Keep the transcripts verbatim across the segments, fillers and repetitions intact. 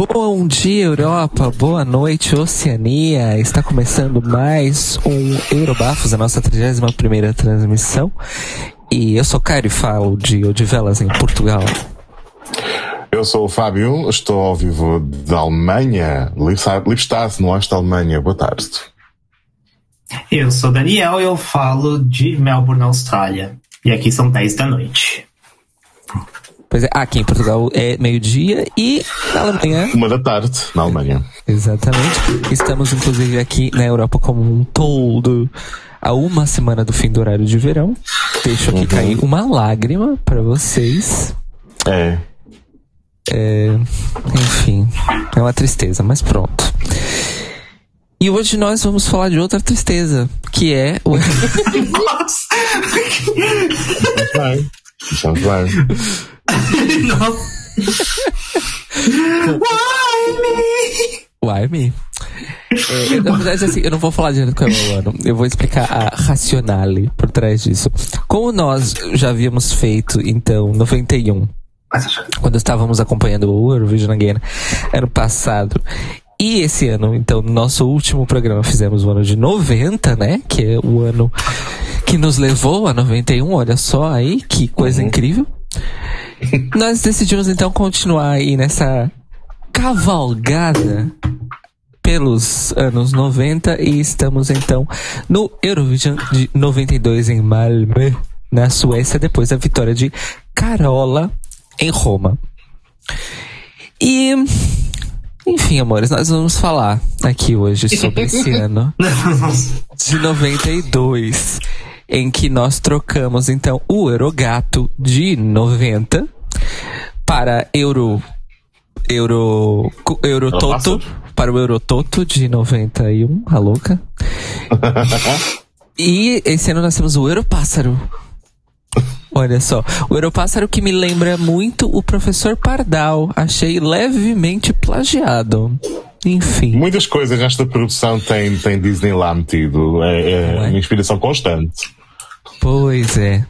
Bom dia, Europa. Boa noite, Oceania. Está começando mais um Eurobafos, a nossa trigésima primeira transmissão. E eu sou Caio e falo de Odivelas, em Portugal. Eu sou o Fábio, estou ao vivo da Alemanha, Lippstadt, no oeste da Alemanha. Boa tarde. Eu sou Daniel e eu falo de Melbourne, Austrália. E aqui são dez da noite. Pois é, aqui em Portugal é meio-dia e na Alemanha... Uma da tarde, na Alemanha. Exatamente. Estamos, inclusive, aqui na Europa como um todo a uma semana do fim do horário de verão. Deixo aqui uhum. cair uma lágrima para vocês. É. É... Enfim, é uma tristeza, mas pronto. E hoje nós vamos falar de outra tristeza, que é o... Nossa! Vai. Estamos bem. Não. Why me? É, na verdade, assim, eu não vou falar direto com o ano. Eu vou explicar a racionale por trás disso. Como nós já havíamos feito, então, noventa e um, quando estávamos acompanhando o Eurovision Again, ano passado, e esse ano, então, no nosso último programa, fizemos o ano de noventa, né? Que é o ano que nos levou a noventa e um, olha só aí, que coisa uhum. incrível. Nós decidimos, então, continuar aí nessa cavalgada pelos anos noventa e estamos, então, no Eurovision de noventa e dois em Malmö, na Suécia, depois da vitória de Carola em Roma. E... Enfim, amores, nós vamos falar aqui hoje sobre esse ano de noventa e dois, em que nós trocamos, então, o Eurogato de noventa para Euro... Euro... Eurototo, para o Eurototo de noventa e um, a louca. E esse ano nós temos o Europássaro. Olha só, o Europássaro que me lembra muito o Professor Pardal. Achei levemente plagiado. Enfim. Muitas coisas nesta produção tem, tem Disney lá metido. É, é, é uma inspiração constante. Pois é.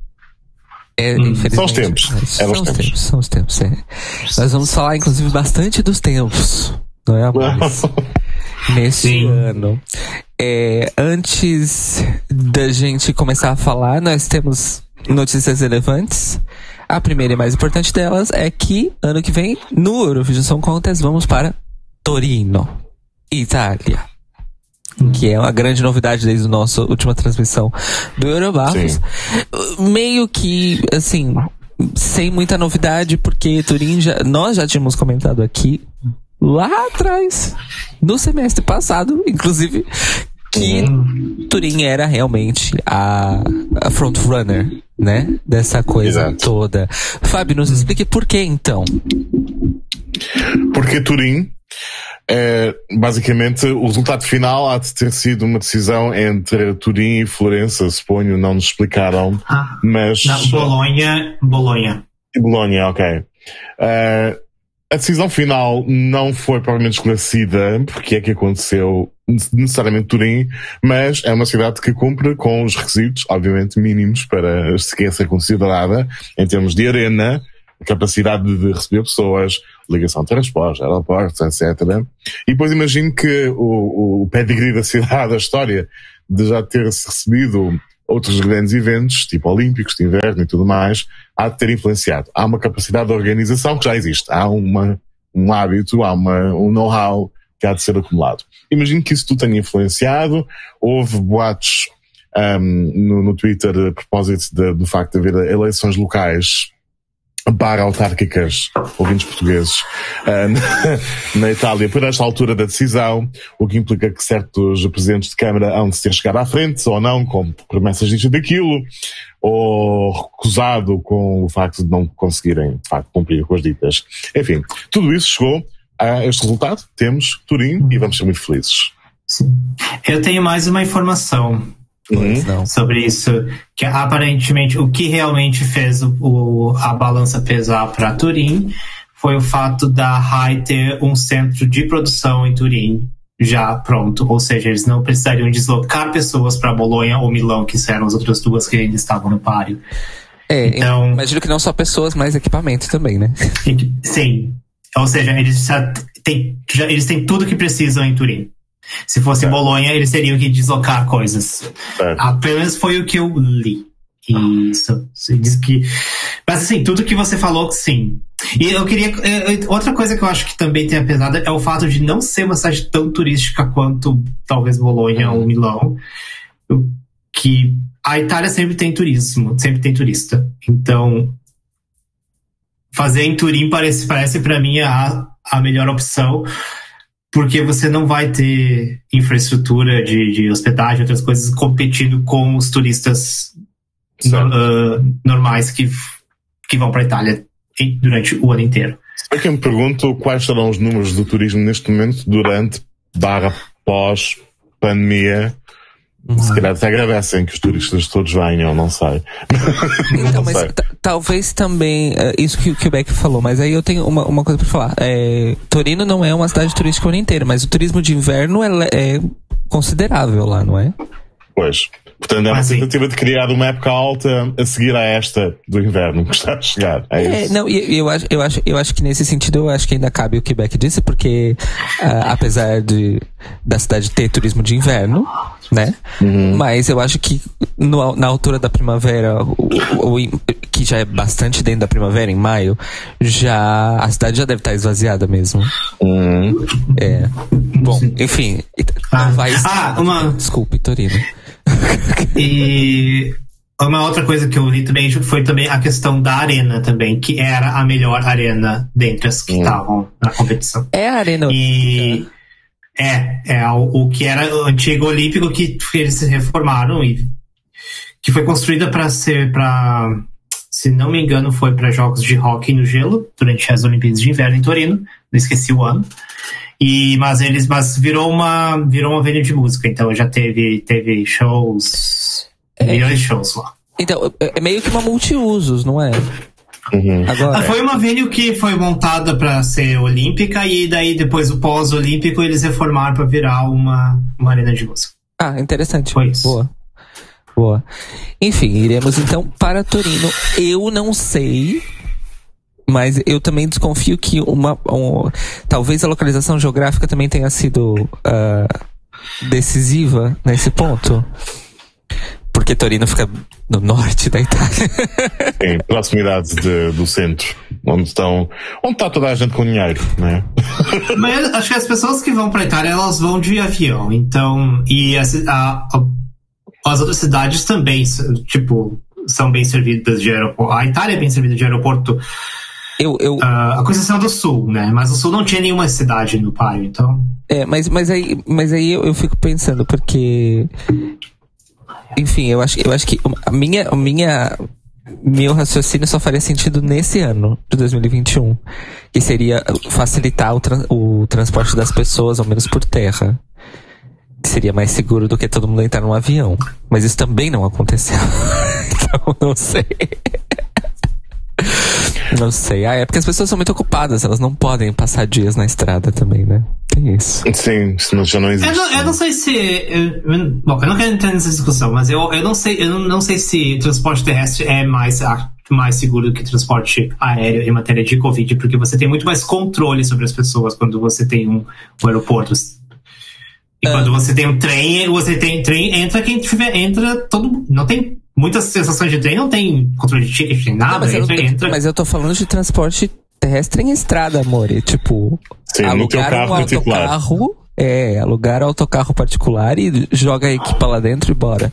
é hum, são os tempos. São os tempos. tempos. São os tempos, é. Nós vamos falar, inclusive, bastante dos tempos. Não é, amores? Nesse Sim. ano. É, antes da gente começar a falar, nós temos notícias relevantes. A primeira e mais importante delas é que ano que vem, no Eurovision Song Contest, vamos para Torino, Itália. Que é uma grande novidade desde a nossa última transmissão do Eurobafos. Meio que, assim, sem muita novidade, porque Turim já, nós já tínhamos comentado aqui lá atrás, no semestre passado, inclusive, que uhum. Turim era realmente a, a frontrunner, né? Dessa coisa Exato. toda. Fábio, nos explique por que então? Porque Turim, é, basicamente, o resultado final há de ter sido uma decisão entre Turim e Florença, suponho, não nos explicaram, ah, mas... Não, Bolonha, Bolonha. Bolonha, ok. Uh, A decisão final não foi propriamente esclarecida porque é que aconteceu necessariamente Turim, mas é uma cidade que cumpre com os requisitos, obviamente, mínimos para sequer ser considerada em termos de arena, capacidade de receber pessoas, ligação de transportes, aeroportos, etcétera. E depois imagino que o, o pedigree da cidade, a história de já ter-se recebido outros grandes eventos, tipo olímpicos de inverno e tudo mais, há de ter influenciado. Há uma capacidade de organização que já existe. Há uma, um hábito, há uma, um know-how que há de ser acumulado. Imagino que isso tudo tenha influenciado. Houve boatos um, no, no Twitter a propósito de, do facto de haver eleições locais para autárquicas, ouvintes portugueses, uh, na Itália, por esta altura da decisão, o que implica que certos presidentes de Câmara hão de ter chegado à frente, ou não, com promessas disto e daquilo, ou recusado com o facto de não conseguirem, de facto, cumprir com as ditas. Enfim, tudo isso chegou a este resultado. Temos Turim e vamos ser muito felizes. Sim. Eu tenho mais uma informação. Uhum. Sobre isso, que aparentemente o que realmente fez o, o, a balança pesar para Turim foi o fato da Rai ter um centro de produção em Turim já pronto, ou seja, eles não precisariam deslocar pessoas para Bolonha ou Milão, que eram as outras duas que ainda estavam no páreo. É, então, imagino que não só pessoas, mas equipamento também, né? Sim, ou seja, eles já têm, já, eles têm tudo que precisam em Turim. Se fosse é. Bolonha, eles teriam que deslocar coisas. É. Apenas foi o que eu li. Isso. Você diz que... Mas assim, tudo que você falou, sim. E eu queria... Outra coisa que eu acho que também tem apesada é o fato de não ser uma cidade tão turística quanto talvez Bolonha ou Milão. Que a Itália sempre tem turismo, sempre tem turista. Então, fazer em Turim parece, parece para mim a, a melhor opção, porque você não vai ter infraestrutura de, de hospedagem, outras coisas, competindo com os turistas no, uh, normais que, que vão para a Itália durante o ano inteiro. É que eu me pergunto quais serão os números do turismo neste momento, durante, barra, pós-pandemia. Uhum. Se calhar até agradecem que os turistas todos venham, não sei. Então, não mas sei. T- talvez também, uh, isso que, que o Beck falou, mas aí eu tenho uma, uma coisa pra falar. É, Torino não é uma cidade turística o ano inteiro, mas o turismo de inverno é, é considerável lá, não é? Pois. Portanto, é uma tentativa de criar uma época alta a seguir a esta do inverno que está a chegar. É, é isso. Não, eu, eu, acho, eu, acho, eu acho que nesse sentido eu acho que ainda cabe o que o Beck disse, porque uh, apesar de, da cidade ter turismo de inverno, né? Uhum. Mas eu acho que no, na altura da primavera, o, o, o, que já é bastante dentro da primavera, em maio, já a cidade já deve estar esvaziada mesmo. Uhum. É. Bom, enfim. Ah, não vai ah uma... Desculpe, Torino. E uma outra coisa que eu li também foi também a questão da arena também, que era a melhor arena dentre as que estavam uhum. na competição. É a arena. E é, é o, o que era o antigo Olímpico, que eles se reformaram e que foi construída para ser para, se não me engano, foi para jogos de hóquei no gelo durante as Olimpíadas de Inverno em Torino. Não esqueci o ano. E, mas eles mas virou uma virou uma venue de música, então já teve teve shows, é. milhões de shows lá. Então é meio que uma multiusos, não é? Uhum. Agora, foi uma venue que foi montada para ser olímpica e daí depois o pós-olímpico eles reformaram para virar uma uma arena de música. Ah, interessante. Foi isso. Boa. Boa. Enfim, iremos então para Torino. Eu não sei, mas eu também desconfio que uma, um, talvez a localização geográfica também tenha sido uh, decisiva nesse ponto. Porque Torino fica no norte da Itália. Em proximidade de, do centro, onde estão, onde está toda a gente com dinheiro, não é? Mas acho que as pessoas que vão para a Itália, elas vão de avião, então, e a, a, a, as outras cidades também, tipo, são bem servidas de aeroporto. A Itália é bem servida de aeroporto. Eu, eu... Uh, a Conceição do Sul, né? Mas o Sul não tinha nenhuma cidade no páreo, então... É, mas, mas aí, mas aí eu, eu fico pensando, porque... Enfim, eu acho, eu acho que a minha, a minha, meu raciocínio só faria sentido nesse ano de dois mil e vinte e um. Que seria facilitar o, tra- o transporte das pessoas, ao menos por terra. Seria mais seguro do que todo mundo entrar num avião. Mas isso também não aconteceu. Então, não sei. Não sei. Ah, é porque as pessoas são muito ocupadas, elas não podem passar dias na estrada também, né? Tem isso. Sim, senão já não existe. Eu não, eu não sei se... Eu, bom, eu não quero entrar nessa discussão, mas eu, eu, não, sei, eu não, não sei se transporte terrestre é mais, mais seguro do que transporte aéreo em matéria de Covid, porque você tem muito mais controle sobre as pessoas quando você tem um, um aeroporto. E uh. quando você tem um trem, você tem trem, entra quem tiver, entra todo... Não tem... Muitas sensações de trem não tem controle de ticket, tem nada, não, mas, entra, eu, entra. Mas eu tô falando de transporte terrestre em estrada, amor. E, tipo, sim, alugar um autocarro, é, alugar um autocarro particular e joga a equipa lá dentro e bora.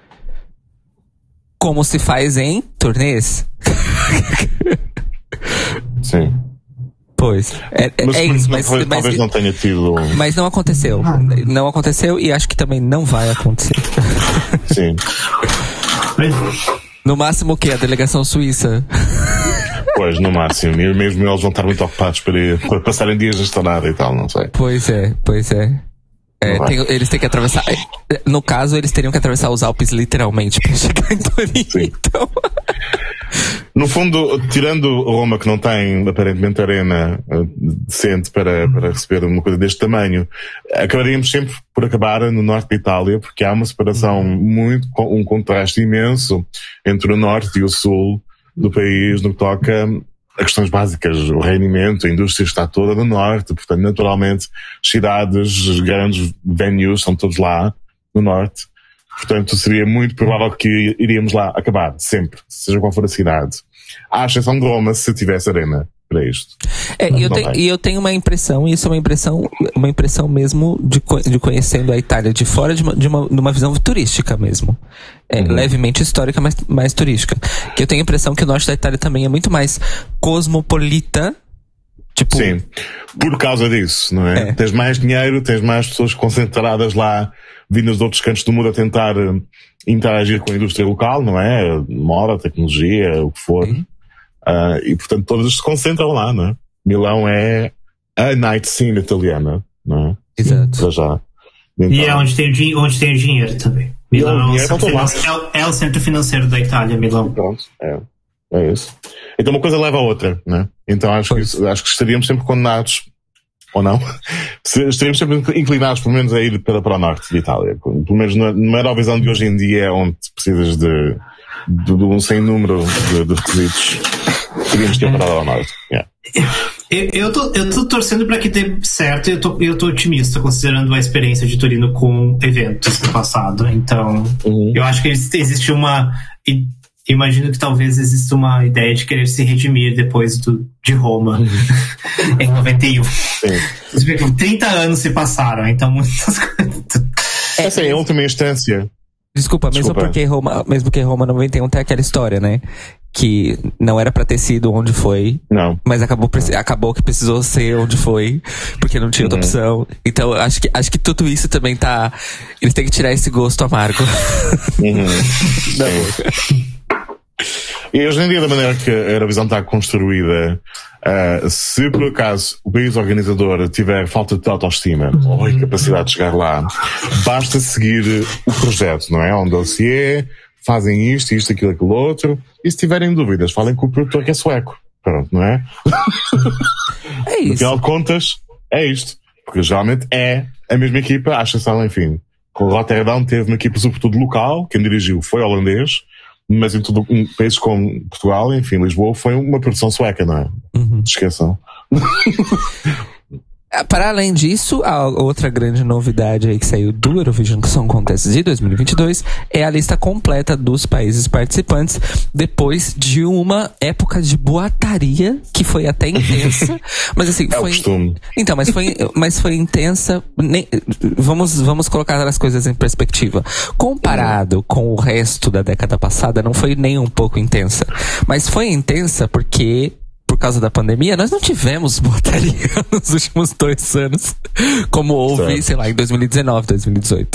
Como se faz em turnês. Sim. Pois. É, mas, é isso, mas, talvez, mas, talvez não tenha tido. Mas não aconteceu. Não aconteceu e acho que também não vai acontecer. Sim. No máximo o quê? A delegação suíça? Pois, no máximo. E mesmo eles vão estar muito ocupados para, ir, para passarem dias na estrada e tal, não sei. Pois é, pois é. é tem, eles têm que atravessar. No caso, eles teriam que atravessar os Alpes literalmente para chegar em Torino. Então. No fundo, tirando Roma, que não tem aparentemente arena decente para, para receber uma coisa deste tamanho, acabaríamos sempre por acabar no norte da Itália, porque há uma separação muito, um contraste imenso entre o norte e o sul do país no que toca as questões básicas, o rendimento, a indústria está toda no norte, portanto, naturalmente, cidades, grandes venues são todos lá no norte. Portanto, seria muito provável que iríamos lá acabar, sempre, seja qual for a cidade. À exceção de Roma, se tivesse arena para isto. É, e eu, te, eu tenho uma impressão, e isso é uma impressão, uma impressão mesmo de, de conhecendo a Itália de fora, de uma, de uma, de uma visão turística mesmo. É, uhum. Levemente histórica, mas mais turística. Que eu tenho a impressão que o norte da Itália também é muito mais cosmopolita. Tipo... Sim, por causa disso, não é? é? Tens mais dinheiro, tens mais pessoas concentradas lá, vindas de outros cantos do mundo a tentar interagir com a indústria local, não é? Moda, tecnologia, o que for. Uhum. Uh, e portanto todas se concentram lá, não é? Milão é a night scene italiana, não é? Exato. Para já. Então, e é onde tem, o, onde tem o dinheiro também. Milão é o, dinheiro, é, é o centro financeiro da Itália, Milão. Pronto, é. É isso. Então uma coisa leva a outra, né? Então acho que, isso, acho que estaríamos sempre condenados, ou não, estaríamos sempre inclinados pelo menos a ir para, para o norte de Itália. Pelo menos na, na Eurovisão de hoje em dia, onde precisas de, de, de um sem número de, de requisitos, teríamos que ir para o norte. Yeah. Eu, eu, tô, eu tô torcendo para que dê certo e eu tô, eu tô otimista, considerando a experiência de Torino com eventos no passado. Então, uhum. eu acho que existe uma... Imagino que talvez exista uma ideia de querer se redimir depois do, de Roma, uhum. em noventa e um. Sim. trinta anos se passaram, então muitas coisas. É, assim, em última instância. Desculpa, mesmo Desculpa. porque Roma, mesmo que Roma noventa e um tem aquela história, né? Que não era pra ter sido onde foi. Não. Mas acabou, acabou que precisou ser onde foi, porque não tinha outra uhum. opção. Então, acho que, acho que tudo isso também tá... Eles têm que tirar esse gosto amargo. Uhum. Da boca. E hoje em dia, da maneira que a Eurovisão está construída, uh, se por acaso o país organizador tiver falta de autoestima uhum. ou incapacidade de chegar lá, basta seguir o projeto, não é? Um dossiê, fazem isto, isto, aquilo, aquilo outro, e se tiverem dúvidas, falem com o produtor que é sueco. Pronto, não é? É isso. No final de contas, é isto. Porque geralmente é a mesma equipa, à exceção, enfim. Com o Rotterdam teve uma equipa sobretudo local, quem dirigiu foi holandês, mas em tudo, em países como Portugal, enfim, Lisboa, foi uma produção sueca, não é? Uhum. Esqueçam. Para além disso, a outra grande novidade aí que saiu do Eurovision Song Contest de dois mil e vinte e dois é a lista completa dos países participantes, depois de uma época de boataria que foi até intensa, mas assim, é foi... o costume. Então, mas foi, mas foi intensa, nem... vamos, vamos colocar as coisas em perspectiva. Comparado hum. com o resto da década passada, não foi nem um pouco intensa, mas foi intensa porque por causa da pandemia, nós não tivemos boataria nos últimos dois anos, como houve, certo. sei lá, em dois mil e dezenove, dois mil e dezoito.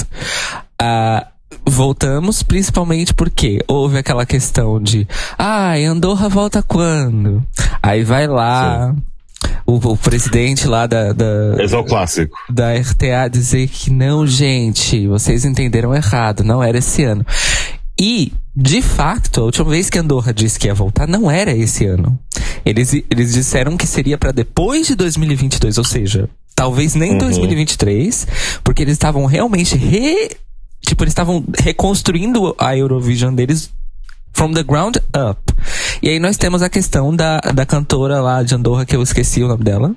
Ah, voltamos principalmente porque houve aquela questão de, ah, Andorra volta quando? Aí vai lá, o, o presidente lá da, da... Esse é o clássico. Da R T A dizer que não, gente, vocês entenderam errado, não era esse ano. E, de facto, a última vez que Andorra disse que ia voltar, não era esse ano. Eles, eles disseram que seria pra depois de dois mil e vinte e dois, ou seja, talvez nem uhum. dois mil e vinte e três, porque eles estavam realmente re... Tipo, eles estavam reconstruindo a Eurovision deles from the ground up. E aí nós temos a questão da, da cantora lá de Andorra, que eu esqueci o nome dela.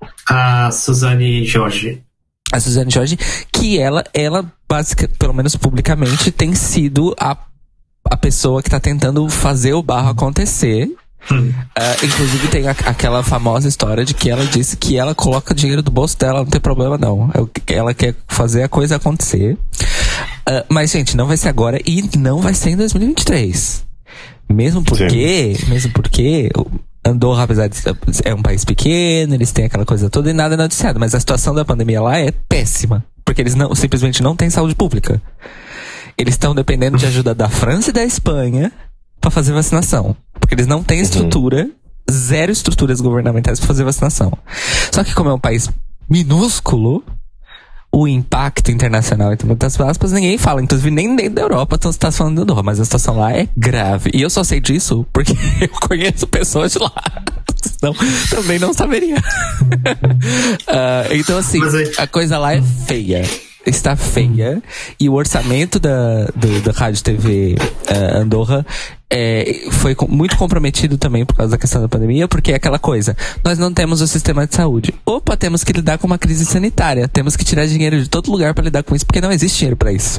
A Suzane Jorge. A Suzane Jorge, que ela, ela basic, pelo menos publicamente, tem sido a, a pessoa que tá tentando fazer o barro acontecer. Hum. Uh, inclusive tem a, aquela famosa história de que ela disse que ela coloca dinheiro do bolso dela, não tem problema não. Ela quer fazer a coisa acontecer. Uh, mas, gente, não vai ser agora e não vai ser em dois mil e vinte e três. Mesmo porque, Sim. mesmo porque Andorra, apesar de é um país pequeno, eles têm aquela coisa toda e nada é noticiado, mas a situação da pandemia lá é péssima, porque eles não, simplesmente não têm saúde pública. Eles estão dependendo de ajuda da França e da Espanha pra fazer vacinação, porque eles não têm estrutura, uhum. zero estruturas governamentais pra fazer vacinação. Só que como é um país minúsculo, o impacto internacional, entre muitas aspas, ninguém fala. Inclusive, nem dentro da Europa então, você tá falando de Andorra, mas a situação lá é grave. E eu só sei disso porque eu conheço pessoas de lá. Senão, também não saberia. uh, então, assim, a coisa lá é feia. Está feia. E o orçamento da, do, da Rádio T V uh, Andorra é, foi com, muito comprometido também por causa da questão da pandemia, porque é aquela coisa, nós não temos o sistema de saúde. Opa, temos que lidar com uma crise sanitária, temos que tirar dinheiro de todo lugar para lidar com isso, porque não existe dinheiro para isso.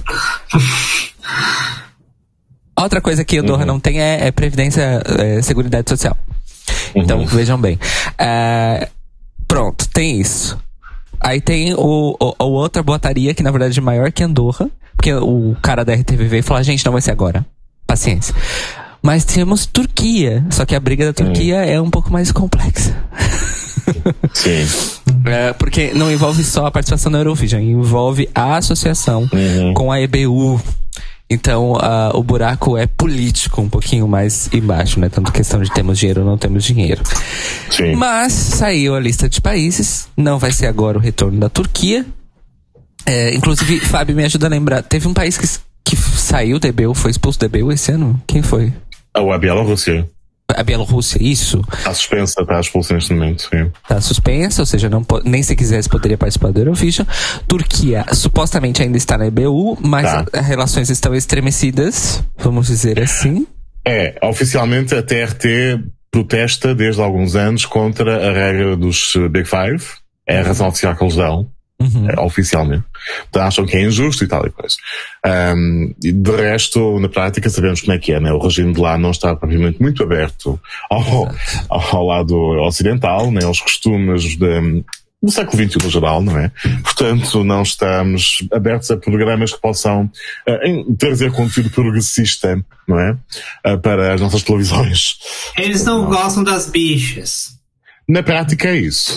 Outra coisa que Andorra uhum. não tem é, é previdência, é, seguridade social. Uhum. Então, vejam bem. É, pronto, tem isso. Aí tem o, o, a outra botaria, que na verdade é maior que Andorra, porque o cara da R T V veio e falou, gente, não vai ser agora. Paciência. Mas temos Turquia, só que a briga da Turquia uhum. é um pouco mais complexa. Sim. É, porque não envolve só a participação na Eurovision, envolve a associação uhum. com a E B U. Então, uh, o buraco é político um pouquinho mais embaixo, né? Tanto questão de temos dinheiro ou não temos dinheiro. Sim. Mas saiu a lista de países, não vai ser agora o retorno da Turquia. É, inclusive, Fábio, me ajuda a lembrar, teve um país que, que saiu da E B U, foi expulso da E B U esse ano? Quem foi? A Bielorrússia. A Bielorrússia, isso. Está suspensa, está expulsa neste momento, sim. Está suspensa, ou seja, não, nem se quisesse poderia participar do Eurovision. Turquia, supostamente ainda está na E B U, mas tá. as relações estão estremecidas, vamos dizer assim. É, oficialmente a T R T protesta desde há alguns anos contra a regra dos Big Five. É a razão oficial que eles dão. Uhum. É, oficialmente. Então acham que é injusto e tal e coisa. Um, e de resto, na prática, sabemos como é que é, né? O regime de lá não está propriamente muito aberto ao, ao, ao lado ocidental, né? Aos costumes de, do século vinte e um no geral, não é? Portanto, não estamos abertos a programas que possam uh, trazer conteúdo progressista, não é? Uh, para as nossas televisões. Eles não, não gostam das bichas. Na prática é isso.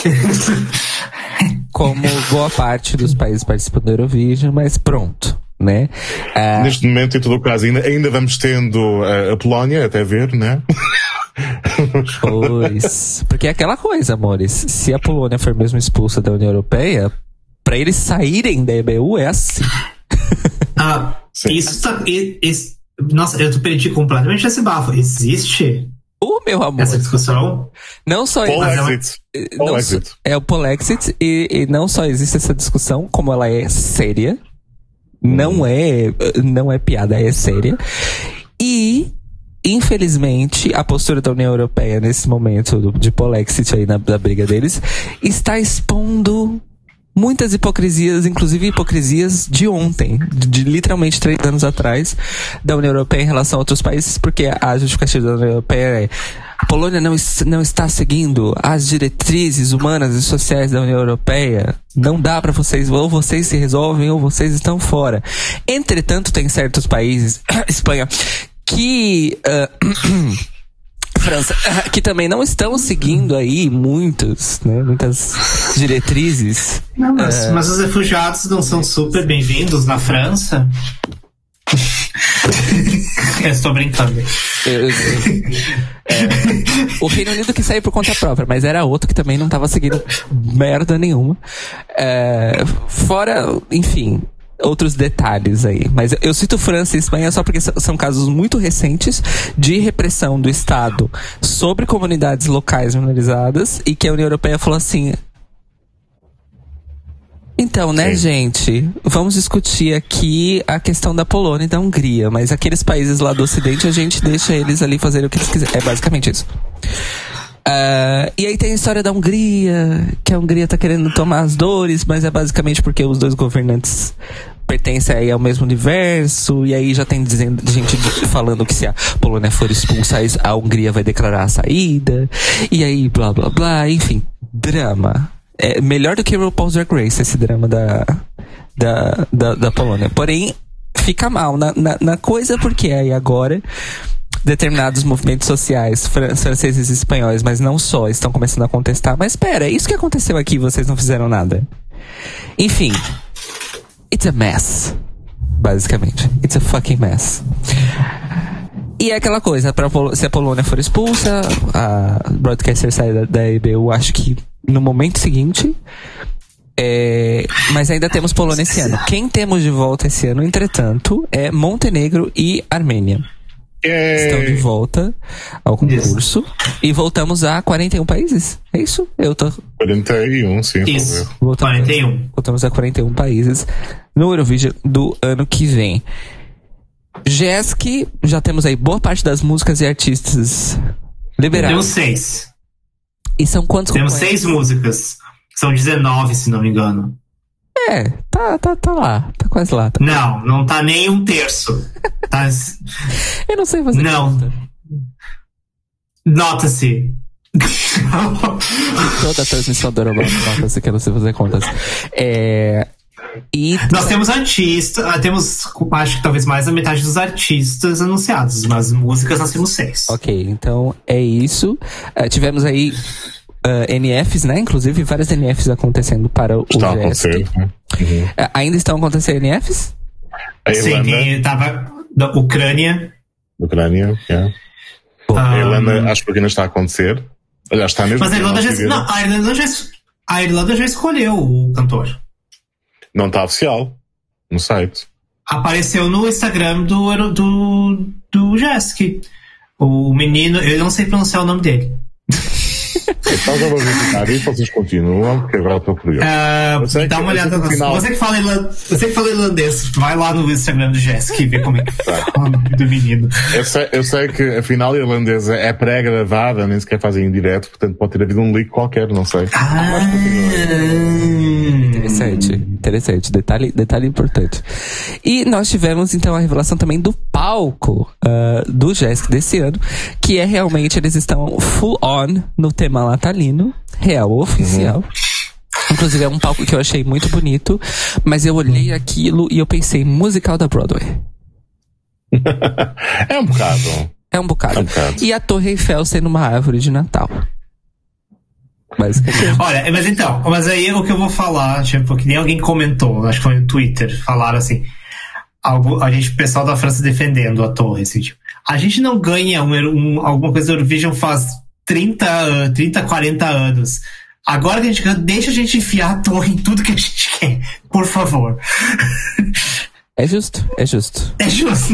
Como boa parte dos países participam do Eurovision, mas pronto, né? Uh... Neste momento, em todo o caso, ainda, ainda vamos tendo a, a Polónia, até ver, né? Pois, porque é aquela coisa, amores, se a Polônia for mesmo expulsa da União Europeia, pra eles saírem da E B U é assim. Ah, isso tá... Isso, nossa, eu perdi completamente esse bafo. Existe... O meu amor. Essa discussão? Não só existe. Não, é o Polexit e, e não só existe essa discussão, como ela é séria. Hum. Não é, não é piada, é séria. E, infelizmente, a postura da União Europeia nesse momento de Polexit aí na, na briga deles está expondo muitas hipocrisias, inclusive hipocrisias de ontem, de, de literalmente três anos atrás, da União Europeia em relação a outros países, porque a justificativa da União Europeia é a Polônia não, não está seguindo as diretrizes humanas e sociais da União Europeia, não dá pra vocês, ou vocês se resolvem ou vocês estão fora. Entretanto, tem certos países, Espanha, que... Uh, França, que também não estão seguindo aí muitos, né, muitas diretrizes. Não, mas, é... mas os refugiados não são super bem-vindos na França? Eu estou brincando. Eu, eu, é, o Reino Unido que saiu por conta própria, mas era outro que também não estava seguindo merda nenhuma. É, fora, enfim... outros detalhes aí, mas eu cito França e Espanha só porque são casos muito recentes de repressão do Estado sobre comunidades locais minorizadas e que a União Europeia falou assim, então, né, Sim. gente, vamos discutir aqui a questão da Polônia e da Hungria, mas aqueles países lá do Ocidente a gente deixa eles ali fazerem o que eles quiserem, é basicamente isso. Uh, e aí tem a história da Hungria, que a Hungria tá querendo tomar as dores, mas é basicamente porque os dois governantes pertencem aí ao mesmo universo, e aí já tem dizendo, gente falando que se a Polônia for expulsa, a Hungria vai declarar a saída, e aí blá blá blá, enfim, drama. É melhor do que o RuPaul's Drag Race, esse drama da, da, da, da Polônia. Porém, fica mal na, na, na coisa, porque aí agora determinados movimentos sociais franceses e espanhóis, mas não só, estão começando a contestar. Mas espera, é isso que aconteceu aqui, vocês não fizeram nada. Enfim, it's a mess, basicamente. It's a fucking mess. E é aquela coisa, pra, se a Polônia for expulsa, a broadcaster sai da, da E B U, acho que no momento seguinte. É, mas ainda temos Polônia esse ano. Quem temos de volta esse ano, entretanto, é Montenegro e Armênia. É... Estão de volta ao concurso. Isso. E voltamos a quarenta e um países. É isso? Eu tô... quarenta e um, sim. Isso. Voltamos, quarenta e um. Voltamos a quarenta e um países no Eurovision do ano que vem. Jesk, já temos aí boa parte das músicas e artistas liberados. Temos seis. E são quantos Temos seis músicas. São dezenove, se não me engano. É, tá, tá, tá lá. Tá quase lá. Tá. Não, não tá nem um terço. Tá... Eu não sei fazer Não. conta. Nota-se. Toda a transmissão do Euroblock nota-se que eu não sei fazer contas. É... E... Nós temos artistas, temos, acho que talvez mais da metade dos artistas anunciados, mas músicas nós temos seis. Ok, então é isso. Uh, tivemos aí uh, N Fs, né? Inclusive várias N Fs acontecendo para o Está Jesk. Uhum. Uh, ainda estão acontecendo N Fs? A Irlanda. Sim, tem, tava da Ucrânia. Ucrânia, yeah. Um, a Irlanda acho que ainda está a acontecer. Aliás, está mesmo. Mas a Irlanda, já, não, a, Irlanda já, a Irlanda já escolheu o cantor. Não está oficial no site. Apareceu no Instagram do, do, do Jesk. O menino, eu não sei pronunciar o nome dele. Então já vou visitar e vocês continuam, porque agora estou curioso. Uh, dá uma olhada. Final... Você, que fala irland... Você que fala irlandês, vai lá no Instagram do Jesk e vê como é que tá o nome do menino. Eu sei, eu sei que a final irlandesa é pré-gravada, nem sequer fazem em direto, portanto pode ter havido um leak qualquer, não sei. Ah, interessante, interessante. Detalhe, detalhe importante. E nós tivemos então a revelação também do palco uh, do Jesk desse ano, que é realmente, eles estão full on no tema natalino, real, oficial. Uhum. Inclusive é um palco que eu achei muito bonito, mas eu olhei aquilo e eu pensei, musical da Broadway. É um bocado. É um bocado. É um bocado. E a Torre Eiffel sendo uma árvore de Natal. Basicamente. Olha, mas então, mas aí o que eu vou falar, tipo, que nem alguém comentou, acho que foi no Twitter, falaram assim, algo, a gente, o pessoal da França defendendo a torre, assim, tipo, a gente não ganha um, um, alguma coisa do Eurovision faz trinta, trinta, quarenta anos. Agora que a gente ganha, deixa a gente enfiar a torre em tudo que a gente quer, por favor. É justo, é justo. É justo.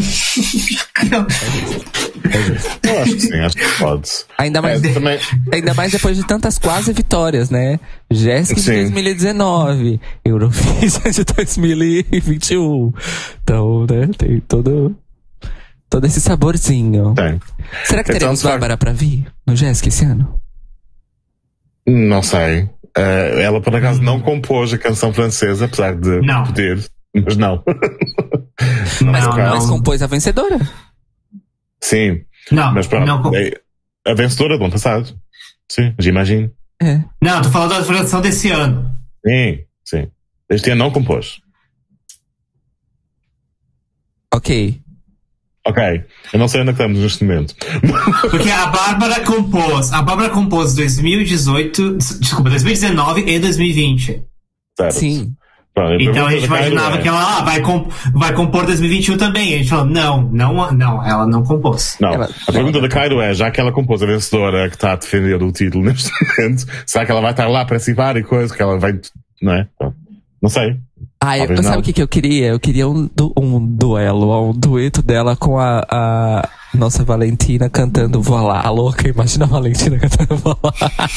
É justo. Eu acho que sim, acho que pode. Ainda mais, é, também... ainda mais depois de tantas quase vitórias, né? Jesk de dois mil e dezenove, Eurovision de dois mil e vinte e um. Então, né, tem todo, todo esse saborzinho. Tem. Será que então, teremos Bárbara pra vir no Jesk esse ano? Não sei. Uh, ela, por acaso, não compôs a canção francesa, apesar de não. poder. Mas não. não, mas, não. mas compôs a vencedora. Sim. Não, mas pronto. não. A vencedora do ano passado. Sim, já imagino. É. Não, tô falando da versão desse ano. Sim, sim. Este ano não compôs. Ok. Ok. Eu não sei onde é que estamos neste momento. Porque a Bárbara compôs. A Bárbara compôs dois mil e dezoito. Desculpa, dois mil e dezenove e dois mil e vinte. Certo. Sim. Pronto, então a gente imaginava é. que ela ah, vai, comp- vai compor dois mil e vinte e um também. A gente falou, não, não, não, ela não compôs. Não, ela... a pergunta da Cairo é, já que ela compôs a vencedora que está a defender o título neste momento, será que ela vai estar lá para participar e coisa, que ela vai, não é? Não sei. Ah, eu, sabe o que, que eu queria? Eu queria um, du- um duelo, um dueto dela com a, a nossa Valentina cantando Voilá. A louca, imagina a Valentina cantando Voilá.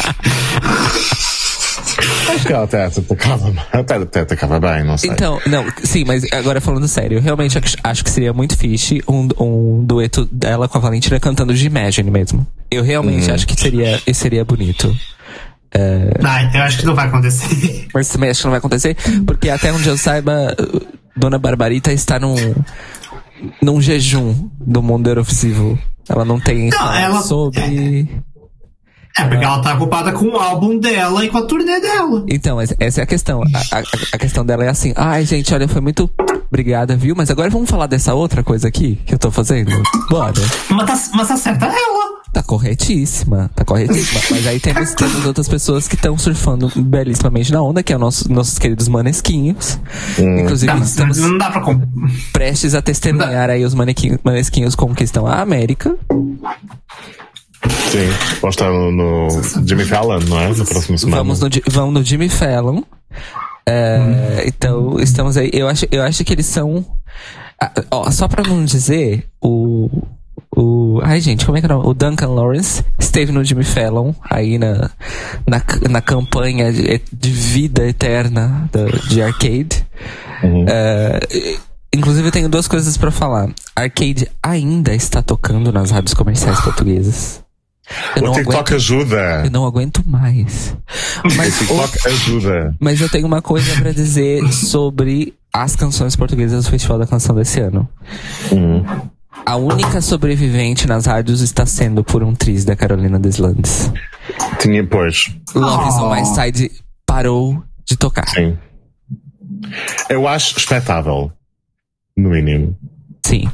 Acho que ela até atacava, até, até atacava bem, não sei. Então, não, sim, mas agora falando sério, eu realmente acho, acho que seria muito fixe um, um dueto dela com a Valentina cantando de Imagine mesmo. Eu realmente hum. acho que seria, seria bonito. É... Não, eu acho que não vai acontecer. Mas também acho que não vai acontecer, porque até onde eu saiba, Dona Barbarita está num, num jejum do mundo Eurovisivo. Ela não tem não, ela... sobre... É, porque ela tá ocupada com o álbum dela e com a turnê dela. Então, essa é a questão. A, a, a questão dela é assim, ai, gente, olha, foi muito obrigada, viu? Mas agora vamos falar dessa outra coisa aqui que eu tô fazendo? Bora. Mas tá, mas acerta ela. Tá corretíssima, tá corretíssima. Mas aí temos, temos outras pessoas que estão surfando belíssimamente na onda, que é os nossos, nossos queridos manesquinhos. Hum. Inclusive, não, estamos não dá pra comp- prestes a testemunhar aí os manequinhos, manesquinhos conquistam a América. Sim, vamos estar no, no Jimmy Fallon, não é? Na próxima semana. Vamos no, vamos no Jimmy Fallon. É, hum. Então, estamos aí. Eu acho, eu acho que eles são. Ó, só pra não dizer, o. o ai, gente, como é que é o nome? O Duncan Lawrence esteve no Jimmy Fallon, aí na, na, na campanha de, de vida eterna da, de Arcade. Uhum. É, Inclusive, eu tenho duas coisas pra falar. Arcade ainda está tocando nas rádios comerciais portuguesas. Eu o TikTok aguento, ajuda. Eu não aguento mais. Mas, o TikTok o, ajuda. Mas eu tenho uma coisa pra dizer sobre as canções portuguesas do Festival da Canção desse ano. Hum. A única sobrevivente nas rádios está sendo Por um Triz, da Carolina Deslandes. Tinha, pois. Love oh. is on My Side parou de tocar. Sim. Eu acho respeitável. No mínimo. Sim.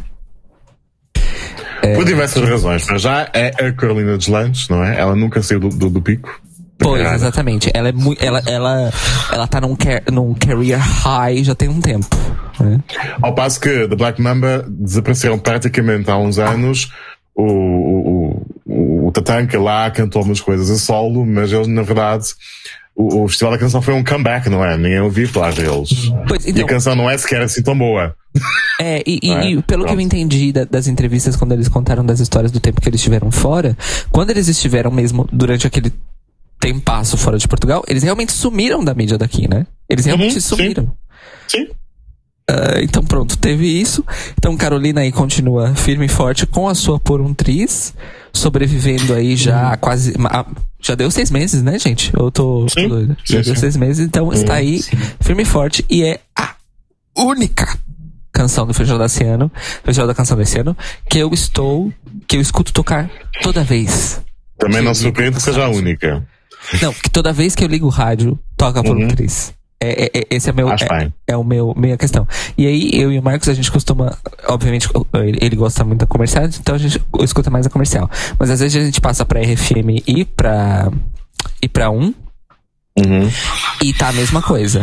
Por diversas é... razões, mas já é a Carolina Deslandes, não é? Ela nunca saiu do, do, do pico. Pois, carreira. Exatamente. Ela é muito. Ela, ela, ela tá num, car, num career high já tem um tempo. Né? Ao passo que The Black Mamba desapareceram praticamente há uns anos. O, o, o, o Tatanka lá cantou umas coisas a solo, mas eles, na verdade, o, o Festival da Canção foi um comeback, não é? Ninguém ouviu falar deles. Pois, então, e a canção não é sequer assim tão boa. É, e, e, é? e pelo Pronto. que eu entendi da, das entrevistas, quando eles contaram das histórias do tempo que eles estiveram fora, quando eles estiveram mesmo durante aquele tempasso fora de Portugal, eles realmente sumiram da mídia daqui, né? Eles realmente uhum, sumiram. Sim. sim. Uh, então pronto, teve isso. Então Carolina aí continua firme e forte com a sua Por um Triz, sobrevivendo aí já uhum. quase... Já deu seis meses, né, gente? Eu tô, sim, tô doido. Já sim, deu sim. seis meses, então uhum. está aí sim. firme e forte e é a única canção do Festival desse ano, Festival da Canção desse ano, que eu estou, que eu escuto tocar toda vez. Também não surpreende que seja a única. Não, que toda vez que eu ligo o rádio, toca Por um Triz. É, é, esse é, meu, é, é o meu, minha questão. E aí, eu e o Marcos, a gente costuma, obviamente, ele, ele gosta muito da comercial, então a gente escuta mais a comercial. Mas às vezes a gente passa pra R F M e pra, e pra um, uhum. e tá a mesma coisa.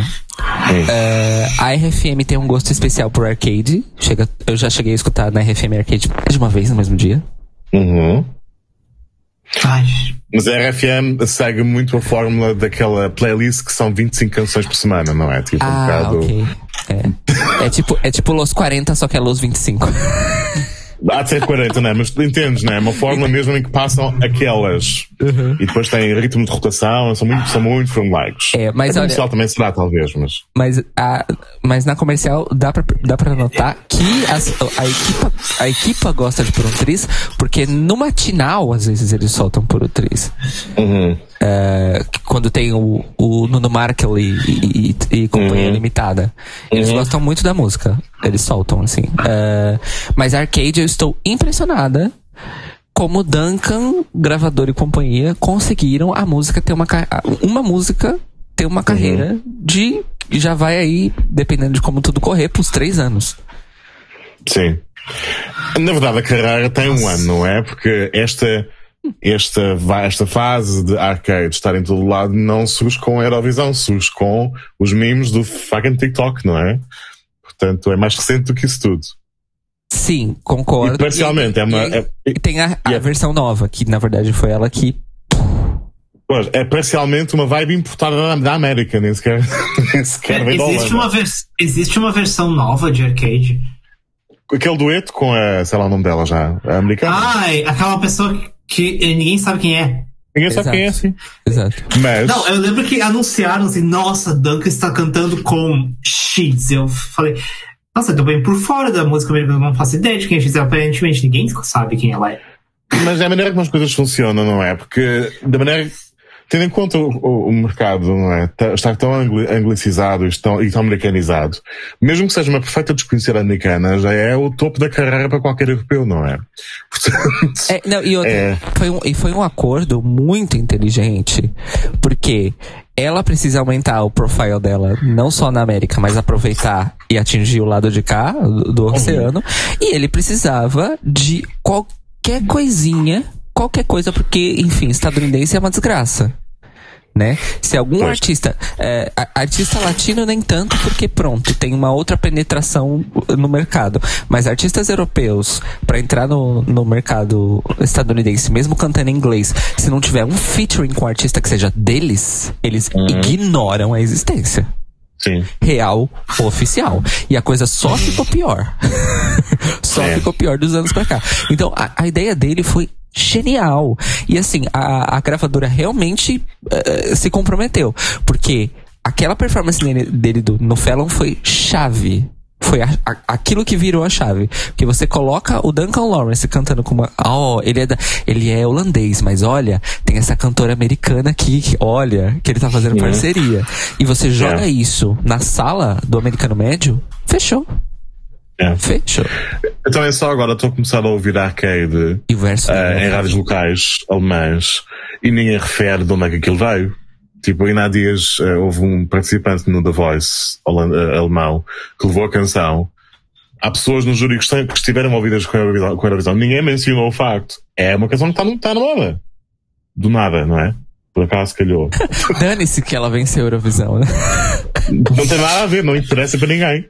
Uh, a R F M tem um gosto especial por arcade. Chega, eu já cheguei a escutar na R F M Arcade mais de uma vez no mesmo dia. Uhum. Ai. Mas a R F M segue muito a fórmula daquela playlist que são vinte e cinco canções por semana, não é? Tipo, ah, um bocado... ok. É. É, tipo, é tipo Los quarenta, só que é Los vinte e cinco. Há de ser quarenta, não é? Mas tu entendes, não é? Uma fórmula mesmo em que passam aquelas. Uhum. E depois tem ritmo de rotação, são muito, são muito formulaicos. É, mas a comercial olha, também será, talvez, mas... Mas, a, mas na comercial dá pra, dá pra notar que as, a, equipa, a equipa gosta de Por um Triz, porque no matinal, às vezes, eles soltam Por um Triz. Uhum. É, quando tem o, o Nuno Markel e, e, e, e Companhia uhum. Limitada. Eles uhum. gostam muito da música. Eles soltam, assim. É, mas Arcade, eu estou impressionada como Duncan, Gravador e Companhia conseguiram a música ter uma uma música ter uma carreira uhum. de já vai aí, dependendo de como tudo correr, pros três anos. Sim. Na verdade, a carreira tem um ano, não é? Porque esta Esta, esta fase de arcade estar em todo lado não surge com a Eurovisão, surge com os memes do fucking TikTok, não é? Portanto, é mais recente do que isso tudo. Sim, concordo. E parcialmente, e, é uma. E, é, e tem a, a é, versão nova, que na verdade foi ela que. Pois, é parcialmente uma vibe importada da, da América, nem sequer, nem sequer é, existe, uma vers- existe uma versão nova de arcade. Aquele dueto com a, sei lá o nome dela já, a americana. Ai, aquela pessoa que ninguém sabe quem é. Ninguém Exato. sabe quem é, assim. Exato. Mas... Não, eu lembro que anunciaram assim, nossa, Duncan está cantando com X. Eu falei, nossa, eu tô bem por fora da música americana, eu não faço ideia de quem é X. Aparentemente ninguém sabe quem ela é. Mas é a maneira como as coisas funcionam, não é? Porque, da maneira... Tendo em conta o, o, o mercado, não é? Está tão anglicizado e tão, e tão americanizado. Mesmo que seja uma perfeita desconhecida americana, já é o topo da carreira para qualquer europeu, não é? Portanto, é, não, e, outra, é... foi um, e foi um acordo muito inteligente, porque ela precisa aumentar o profile dela, não só na América, mas aproveitar e atingir o lado de cá, do, do oceano, uhum. E ele precisava de qualquer coisinha, qualquer coisa, porque, enfim, estadunidense é uma desgraça. Né? Se algum pois. artista é, artista latino nem tanto, porque pronto, tem uma outra penetração no mercado, mas artistas europeus para entrar no, no mercado estadunidense, mesmo cantando em inglês, se não tiver um featuring com um artista que seja deles, eles uhum. ignoram a existência. Sim. Real, oficial. E a coisa só ficou pior. Só é. ficou pior dos anos pra cá. Então a, a ideia dele foi genial. E assim, a, a gravadora realmente uh, se comprometeu. Porque aquela performance dele, dele do, no Fallon foi chave Foi a, a, aquilo que virou a chave. Porque você coloca o Duncan Lawrence cantando com uma... Ó, oh, ele, é da, ele é holandês, mas olha, tem essa cantora americana aqui, que, olha, que ele tá fazendo parceria. E você joga é. isso na sala do americano médio, fechou. É. Fechou. Eu também só agora estou a começar a ouvir arcade e o verso uh, em rádios locais alemãs e ninguém refere de onde é que aquilo veio. Tipo, ainda há dias uh, houve um participante no The Voice holand- uh, alemão que levou a canção. Há pessoas no júri que, estão, que estiveram ouvidas com a Eurovisão, com a Eurovisão. Ninguém mencionou o facto. É uma canção que está tá na moda. Do nada, não é? Por acaso calhou. Dane-se que ela venceu a Eurovisão, né? Não tem nada a ver, não interessa para ninguém.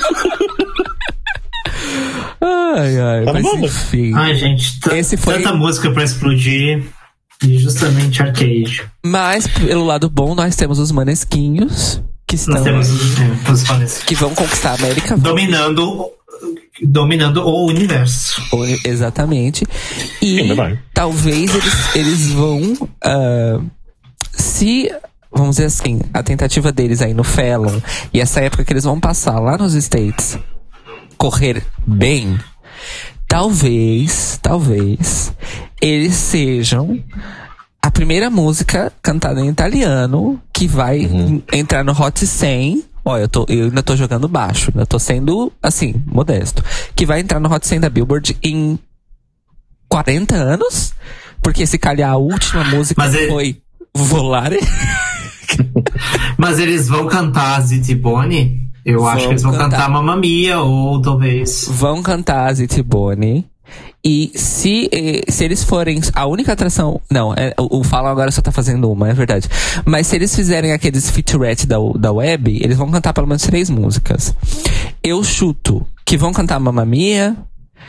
Ai, ai, tá mas enfim. Ai, gente, t- esse foi... tanta música pra explodir e justamente arcade. Mas, pelo lado bom, nós temos os manesquinhos que estão... Nós temos os, é, os que vão conquistar a América. Dominando, dominando o universo. Exatamente. E talvez eles, eles vão... Uh, se... Vamos dizer assim, a tentativa deles aí no Fallon e essa época que eles vão passar lá nos States correr bem, talvez, talvez eles sejam a primeira música cantada em italiano que vai uhum. entrar no Hot cem. Ó, eu, tô, eu ainda tô jogando baixo, ainda tô sendo, assim, modesto. Que vai entrar no Hot cem da Billboard em quarenta anos, porque se calhar a última música Mas foi ele... Volare. Mas eles vão cantar Ziti Boni? Eu vão acho que eles vão cantar, cantar Mamma Mia, ou talvez... Vão cantar Ziti Boni. E se, se eles forem a única atração... Não, é, o, o Fallon agora só tá fazendo uma, é verdade. Mas se eles fizerem aqueles featurettes da, da web, eles vão cantar pelo menos três músicas. Eu chuto que vão cantar Mamma Mia.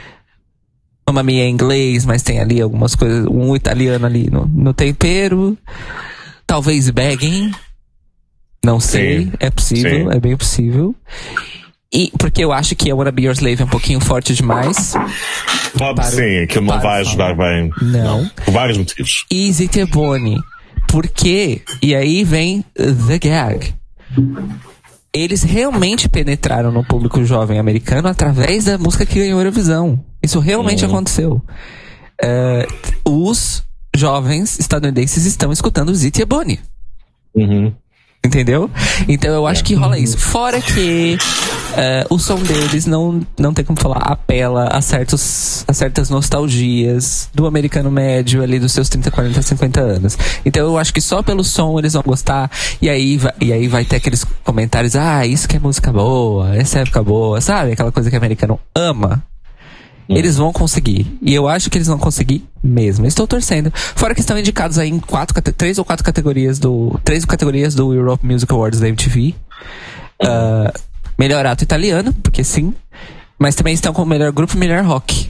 Mamma Mia em inglês, mas tem ali algumas coisas... Um italiano ali no, no tempero. Talvez Begging. Não sei, sim, é possível, sim. É bem possível. E porque eu acho que a Wanna Be Your Slave é um pouquinho forte demais. Pode sim, que não vai ajudar bem. Não. não. Por vários motivos. E Ziti Boni. Porque, e aí vem The Gag. Eles realmente penetraram no público jovem americano através da música que ganhou a Eurovisão. Isso realmente uhum. aconteceu. Uh, os jovens estadunidenses estão escutando Ziti Boni. Uhum. Entendeu? Então eu acho que rola isso. Fora que uh, o som deles não, não tem como falar, apela a, certos, a certas nostalgias do americano médio ali dos seus trinta, quarenta, cinquenta anos. Então eu acho que só pelo som eles vão gostar. E aí, vai, e aí vai ter aqueles comentários: ah, isso que é música boa, essa é época boa, sabe? Aquela coisa que o americano ama. Eles vão conseguir. E eu acho que eles vão conseguir mesmo. Estou torcendo. Fora que estão indicados aí em quatro, três ou quatro categorias do... Três categorias do Europe Music Awards da M T V. Uh, melhor ato italiano, porque sim. Mas também estão com o melhor grupo e melhor rock.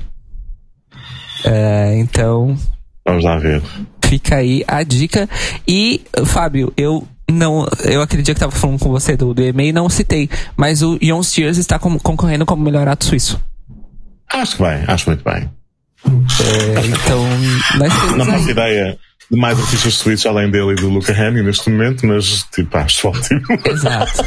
Uh, então... Vamos lá ver. Fica aí a dica. E, Fábio, eu... Não, eu acredito que estava falando com você do, do e-mail e não citei. Mas o Jon Steers está com, concorrendo como melhor ato suíço. Acho que bem, acho muito bem. É, então, não faço ideia de mais artistas suíços além dele e do Luca Hänni neste momento, mas tipo, acho ótimo. Exato.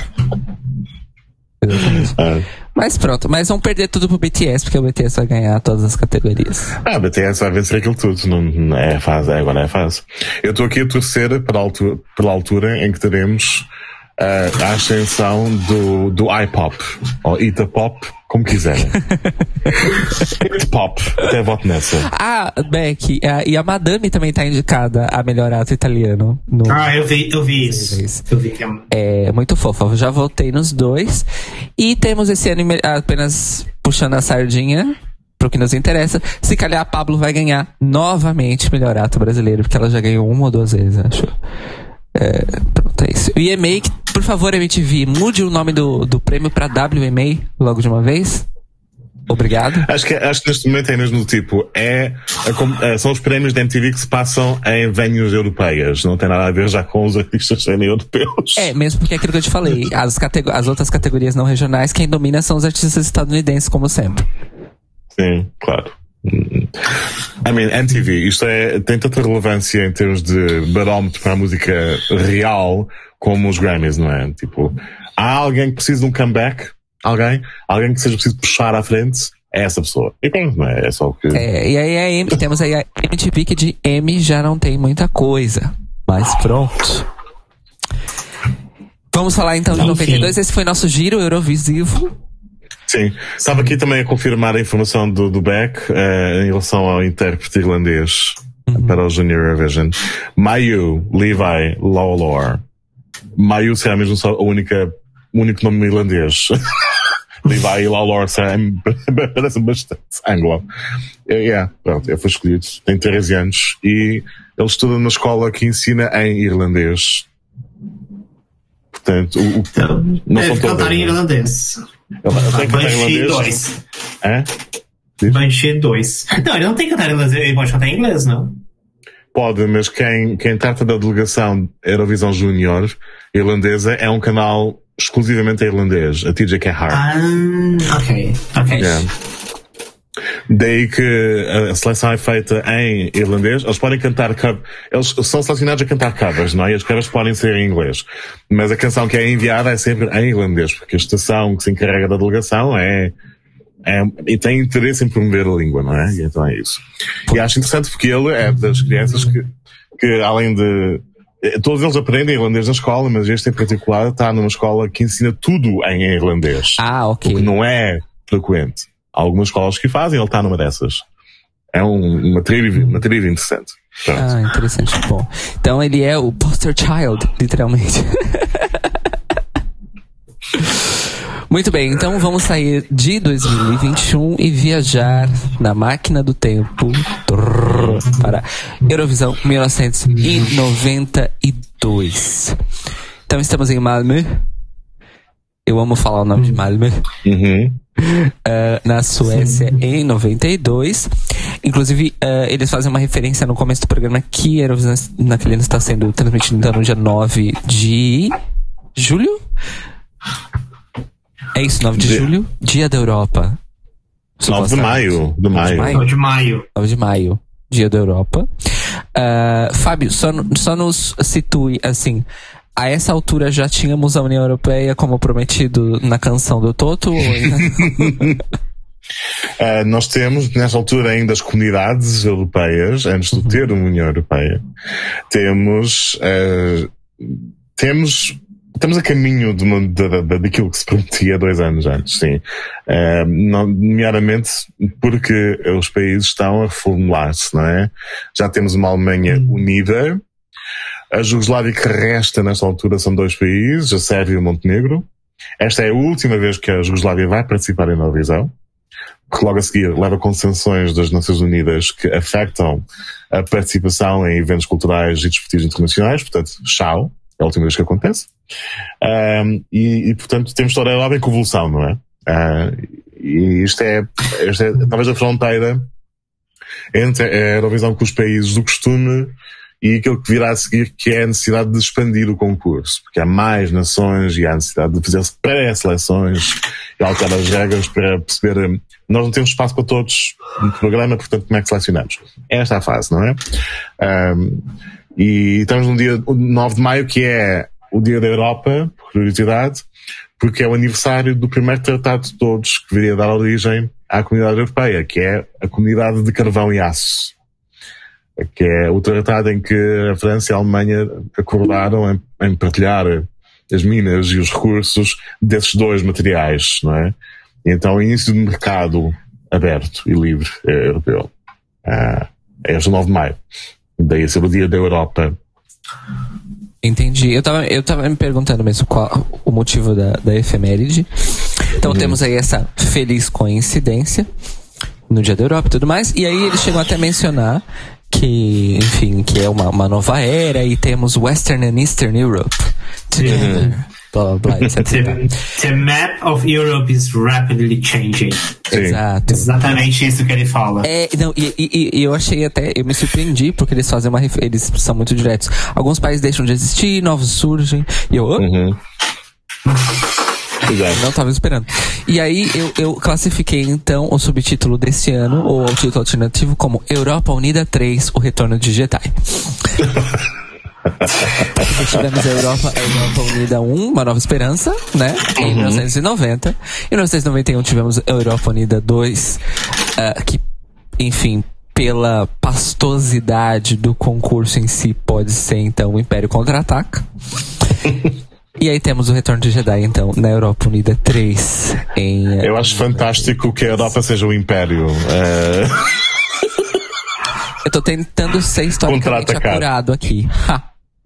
É. Mas pronto, mas vão perder tudo pro B T S, porque o B T S vai ganhar todas as categorias. Ah, o B T S vai vencer aquilo tudo, não, não é fase, agora é fase. Eu estou aqui a torcer pela altura, pela altura em que teremos uh, a ascensão do, do I-Pop, ou Ita-Pop, como quiserem. It-Pop, até voto nessa. Ah, Beck, a, e a Madame também tá indicada a melhor ato italiano. No... Ah, eu vi, eu vi isso. Eu vi que é... é muito fofa, eu já votei nos dois. E temos esse ano, apenas puxando a sardinha pro que nos interessa, se calhar a Pablo vai ganhar novamente melhor ato brasileiro, porque ela já ganhou uma ou duas vezes, acho. É, pronto, é isso. E E M A, por favor, M T V, mude o nome do, do prêmio pra W M A logo de uma vez. Obrigado. Acho que, acho que neste momento é mesmo do tipo, é, é, são os prémios da M T V que se passam em venues europeias. Não tem nada a ver já com os artistas serem europeus. É, mesmo porque é aquilo que eu te falei, as, categ- as outras categorias não regionais, quem domina são os artistas estadunidenses, como sempre. Sim, claro. I mean, M T V, isto é, tem tanta relevância em termos de barómetro para a música real como os Grammys, não é? Tipo, há alguém que precisa de um comeback? alguém, alguém que seja preciso puxar à frente, é essa pessoa. E pronto, não é? É só o que... É, e aí a M, temos aí a M T V, que de M já não tem muita coisa. Mas pronto. Vamos falar então de noventa e dois. Esse foi nosso giro eurovisivo. Sim. Estava aqui também a confirmar a informação do, do Beck uh, em relação ao intérprete irlandês uhum. para o Junior Eurovision. Mayu Levi Lawlor. Mayu será mesmo só a única, o único nome irlandês. Levi Lawlor parece bastante anglo. Yeah, pronto, ele foi escolhido. Tem treze anos e ele estuda na escola que ensina em irlandês. Portanto, o, o, então, não deve cantar em irlandês. Ele tem que cantar em irlandês. dois. É? Banshee dois. Não, ele não tem que cantar em irlandês, ele pode cantar em inglês, não? Pode, mas quem, quem trata da delegação Eurovisão Júnior irlandesa é um canal exclusivamente em irlandês, a T J K Hart. Ah, ok, ok. Yeah. Daí que a seleção é feita em irlandês. Eles podem cantar covers. Eles são selecionados a cantar covers, não é? E as covers podem ser em inglês. Mas a canção que é enviada é sempre em irlandês, porque a estação que se encarrega da delegação é, é e tem interesse em promover a língua, não é? E então é isso. E acho interessante porque ele é das crianças que, que além de... Todos eles aprendem irlandês na escola, mas este em particular está numa escola que ensina tudo em irlandês. Ah, ok. O que não é frequente. Há algumas escolas que fazem, ele está numa dessas. É um, uma trivia, uma trivia interessante. Pronto. Ah, interessante. Bom, então ele é o poster child, literalmente. Muito bem, então vamos sair de dois mil e vinte e um e viajar na máquina do tempo para Eurovisão mil novecentos e noventa e dois. Então estamos em Malmö. Eu amo falar o nome de Malmö. Uhum. Uh, na Suécia em noventa e dois. Inclusive, uh, eles fazem uma referência no começo do programa que a Eurovisão naquele ano está sendo transmitida então, no dia nove de julho. É isso, nove de Dia. julho, dia da Europa. nove de maio. De maio. nove de maio. nove de maio, dia da Europa. Uh, Fábio, só, só nos situe assim. A essa altura já tínhamos a União Europeia como prometido na canção do Toto? Ou ainda... uh, nós temos, nesta altura, ainda as comunidades europeias, antes de ter uma União Europeia. Temos, uh, temos, estamos a caminho de uma, de, de, de, daquilo que se prometia dois anos antes, sim. Uh, não, nomeadamente porque os países estão a reformular-se, não é? Já temos uma Alemanha unida. A Jugoslávia que resta nesta altura são dois países, a Sérvia e o Montenegro. Esta é a última vez que a Jugoslávia vai participar em Eurovisão, porque logo a seguir leva com sanções das Nações Unidas que afetam a participação em eventos culturais e desportivos internacionais, portanto, tchau, é a última vez que acontece. Um, e, e, portanto, temos toda a Europa em convulsão, não é? Uh, e isto é, isto é talvez a fronteira entre a Eurovisão com os países do costume e aquilo que virá a seguir, que é a necessidade de expandir o concurso, porque há mais nações e há a necessidade de fazer pré-seleções e alterar as regras para perceber, nós não temos espaço para todos no programa, portanto como é que selecionamos? Esta é a fase, não é? Um, e estamos no dia nove de maio, que é o dia da Europa, por curiosidade, porque é o aniversário do primeiro tratado de todos que viria a dar origem à Comunidade Europeia, que é a Comunidade de Carvão e Aço, que é o tratado em que a França e a Alemanha acordaram em, em partilhar as minas e os recursos desses dois materiais, não é? E então o início do mercado aberto e livre é, europeu. Ah, é este nove de maio. Daí ser o dia da Europa. Entendi. Eu tava, eu tava me perguntando mesmo qual o motivo da, da efeméride. Então uhum. temos aí essa feliz coincidência no dia da Europa e tudo mais. E aí eles chegam até a mencionar que, enfim, que é uma, uma nova era e temos Western and Eastern Europe together. Uhum. Blá, blá, etcétera. The, the map of Europe is rapidly changing. Exato. Exatamente isso que ele fala. É, não, e, e, e eu achei até, eu me surpreendi porque eles fazem uma, eles são muito diretos. Alguns países deixam de existir, novos surgem, e eu, uhum. não estava esperando. E aí eu, eu classifiquei então o subtítulo desse ano, ou o título alternativo, como Europa Unida três, o retorno de Jedi. Tivemos a Europa, a Europa Unida um, Uma Nova Esperança, né? Em uhum. mil novecentos e noventa. Em mil novecentos e noventa e um tivemos a Europa Unida dois, uh, que, enfim, pela pastosidade do concurso em si, pode ser, então, o Império Contra-Ataca. E aí temos o Retorno de Jedi, então, na Europa Unida três. Em, Eu acho fantástico que a Europa seja o Império. É... Eu tô tentando ser historicamente apurado aqui. Ha.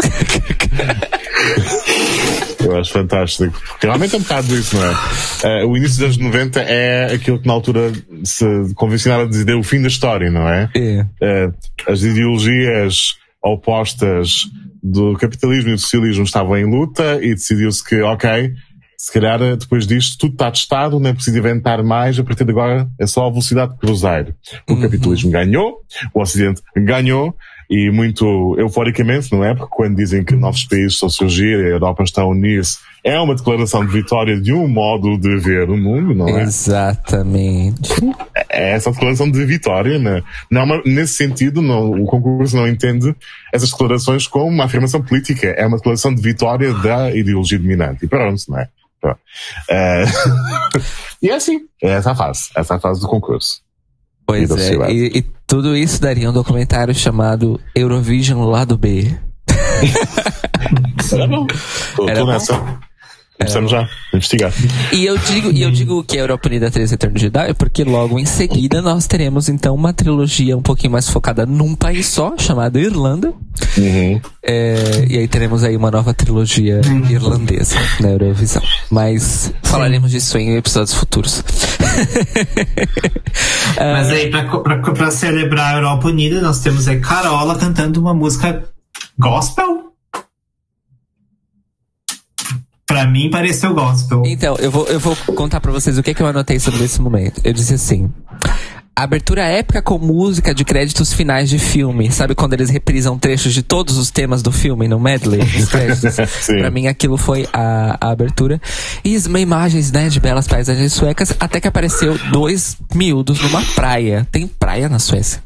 Eu acho fantástico. Porque realmente é um bocado isso, não é? Uh, o início dos anos noventa é aquilo que na altura se convencionava a dizer o fim da história, não é? É. Uh, as ideologias opostas do capitalismo e do socialismo estavam em luta e decidiu-se que, ok, se calhar depois disto tudo está testado, não é preciso inventar mais, a partir de agora é só a velocidade de cruzeiro. O uhum. capitalismo ganhou, o Ocidente ganhou, e muito euforicamente, não é? Porque quando dizem que novos países estão a surgir e a Europa está a unir-se, é uma declaração de vitória de um modo de ver o mundo, não é? Exatamente. É essa declaração de vitória, né? Não, não, nesse sentido, não, o concurso não entende essas declarações como uma afirmação política. É uma declaração de vitória da ideologia dominante. E pronto, não é? Pronto. Uh... e é assim. É essa a fase. Essa é a fase do concurso. Pois é. E, e tudo isso daria um documentário chamado Eurovision Lado B. Era bom. Tô, Era tô bom? nessa. Começamos já a investigar. E eu digo, e eu digo que a Europa Unida três Retorno de Jedi porque logo em seguida nós teremos então uma trilogia um pouquinho mais focada num país só, chamada Irlanda. Uhum. É, e aí teremos aí uma nova trilogia irlandesa na Eurovisão. Mas falaremos disso em episódios futuros. Mas aí, pra, pra, pra celebrar a Europa Unida, nós temos aí Carola cantando uma música gospel. Pra mim pareceu gospel. Então, eu vou, eu vou contar pra vocês o que, é que eu anotei sobre esse momento. Eu disse assim: abertura épica com música de créditos finais de filme. Sabe quando eles reprisam trechos de todos os temas do filme no medley dos créditos? Pra mim aquilo foi a, a abertura. E imagens, né, de belas paisagens suecas, até que apareceu dois miúdos numa praia. Tem praia na Suécia?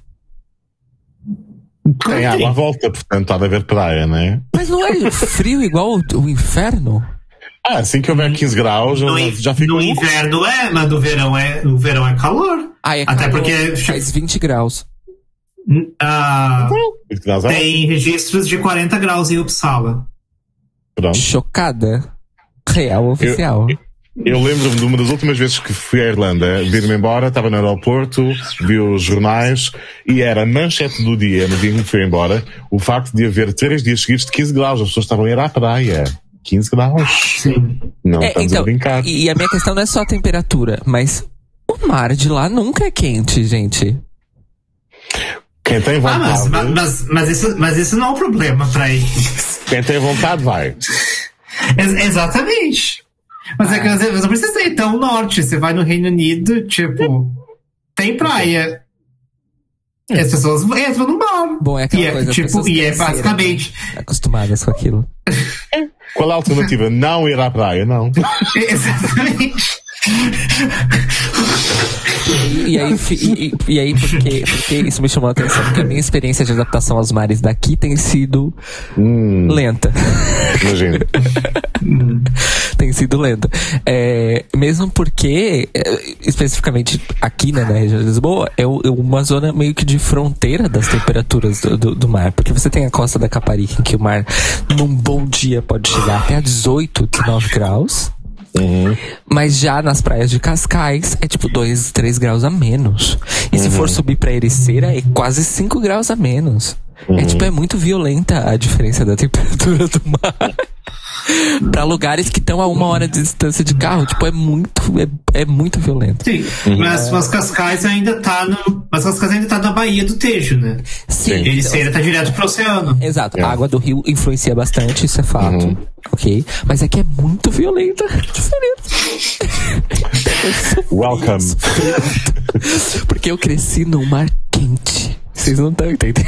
Tem água à volta, portanto há de haver praia, né? Mas não é frio igual o, o inferno? Ah, assim que houver quinze graus, no, já fica... No inverno é, mas no verão é, no verão é calor. Ah, é Até calor, porque... faz vinte graus. Ah, tem registros de quarenta graus em Uppsala. Pronto. Chocada. Real oficial. Eu, eu, eu lembro-me de uma das últimas vezes que fui à Irlanda, vir-me embora, estava no aeroporto, vi os jornais e era manchete do dia, no dia em que fui embora, o facto de haver três dias seguidos de quinze graus. As pessoas estavam a ir à praia. quinze graus. Sim. Não é, estamos então, a brincar. E a minha questão não é só a temperatura, mas o mar de lá nunca é quente, gente. Quem tem vontade... Ah, mas, mas, mas, isso, mas isso não é um problema pra eles. Quem tem vontade vai. Ex- exatamente. Mas ah. é que você não precisa ir tão norte. Você vai no Reino Unido, tipo, tem praia. E as pessoas entram no mar. Bom, é aquela e coisa, é, tipo, e é basicamente acostumadas com aquilo. Qual a alternativa? Não ir à praia, não. Exatamente. E, e aí, e, e aí porque, porque isso me chamou a atenção, porque a minha experiência de adaptação aos mares daqui tem sido hum, lenta. Imagina. Tem sido lenta. É, mesmo porque, especificamente aqui, né, na região de Lisboa, é uma zona meio que de fronteira das temperaturas do, do, do mar. Porque você tem a costa da Caparica, em que o mar, num bom dia, pode chegar até a dezoito, dezenove graus. Uhum. Mas já nas praias de Cascais é tipo dois, três graus a menos. E uhum. se for subir pra Ericeira é quase cinco graus a menos. Uhum. É tipo, é muito violenta a diferença da temperatura do mar. Pra lugares que estão a uma hora de distância de carro, tipo, é muito, é, é muito violento. Sim, uhum. mas, mas Cascais ainda tá no, mas Cascais ainda tá na Baía do Tejo, né? Sim. Ericeira tá direto pro oceano. Exato, é. A água do rio influencia bastante, isso é fato. Uhum. Ok? Mas é que é muito violenta a diferença. Welcome. Porque eu cresci num mar quente. Vocês não estão entendendo.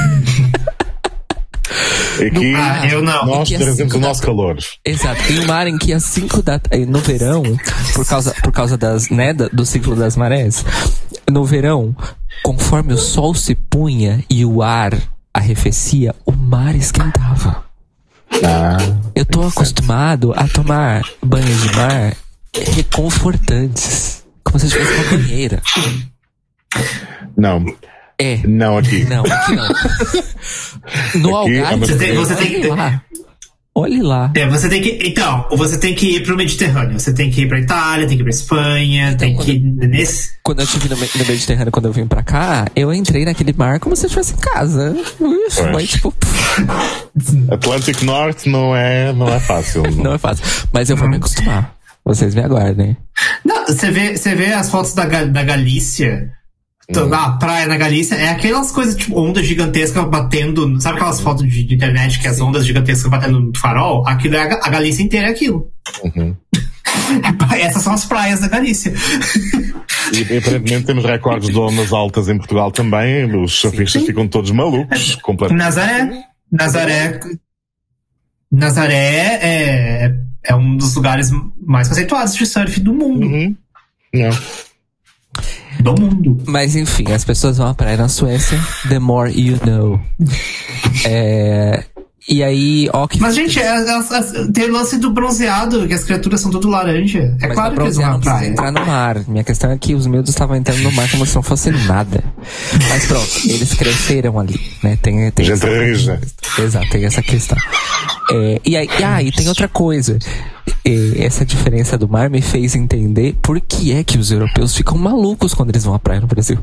Aqui, ah, eu não. Nós trazemos o nosso da... calor. Exato. Tem um mar em que às cinco da no verão, por causa, por causa das, né, do ciclo das marés, no verão, conforme o sol se punha e o ar arrefecia, o mar esquentava. Ah, eu tô acostumado a tomar banhos de mar reconfortantes, como se eu tivesse uma banheira. Não. É. Não aqui. Não, aqui não. No aqui, Algarve, você tem, você tem que ter... lá. Olhe lá. É, você tem que, então, você tem que ir pro Mediterrâneo. Você tem que ir pra Itália, tem que ir pra Espanha, então, tem que ir nesse... Quando eu estive no, no Mediterrâneo, quando eu vim pra cá, eu entrei naquele mar como se eu estivesse em casa. Uf, mas, tipo... Atlântico Norte não é, não é fácil. Não, não é fácil. Mas eu vou me acostumar. Vocês me aguardem. Não, você vê, você vê as fotos da, da Galícia... Hum. A praia na Galícia é aquelas coisas tipo ondas gigantescas batendo. Sabe aquelas fotos de, de internet que as ondas gigantescas batendo no farol? Aquilo é a, a Galícia inteira, é aquilo. Uhum. Essas são as praias da Galícia. E aparentemente temos recordes de ondas altas em Portugal também. Os surfistas ficam todos malucos. Completamente. Nazaré. Nazaré. Nazaré é, é um dos lugares mais conceituados de surf do mundo. Uhum. Não. Do mundo. Mas enfim, as pessoas vão à praia na Suécia. The more you know. É... E aí, ó que... Mas, gente, é, é, é, tem o lance do bronzeado, que as criaturas são tudo laranja. É Mas claro que eles vão à praia. Entrar no mar. Minha questão é que os miúdos estavam entrando no mar como se não fosse nada. Mas pronto, eles cresceram ali, né? Tem, tem Gente rija. Exato, tem essa questão. É, e aí, ah, e tem outra coisa. É, essa diferença do mar me fez entender por que é que os europeus ficam malucos quando eles vão à praia no Brasil.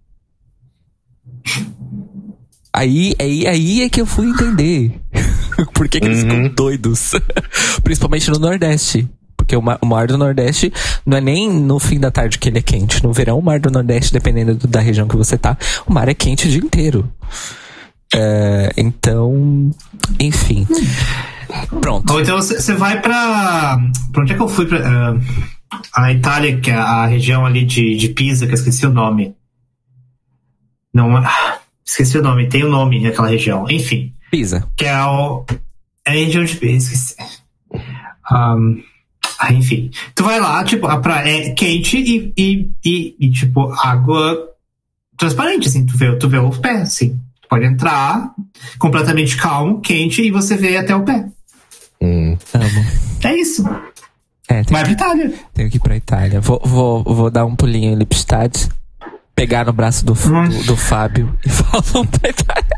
Aí, aí, aí é que eu fui entender por que, que eles uhum. ficam doidos. Principalmente no Nordeste. Porque o mar, o mar do Nordeste não é nem no fim da tarde que ele é quente. No verão, o mar do Nordeste, dependendo do, da região que você tá, o mar é quente o dia inteiro. É, então, enfim. Pronto. Ou então você vai pra... Pra onde é que eu fui? Pra, uh, a Itália, que é a região ali de, de Pisa, que eu esqueci o nome. Não... Esqueci o nome, tem o um nome naquela região. Enfim. Pisa. Que é, o, é a região de Pisa. Esqueci. Um, ah, enfim. Tu vai lá, tipo, a praia é quente e, e, e, e tipo, água transparente, assim. Tu vê, tu vê o pé, assim. Tu pode entrar completamente calmo, quente, e você vê até o pé. Hum. Amo. É isso. É, vai pra Itália. Tenho que ir pra Itália. Vou, vou, vou dar um pulinho em Lipstadt. Pegar no braço do, do, do Fábio e falar pra Itália.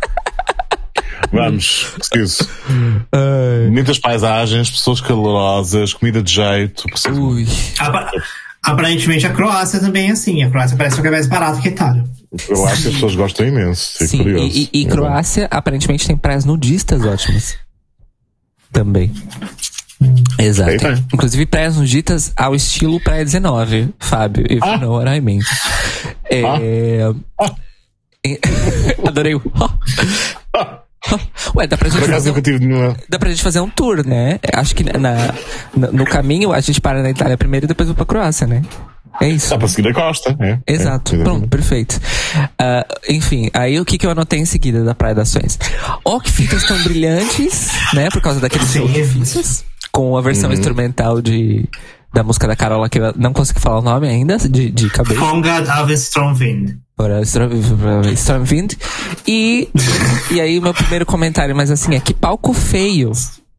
Vamos, preciso. Muitas paisagens, pessoas calorosas, comida de jeito. Ui. Aparentemente a Croácia também é assim. A Croácia parece que é mais barato que a Itália. Eu acho que as pessoas gostam imenso. Sim, curioso. E, e, e Croácia aparentemente tem praias nudistas ótimas. Também. Exato. Eita. Inclusive praias nudistas ao estilo Praia dezenove, Fábio. If ah. you know what I mean. É... Ah. Adorei o... Ué, dá pra gente fazer um... dá pra gente fazer um tour, né? Acho que na, na, no caminho a gente para na Itália primeiro e depois vai pra Croácia, né? É isso. Dá pra seguir a costa, é. Exato, é, pronto, perfeito. Uh, enfim, aí o que, que eu anotei em seguida da Praia das Suécias? Ó, que fitas tão brilhantes, né? Por causa daqueles fitas, com a versão uhum. instrumental de, da música da Carola, que eu não consigo falar o nome ainda, de, de cabeça. Fångad av Strömvind. Strömvind. E, e aí o meu primeiro comentário, mas assim, é que palco feio.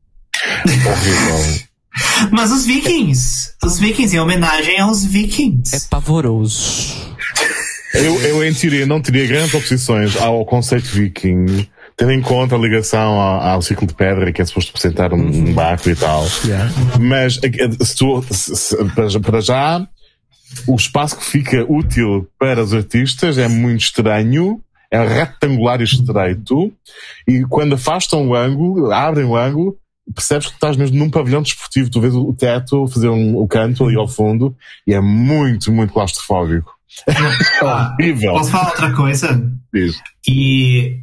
Horrível. Mas os vikings, os vikings, em homenagem aos vikings. É pavoroso. Eu, eu em teoria não teria grandes oposições ao conceito viking, tendo em conta a ligação ao, ao ciclo de pedra, que é suposto representar um, um barco e tal. Yeah. Mas se tu, se, se, para já, o espaço que fica útil para os artistas é muito estranho, é retangular e estreito, e quando afastam o ângulo, abrem o ângulo, percebes que estás mesmo num pavilhão desportivo. Tu vês o teto, fazer um, o canto ali ao fundo, e é muito, muito claustrofóbico. É horrível. Posso falar outra coisa? Isso. E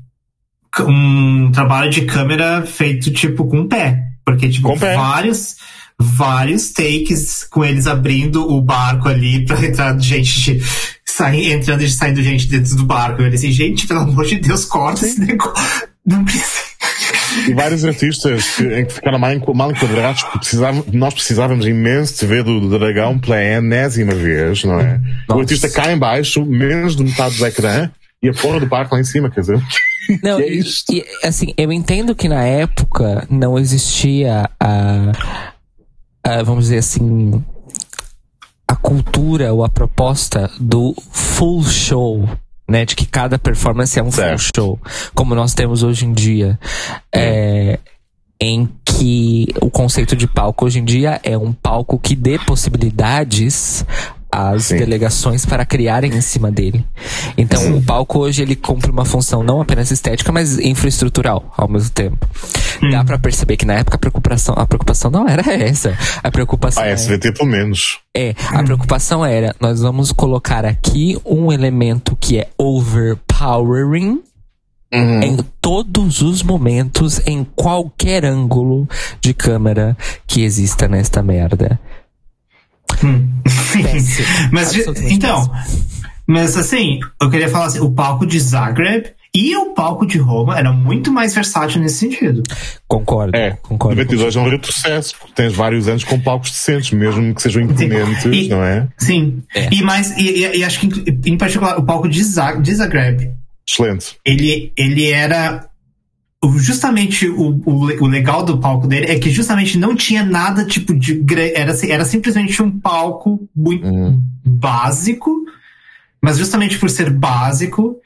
um trabalho de câmera feito tipo com o pé. Porque tipo, com vários, vários takes com eles abrindo o barco ali pra entrar gente de, sair, entrando e saindo gente dentro do barco. Eu disse, gente, pelo amor de Deus, corta esse negócio. Não precisa. E vários artistas que, em que ficaram mal enquadrados, porque precisavam, nós precisávamos imenso de ver do, do dragão pela enésima vez, não é? Nossa. O artista cá em baixo, menos de metade do ecrã, e a porra do barco lá em cima, quer dizer. Não, é e, isto. e, assim, eu entendo que na época não existia a, a, vamos dizer assim, a cultura ou a proposta do full show, né? De que cada performance é um certo. full show, como nós temos hoje em dia. É, em que o conceito de palco hoje em dia é um palco que dê possibilidades às Sim. delegações para criarem em cima dele. Então Sim. o palco hoje ele cumpre uma função não apenas estética, mas infraestrutural ao mesmo tempo. Hum. Dá pra perceber que na época a preocupação, a preocupação não era essa. A preocupação a S V T pelo menos. É, a preocupação era, nós vamos colocar aqui um elemento que é overpowering Uhum. em todos os momentos, em qualquer ângulo de câmera que exista nesta merda. Hum. mas então, mas assim, eu queria falar assim, o palco de Zagreb e o palco de Roma era muito mais versátil nesse sentido. Concordo. É, concordo. noventa e dois é um retrocesso, porque tens vários anos com palcos decentes, mesmo que sejam imponentes, e, não é? Sim. É. E mais, e, e, e acho que em particular o palco de, Zag, de Zagreb. Excelente. Ele, ele era. Justamente o, o, o legal do palco dele é que justamente não tinha nada tipo de. Era, era simplesmente um palco muito uhum. básico, mas justamente por ser básico,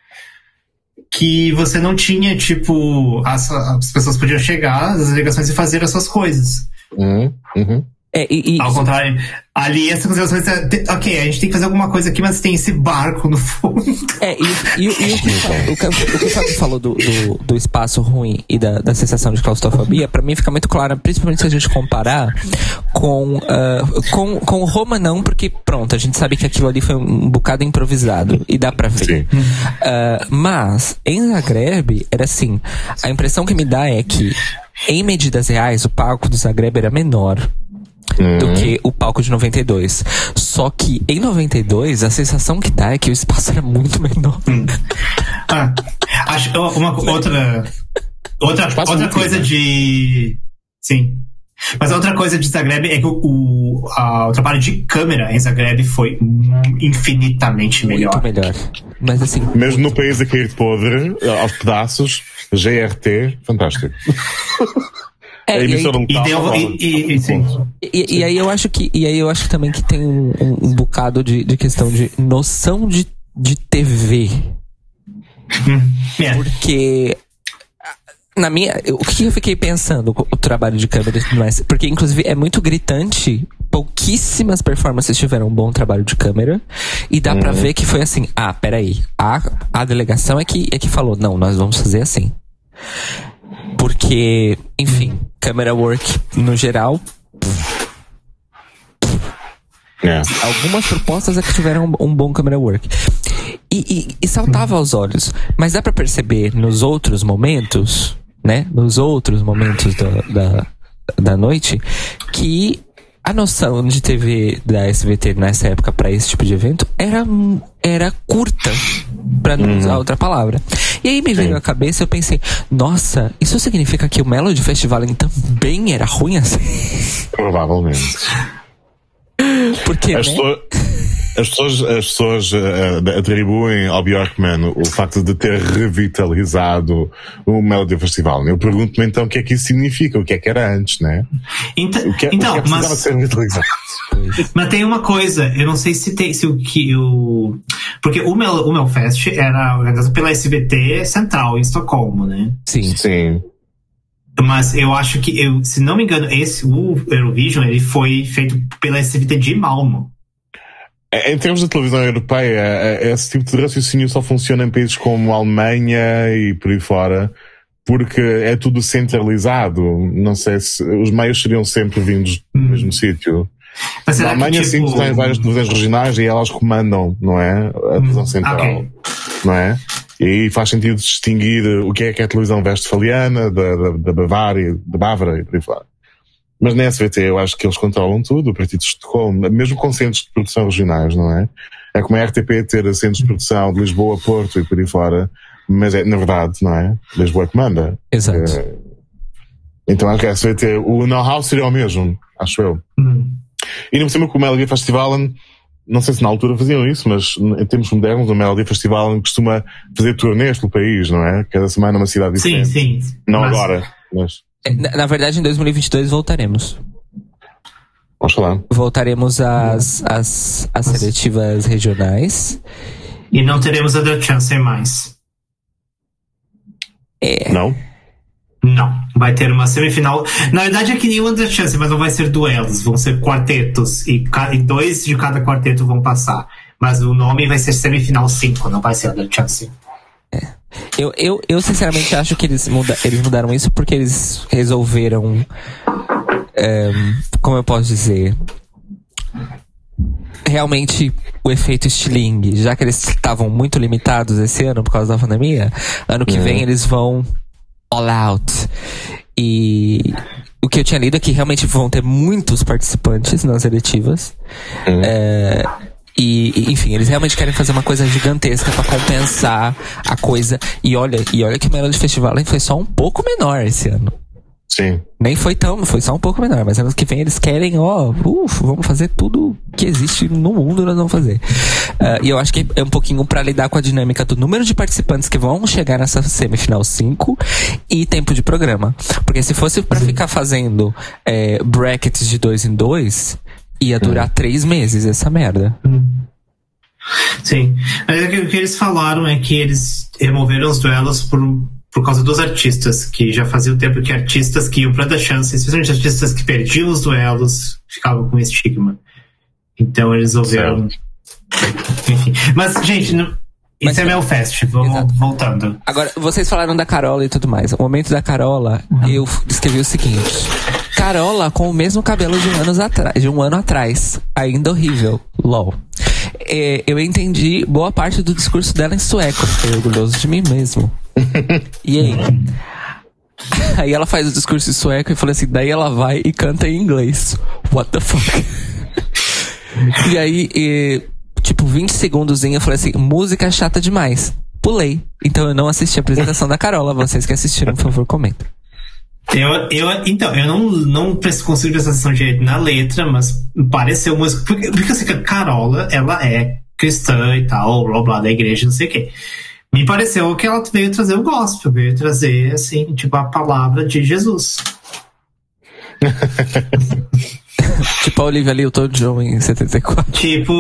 que você não tinha tipo. As, as pessoas podiam chegar, as delegações, e fazer as suas coisas. Uhum. Uhum. É, e, e... Ao contrário, ali essa consideração é, ok, a gente tem que fazer alguma coisa aqui, mas tem esse barco no fundo. É, e, e, e o, que, o, que, o que o Fábio falou do, do, do espaço ruim e da, da sensação de claustrofobia, pra mim fica muito claro, principalmente se a gente comparar com, uh, com, com Roma, não, porque pronto, a gente sabe que aquilo ali foi um bocado improvisado e dá pra ver. Uh, mas, em Zagreb, era assim, a impressão que me dá é que, em medidas reais, o palco do Zagreb era menor do uhum. que o palco de noventa e dois. Só que em noventa e dois a sensação que dá é que o espaço era muito menor. Hum. Ah, acho uma outra outra, outra coisa né? de sim. Mas a outra coisa de Zagreb é que o, o, a, o trabalho de câmera em Zagreb foi infinitamente melhor. Muito melhor. Mas assim, mesmo no país a cair podre, aos pedaços, G R T, fantástico. É, e, aí, um e, tal, e, e, e, sim. E, e aí eu acho que e aí eu acho também que tem um, um, um bocado de, de questão de noção de, de T V. yeah. Porque na minha, o que eu fiquei pensando o trabalho de câmera, porque inclusive é muito gritante, pouquíssimas performances tiveram um bom trabalho de câmera e dá uhum. pra ver que foi assim, ah, peraí, a, a delegação é que, é que falou, não, nós vamos fazer assim. Porque, enfim, camera work no geral. Yeah. Algumas propostas é que tiveram um, um bom camera work. E, e, e saltava aos olhos. Mas dá pra perceber nos outros momentos, né? Nos outros momentos da, da, da noite, que a noção de T V da S V T nessa época pra esse tipo de evento era, era curta, pra não usar outra palavra. E aí me veio à cabeça e eu pensei, nossa, isso significa que o Melody Festival também era ruim assim? Provavelmente. Porque, as, né? pessoas, as pessoas, as pessoas uh, atribuem ao Björkman o facto de ter revitalizado o Melody Festival. Eu pergunto-me então o que é que isso significa, o que é que era antes, né? Então, o que é, então o que é mas, ser revitalizado? Mas tem uma coisa, eu não sei se tem, se o que o, porque o Mel, o Melfest era organizado pela S B T Central em Estocolmo, né? Sim. Sim. Mas eu acho que, eu, se não me engano, esse, o Eurovision, ele foi feito pela S B T de Malmo. Em termos de televisão europeia, esse tipo de raciocínio só funciona em países como a Alemanha e por aí fora, porque é tudo centralizado. Não sei se os meios seriam sempre vindos do mesmo hum. sítio. Mas a Alemanha que, tipo... sim tem várias televisões regionais e elas comandam, não é? A televisão central, okay. não é? E aí faz sentido distinguir o que é que é a televisão westfaliana, da, da, da Bavária, da Bávara e por aí fora. Mas na S V T eu acho que eles controlam tudo, o Partido de Estocolmo, mesmo com centros de produção regionais, não é? É como a R T P ter centros de produção de Lisboa, Porto e por aí fora, mas é, na verdade, não é? Lisboa que manda. Exato. É, então acho que a S V T, o know-how seria o mesmo, acho eu. Hum. E no cima com o Melody Festival não sei se na altura faziam isso, mas em tempos modernos o Melody Festival costuma fazer turnês pelo país, não é? Cada semana uma cidade diferente. Sim, sim. Não mas... agora, mas... Na, na verdade, em dois mil e vinte e dois voltaremos. Vamos falar. Voltaremos às, às, às seletivas regionais. E não teremos a The Chance mais. É. Não? Não. Vai ter uma semifinal. Na verdade é que nem o The Chance, mas não vai ser duelos. Vão ser quartetos. E, e dois de cada quarteto vão passar. Mas o nome vai ser semifinal cinco, não vai ser a The Chance. É. Eu, eu, eu sinceramente acho que eles, muda, eles mudaram isso porque eles resolveram... É, como eu posso dizer, realmente o efeito estilingue, já que eles estavam muito limitados esse ano por causa da pandemia, ano que uhum. vem eles vão all out. E o que eu tinha lido é que realmente vão ter muitos participantes nas eletivas. Uhum. É, e, enfim, eles realmente querem fazer uma coisa gigantesca pra compensar a coisa. E olha, e olha que o Melody Festival foi só um pouco menor esse ano. Sim. Nem foi tão, foi só um pouco menor, mas ano que vem eles querem, ó, uf, vamos fazer tudo que existe no mundo, nós vamos fazer. Uh, e eu acho que é um pouquinho pra lidar com a dinâmica do número de participantes que vão chegar nessa semifinal cinco e tempo de programa. Porque se fosse pra ficar fazendo é, brackets de dois em dois, ia durar hum. três meses essa merda. Sim. Mas o que eles falaram é que eles removeram os duelos por por causa dos artistas, que já fazia o tempo que artistas que iam pra dar chance, especialmente artistas que perdiam os duelos, ficavam com estigma. Então eles resolveram... Enfim. Mas, gente, não... Mas, isso é Mel Fest, vamos exato. Voltando. Agora, vocês falaram da Carola e tudo mais. O momento da Carola, uhum. eu escrevi o seguinte: Carola com o mesmo cabelo de um, anos atra- de um ano atrás. Ainda horrível. LOL. É, eu entendi boa parte do discurso dela em sueco. Fiquei orgulhoso de mim mesmo. E aí? Aí ela faz o discurso em sueco e fala assim, daí ela vai e canta em inglês. What the fuck? E aí, e, tipo, vinte segundos eu falei assim, música chata demais. Pulei. Então eu não assisti a apresentação da Carola. Vocês que assistiram, por favor, comentem. Eu, eu, então, eu não, não consigo prestar atenção direito na letra, mas pareceu música. Porque, porque eu sei que a Carola, ela é cristã e tal, blá blá, da igreja, não sei o quê. Me pareceu que ela veio trazer o gospel, veio trazer, assim, tipo, a palavra de Jesus. Tipo a Olivia Newton-John em setenta e quatro. Tipo...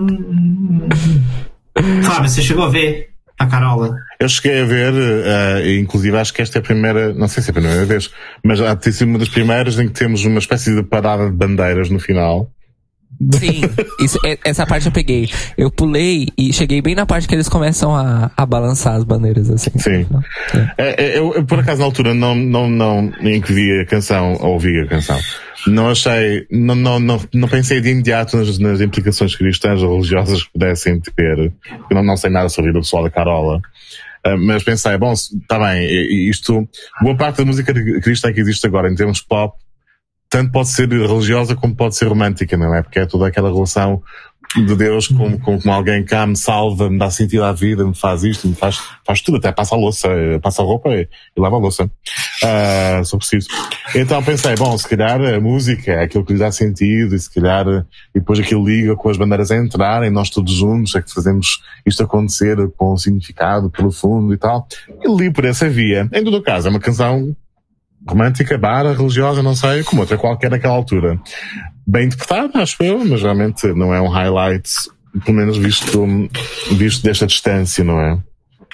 Fábio, você chegou a ver a Carola? Eu cheguei a ver, uh, inclusive acho que esta é a primeira, não sei se é a primeira vez, mas há de ter sido uma das primeiras em que temos uma espécie de parada de bandeiras no final. Sim, isso, essa parte eu peguei. Eu pulei e cheguei bem na parte que eles começam a, a balançar as bandeiras, assim. Sim. É. É, eu, eu, por acaso, na altura, não, não, não, em que vi a canção, ou ouvi a canção, não achei, não, não, não, não pensei de imediato nas, nas implicações cristãs ou religiosas que pudessem ter. Eu não, não sei nada sobre o pessoal da Carola. Uh, mas pensei, bom, está bem, isto, boa parte da música cristã que existe agora, em termos pop, tanto pode ser religiosa como pode ser romântica, não é? Porque é toda aquela relação de Deus com, com, com alguém que me salva, me dá sentido à vida, me faz isto, me faz, faz tudo, até passa a louça, passa a roupa e, e lava a louça. Uh, só preciso. Então pensei, bom, se calhar a música é aquilo que lhe dá sentido e se calhar, e depois aquilo liga com as bandeiras a entrarem, nós todos juntos é que fazemos isto acontecer com um significado pelo fundo e tal. E li por essa via. Em todo caso, é uma canção romântica, barra, religiosa, não sei, como outra qualquer naquela altura. Bem interpretada, acho eu, mas realmente não é um highlight, pelo menos visto, visto desta distância, não é?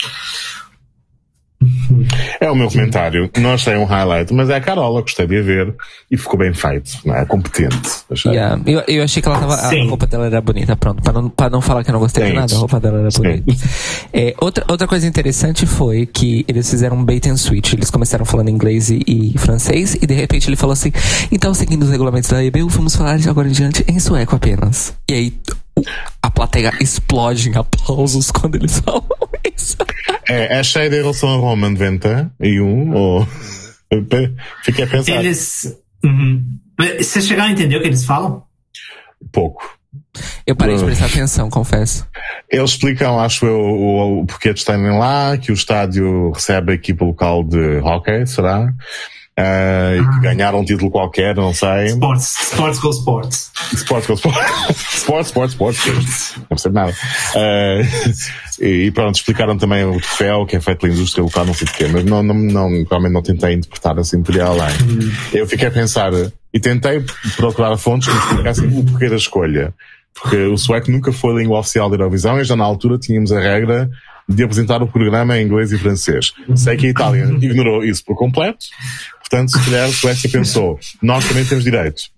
É o meu comentário. Não achei um highlight, mas é a Carola, gostei de a ver e ficou bem feito, não é? Competente. Yeah. Eu, eu achei que ela tava, a roupa dela era bonita, pronto, para não, para não falar que eu não gostei Sim. de nada, a roupa dela era bonita. É, outra, outra coisa interessante foi que eles fizeram um bait and switch, eles começaram falando inglês e, e francês e de repente ele falou assim, então seguindo os regulamentos da E B U, vamos falar de agora em diante em sueco apenas. E aí a plateia explode em aplausos quando eles falam isso. É, achei de relação a Roma noventa e um, ou... Fiquei a pensar. Eles... Uhum. Você chegaram a entender o que eles falam? Pouco. Eu parei de prestar atenção, confesso. Eles explicam, acho eu, o, o porquê de estarem lá, que o estádio recebe a equipa local de hóquei, será? uh, que ganharam um título qualquer, não sei. Sports, Sports Go Sports. Sports Go Sports. Sports, Sports, Sports. Não percebo nada. Uh, e pronto, explicaram também o troféu, que é feito pela indústria local, não sei o quê, mas não, não, não, realmente não tentei interpretar assim por aí além. Hum. Eu fiquei a pensar, e tentei procurar fontes que me explicassem o porquê da escolha. Porque o sueco nunca foi a língua oficial da Eurovisão e já na altura tínhamos a regra de apresentar o programa em inglês e francês. Sei que a Itália ignorou isso por completo, portanto, se calhar a Suécia pensou, nós também temos direitos.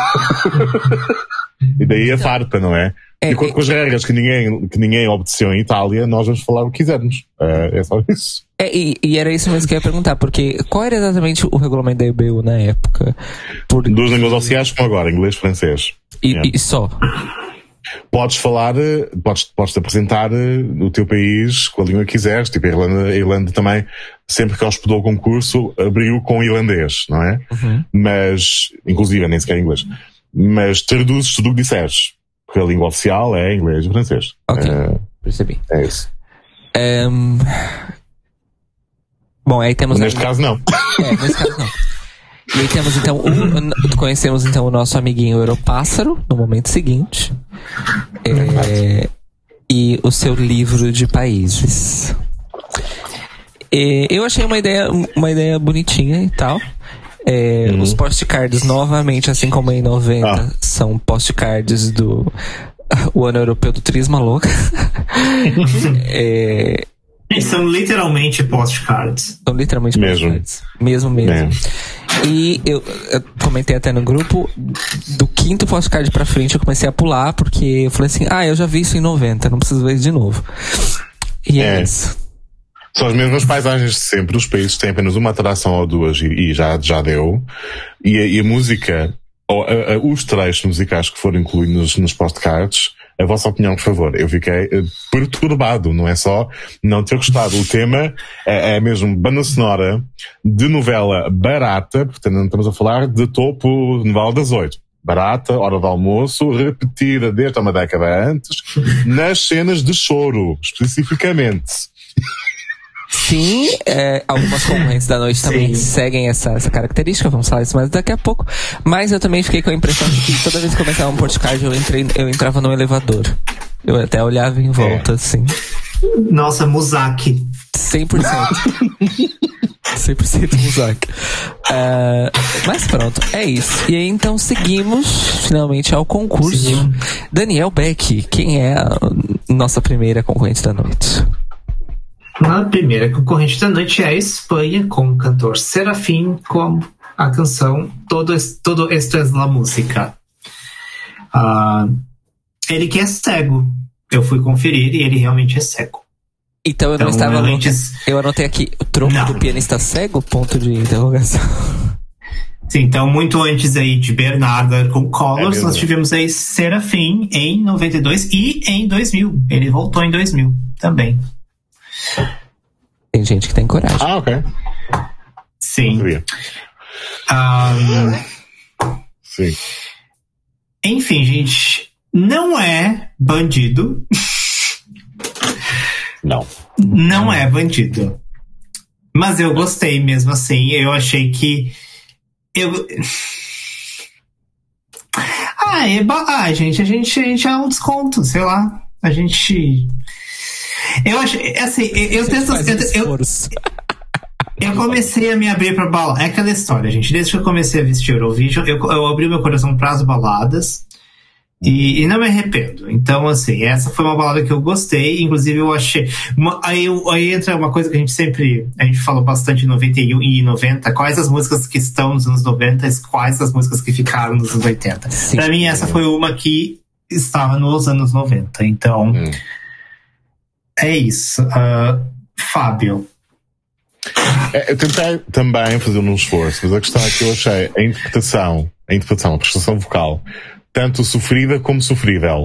E daí a farpa, não é? De acordo com as regras que ninguém, que ninguém obedeceu em Itália, nós vamos falar o que quisermos. É, é só isso. É, e, e era isso mesmo que eu ia perguntar, porque qual era exatamente o regulamento da E B U na época? Por... Duas línguas oficiais como agora, inglês e francês. E, é. e só? Podes falar, podes, podes apresentar o teu país com a língua que quiseres, tipo a Irlanda, a Irlanda também, sempre que hospedou o concurso, abriu com irlandês, não é? Uhum. Mas, inclusive, nem sequer inglês. Mas traduzes tudo o que disseres, porque a língua oficial é inglês e francês. Ok, é, percebi. É isso. Um... Bom, aí temos... Neste a... caso não. É, neste caso não. E aí temos então, o, conhecemos então o nosso amiguinho Europássaro, no momento seguinte. É, e o seu livro de países. E eu achei uma ideia, uma ideia bonitinha e tal. É, uhum. Os postcards, novamente, assim como em noventa, ah. são postcards do o Ano Europeu do Turismo Louca. é, Eles são literalmente postcards. São literalmente mesmo. postcards. Mesmo, mesmo. mesmo. E eu, eu comentei até no grupo, do quinto postcard pra frente eu comecei a pular, porque eu falei assim, ah, eu já vi isso em noventa, não preciso ver isso de novo. E é, é isso. São as mesmas paisagens de sempre, os países têm apenas uma atração ou duas e, e já, já deu. E a, e a música, ou a, a, os trechos musicais que foram incluídos nos, nos postcards, a vossa opinião, por favor. Eu fiquei uh, perturbado, não é só não ter gostado. O tema é, é mesmo banda sonora de novela barata, portanto não estamos a falar de topo novela das oito. Barata, hora de almoço, repetida desde uma década antes, nas cenas de choro, especificamente. Sim, é, algumas concorrentes da noite também Sim. seguem essa, essa característica, vamos falar isso mais daqui a pouco. Mas eu também fiquei com a impressão de que toda vez que começava um postcard eu, entrei, eu entrava no elevador. Eu até olhava em volta, é. assim. Nossa, Muzaki. cem por cento. cem por cento Muzaki. Uh, mas pronto, é isso. E aí então seguimos finalmente ao concurso. Sim. Daniel Beck, quem é a nossa primeira concorrente da noite? A primeira concorrente da noite é a Espanha, com o cantor Serafim, com a canção Todo, Todo Esto es la Música. Uh, ele que é cego. Eu fui conferir e ele realmente é cego. Então eu não então, estava... Antes... Eu anotei aqui, o tronco não. do pianista cego? Ponto de interrogação. Sim, então muito antes aí de Bernarda com Colors, é nós tivemos aí Serafim em noventa e dois e em dois mil. Ele voltou em dois mil também. Tem gente que tem coragem. Ah, ok. Sim. Um, Sim. Enfim, gente, não é bandido. Não. Não é bandido. Mas eu gostei mesmo assim. Eu achei que eu... Ah, é ba... ah gente, a gente, a gente é um desconto, sei lá. A gente... Eu acho, assim, eu tento. Eu, eu, eu comecei a me abrir pra balada. É aquela história, gente. Desde que eu comecei a vestir Eurovision, eu, eu abri meu coração pras baladas e, e não me arrependo. Então, assim, essa foi uma balada que eu gostei. Inclusive, eu achei. Uma, aí, aí entra uma coisa que a gente sempre. A gente falou bastante em noventa e um e noventa. Quais as músicas que estão nos anos noventa e quais as músicas que ficaram nos anos oitenta. Sim. Pra mim, essa foi uma que estava nos anos noventa. Então. Hum. É isso. Uh, Fábio. É, eu tentei também fazer um esforço, mas a questão é que eu achei a interpretação, a interpretação, a prestação vocal, tanto sofrida como sofrível.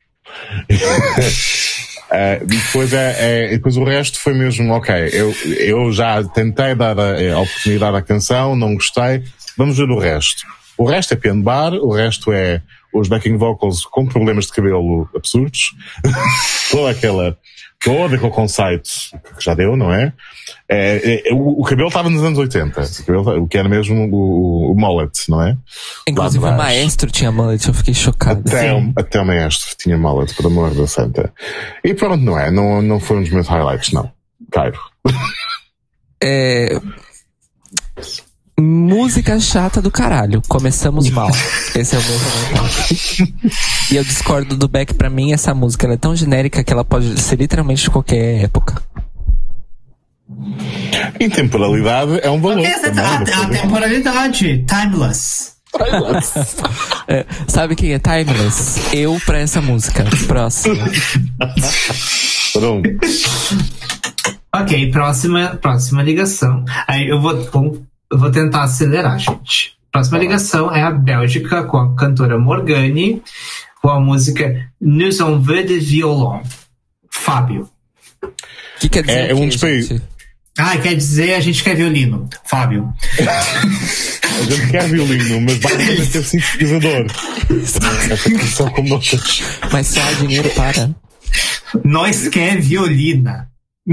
uh, depois, é, é, depois o resto foi mesmo, ok, eu, eu já tentei dar a, a oportunidade à canção, não gostei, vamos ver o resto. O resto é piano bar, o resto é os backing vocals com problemas de cabelo absurdos. Toda aquela, todo aquele conceito que já deu, não é? é, é o, o cabelo estava nos anos oitenta, o, cabelo, o que era mesmo o, o mullet, não é? Inclusive o maestro tinha mullet, eu fiquei chocado. Até, até o maestro tinha mullet, por amor da santa. E pronto, não é? Não, não foi um dos meus highlights, não. Cairo. É... Música chata do caralho. Começamos mal. Esse é o meu comentário. E eu discordo do Beck. Pra mim, essa música ela é tão genérica que ela pode ser literalmente de qualquer época. Intemporalidade é um valor. Essa, também, a, a temporalidade. Timeless. Timeless. É, sabe quem é Timeless? Eu pra essa música. Próximo. Pronto. Ok, próxima, próxima ligação. Aí eu vou... Eu vou tentar acelerar, gente. Próxima ligação é a Bélgica com a cantora Morgane com a música Nous on veut de violon. Fábio. O que quer dizer? É, é um dos países. Ah, quer dizer a gente quer violino. Fábio. A gente quer violino, mas basicamente ter sintetizador. Essa questão como notas. Mas só há dinheiro para. Nós quer violina.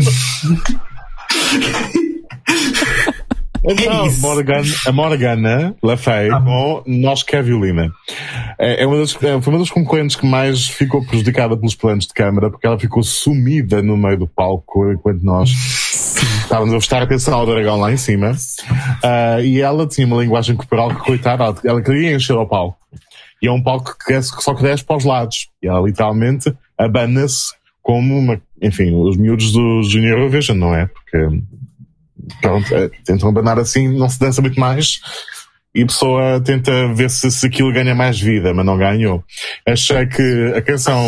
Então, é Morgan, a Morgana Lafay ah. com Nós Quer Violina. É, é uma das, é, foi uma das concorrentes que mais ficou prejudicada pelos planos de câmara, porque ela ficou sumida no meio do palco enquanto nós estávamos a prestar atenção ao dragão lá em cima. Uh, e ela tinha uma linguagem corporal que, coitada, ela queria encher o palco. E é um palco que só que desce para os lados. E ela literalmente abana-se como uma, enfim, os miúdos do Junior Eurovision, não é? Porque pronto, tentam abanar assim, não se dança muito mais e a pessoa tenta ver se, se aquilo ganha mais vida, mas não ganhou. Achei que a canção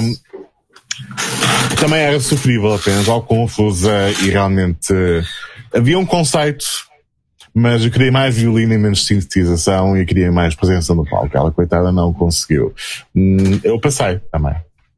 também era sofrível apenas, algo confusa e realmente havia um conceito, mas eu queria mais violino e menos sintetização e queria mais presença no palco. Ela, coitada, não conseguiu. Eu passei também.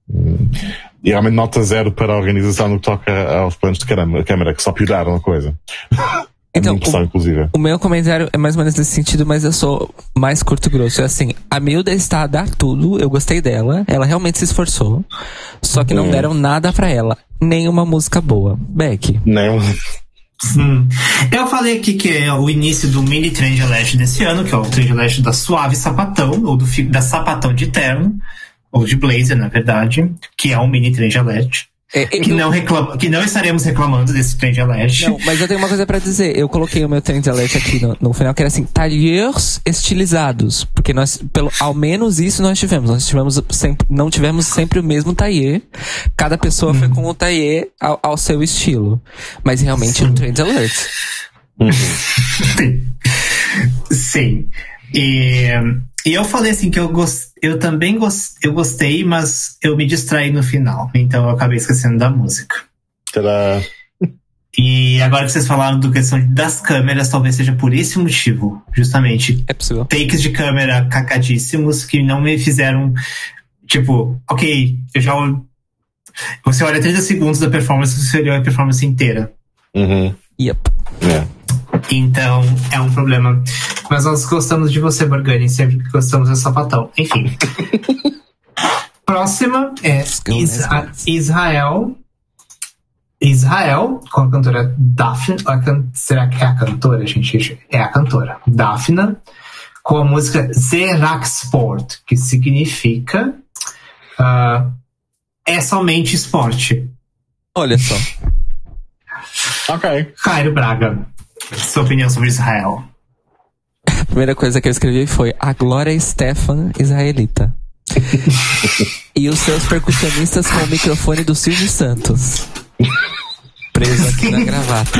E realmente nota zero para a organização no que toca aos planos de câmara, que só pioraram a coisa. Então, a impressão, o, inclusive. O meu comentário é mais ou menos nesse sentido, mas eu sou mais curto e grosso. É assim, a Milda está a dar tudo, eu gostei dela, ela realmente se esforçou, só que não hum. deram nada pra ela, nem uma música boa. Beck. Não. Hum. Eu falei aqui que é o início do mini Trend-a-Lash desse ano, que é o Trend-a-Lash da Suave Sapatão, ou do, da Sapatão de Terno, ou de blazer, na verdade, que é um mini Trend-a-Lash. É, que, eu... não reclama, que não estaremos reclamando desse Trend-a-Lash. Não, mas eu tenho uma coisa pra dizer. Eu coloquei o meu Trend-a-Lash aqui no, no final, que era assim, talheres estilizados. Porque nós, pelo, ao menos isso nós tivemos. Nós tivemos sempre, não tivemos sempre o mesmo tailleur. Cada pessoa hum. foi com o tailleur ao, ao seu estilo. Mas realmente é um Trend-a-Lash. Uhum. Sim. Sim. E, e eu falei assim que eu, gost, eu também gost, eu gostei, mas eu me distraí no final. Então eu acabei esquecendo da música. Tadá. E agora que vocês falaram do questão das câmeras, talvez seja por esse motivo, justamente. É possível. Takes de câmera cacadíssimos que não me fizeram, tipo, ok, eu já... Você olha trinta segundos da performance, você olhou a performance inteira. Uhum. Yep. Yeah. Então, é um problema. Mas nós gostamos de você, Morgane, sempre que gostamos do sapatão. Enfim. Próxima é Isra- Israel. Israel, com a cantora Daphne. Can- será que é a cantora, gente? É a cantora. Daphne, com a música Zerak Sport, que significa uh, é somente esporte. Olha só. Ok. Cairo Braga, sua opinião sobre Israel? A primeira coisa que eu escrevi foi a Glória Stefan israelita. E os seus percussionistas com o microfone do Silvio Santos. Preso aqui na gravata.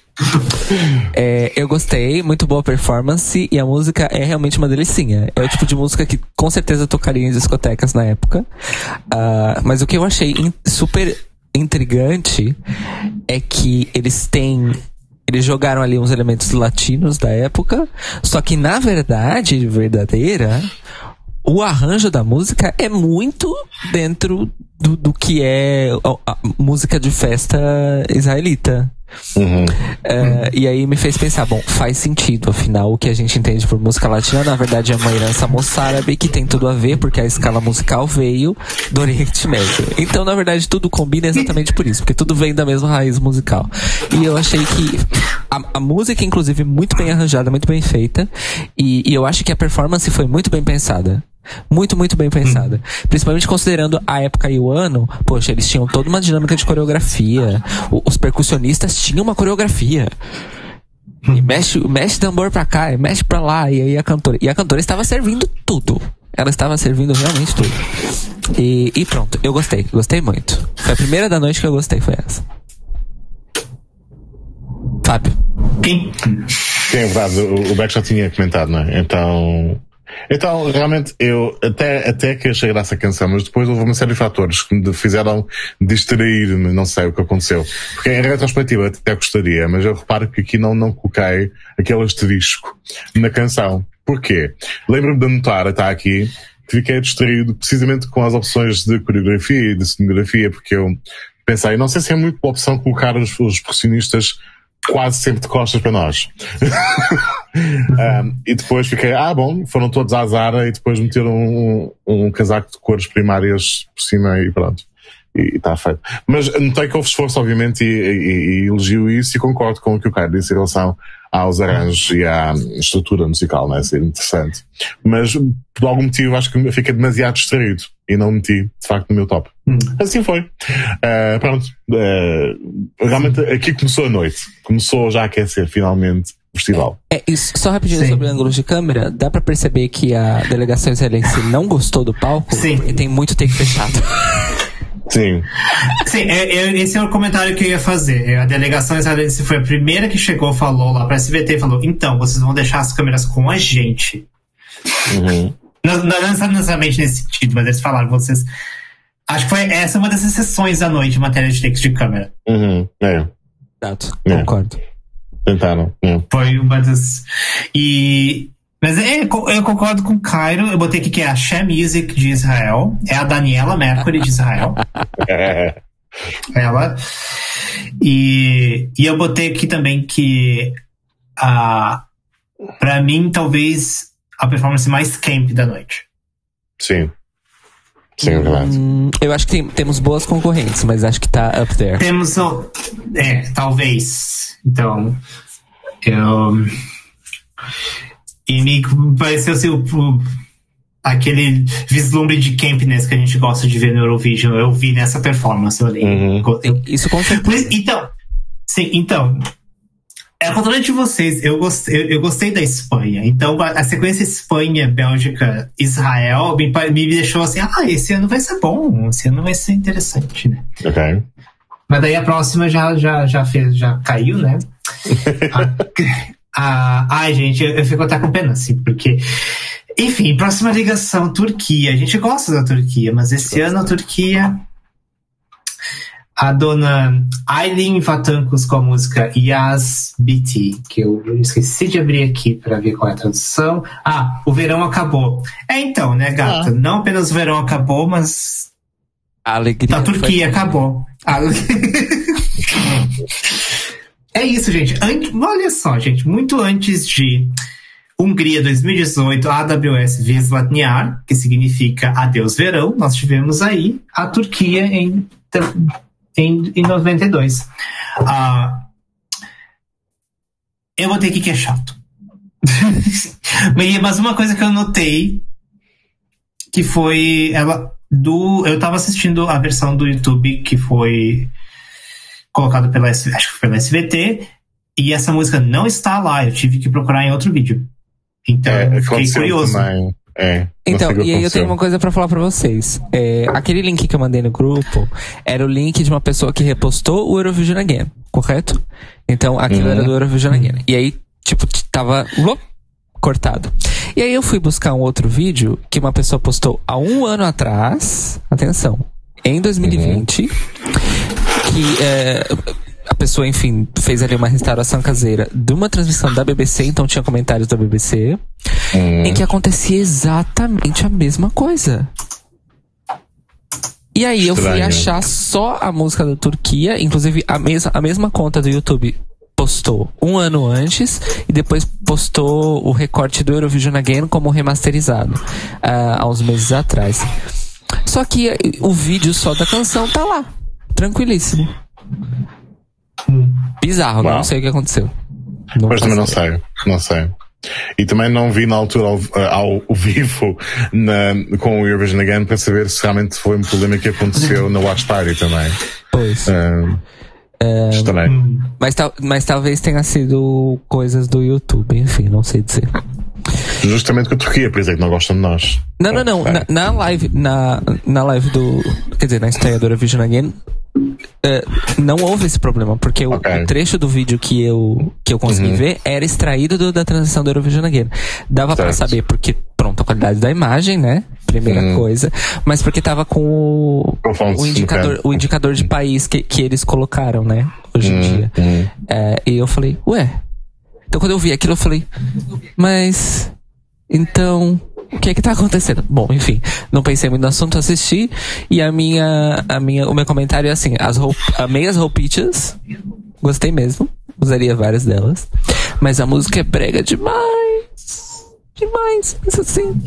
É, eu gostei, muito boa performance. E a música é realmente uma delicinha. É o tipo de música que com certeza tocaria em discotecas na época. uh, Mas o que eu achei in- super intrigante é que eles têm Eles jogaram ali uns elementos latinos da época, só que na verdade verdadeira, o arranjo da música é muito dentro do, do que é a, a música de festa israelita. Uhum. Uh, e aí me fez pensar, bom, faz sentido, afinal, o que a gente entende por música latina, na verdade, é uma herança moçárabe que tem tudo a ver, porque a escala musical veio do Oriente Médio. Então, na verdade, tudo combina exatamente por isso, porque tudo vem da mesma raiz musical. E eu achei que a, a música, inclusive, muito bem arranjada, muito bem feita, e, e eu acho que a performance foi muito bem pensada. Muito, muito bem pensada. Hum. Principalmente considerando a época e o ano. Poxa, eles tinham toda uma dinâmica de coreografia. O, os percussionistas tinham uma coreografia. Hum. E mexe, mexe tambor pra cá, e mexe pra lá. E aí a cantora. E a cantora estava servindo tudo. Ela estava servindo realmente tudo. E, e pronto, eu gostei. Gostei muito. Foi a primeira da noite que eu gostei, foi essa. Fábio. Quem? Sim, é verdade. O, o Beck já tinha comentado, não é? Então... Então, realmente, eu até, até que achei graça a canção, mas depois houve uma série de fatores que me fizeram distrair-me, não sei o que aconteceu. Porque em retrospectiva até gostaria, mas eu reparo que aqui não, não coloquei aquele asterisco na canção. Porquê? Lembro-me de anotar, está aqui, que fiquei distraído precisamente com as opções de coreografia e de cenografia, porque eu pensei, não sei se é muito boa opção colocar os, os percussionistas quase sempre de costas para nós. um, e depois fiquei, ah bom, foram todos à Zara e depois meteram um, um, um casaco de cores primárias por cima e pronto. E está feito. Mas notei que houve esforço, obviamente, e, e, e elogio isso e concordo com o que o Caio disse em relação aos arranjos e à estrutura musical, né? Ser interessante. Mas, por algum motivo, acho que fiquei demasiado distraído e não meti, de facto, no meu top. Hum. Assim foi. Uh, pronto. Uh, realmente, aqui começou a noite. Começou já a aquecer, finalmente, o festival. É, isso, só rapidinho Sim. sobre ângulos de câmera, dá pra perceber que a delegação israelense não gostou do palco? Sim. E tem muito take fechado. Sim. Sim, é, é, esse é o comentário que eu ia fazer. A delegação israelense foi a primeira que chegou, falou lá pra S B T, falou, então, vocês vão deixar as câmeras com a gente. Uhum. Não, não necessariamente nesse sentido, mas eles falaram, vocês... Acho que foi essa uma das exceções da noite em matéria de takes de câmera. Uhum. É. Exato, é. Concordo. Tentaram. É. Foi uma das... E... Mas é, eu concordo com o Cairo. Eu botei aqui que é a She Music de Israel. É a Daniela Mercury de Israel. É. Ela. E, e eu botei aqui também que a, pra mim, talvez a performance mais camp da noite. Sim. Sim, é verdade. Hum, eu acho que tem, temos boas concorrentes, mas acho que tá up there. Temos... É, talvez. Então... Eu... E me pareceu assim, o, o, aquele vislumbre de campness que a gente gosta de ver no Eurovision. Eu vi nessa performance ali. Uhum. Sim, isso com certeza. Então, sim, então, é contrário de vocês, eu gostei, eu, eu gostei da Espanha. Então, a, a sequência Espanha, Bélgica, Israel me, me deixou assim, ah, esse ano vai ser bom, esse ano vai ser interessante, né? Ok. Mas daí a próxima já, já, já, fez, já caiu, né? a, Ah, ai, gente, eu, eu fico até com pena, assim, porque... Enfim, próxima ligação, Turquia. A gente gosta da Turquia, mas esse ano a Turquia... A dona Aylin Vatankos com a música Yas Biti, que eu esqueci de abrir aqui para ver qual é a tradução. Ah, o verão acabou. É então, né, gata? Ah. Não apenas o verão acabou, mas... A alegria a Turquia foi... acabou. A... É isso, gente. Antes, olha só, gente. Muito antes de Hungria dois mil e dezoito, A W S Vezlatniar, que significa Adeus Verão, nós tivemos aí a Turquia em, em, em noventa e dois. Uh, eu vou ter aqui que é chato. Mas uma coisa que eu notei que foi ela do. Eu tava assistindo a versão do YouTube que foi colocado pela, acho que foi pela S B T, e essa música não está lá, eu tive que procurar em outro vídeo. Então, é, fiquei curioso. É, então, e aí eu tenho uma coisa pra falar pra vocês. É, aquele link que eu mandei no grupo era o link de uma pessoa que repostou o Eurovision Again, correto? Então, aquilo uhum. era do Eurovision Again. E aí, tipo, tava uop, cortado. E aí eu fui buscar um outro vídeo que uma pessoa postou há um ano atrás, atenção, em dois mil e vinte, uhum. que é, a pessoa, enfim, fez ali uma restauração caseira de uma transmissão da B B C, então tinha comentários da B B C, uhum. em que acontecia exatamente a mesma coisa. E aí eu Estranho. fui achar só a música da Turquia, inclusive a, mes- a mesma conta do YouTube postou um ano antes e depois postou o recorte do Eurovision Again como remasterizado uh, há uns meses atrás. Só que o vídeo só da canção tá lá, tranquilíssimo. Bizarro, Uau. não sei o que aconteceu. Não Pois também não faço ideia. sei, não sei. E também não vi na altura ao, ao, ao vivo na, com o Eurovision Again para saber se realmente foi um problema que aconteceu na Watch Party também. Pois. Uh, É, estranho. mas, tal, mas talvez tenha sido coisas do YouTube, enfim, não sei dizer. Justamente com a Turquia, por isso é que não gostam de nós. Não, não, não. Na, na live, na, na live do. Quer dizer, na estreia do Eurovision Again, uh, não houve esse problema, porque o, Okay. o trecho do vídeo que eu, que eu consegui Uhum. ver era extraído do, da transição do Eurovision Again. Dava pra Certo. saber, porque, pronto, a qualidade da imagem, né? Primeira Uhum. coisa. Mas porque tava com o, Com fontes o, indicador, no o indicador de país que, que eles colocaram, né? Hoje em Uhum. dia. Uhum. É, e eu falei, ué. Então quando eu vi aquilo, eu falei, mas. Então. O que é que tá acontecendo? Bom, enfim, não pensei muito no assunto, assisti, e a minha, a minha, o meu comentário é assim, as roup, amei as roupitas, gostei mesmo, usaria várias delas, mas a música é brega demais, demais, mas assim,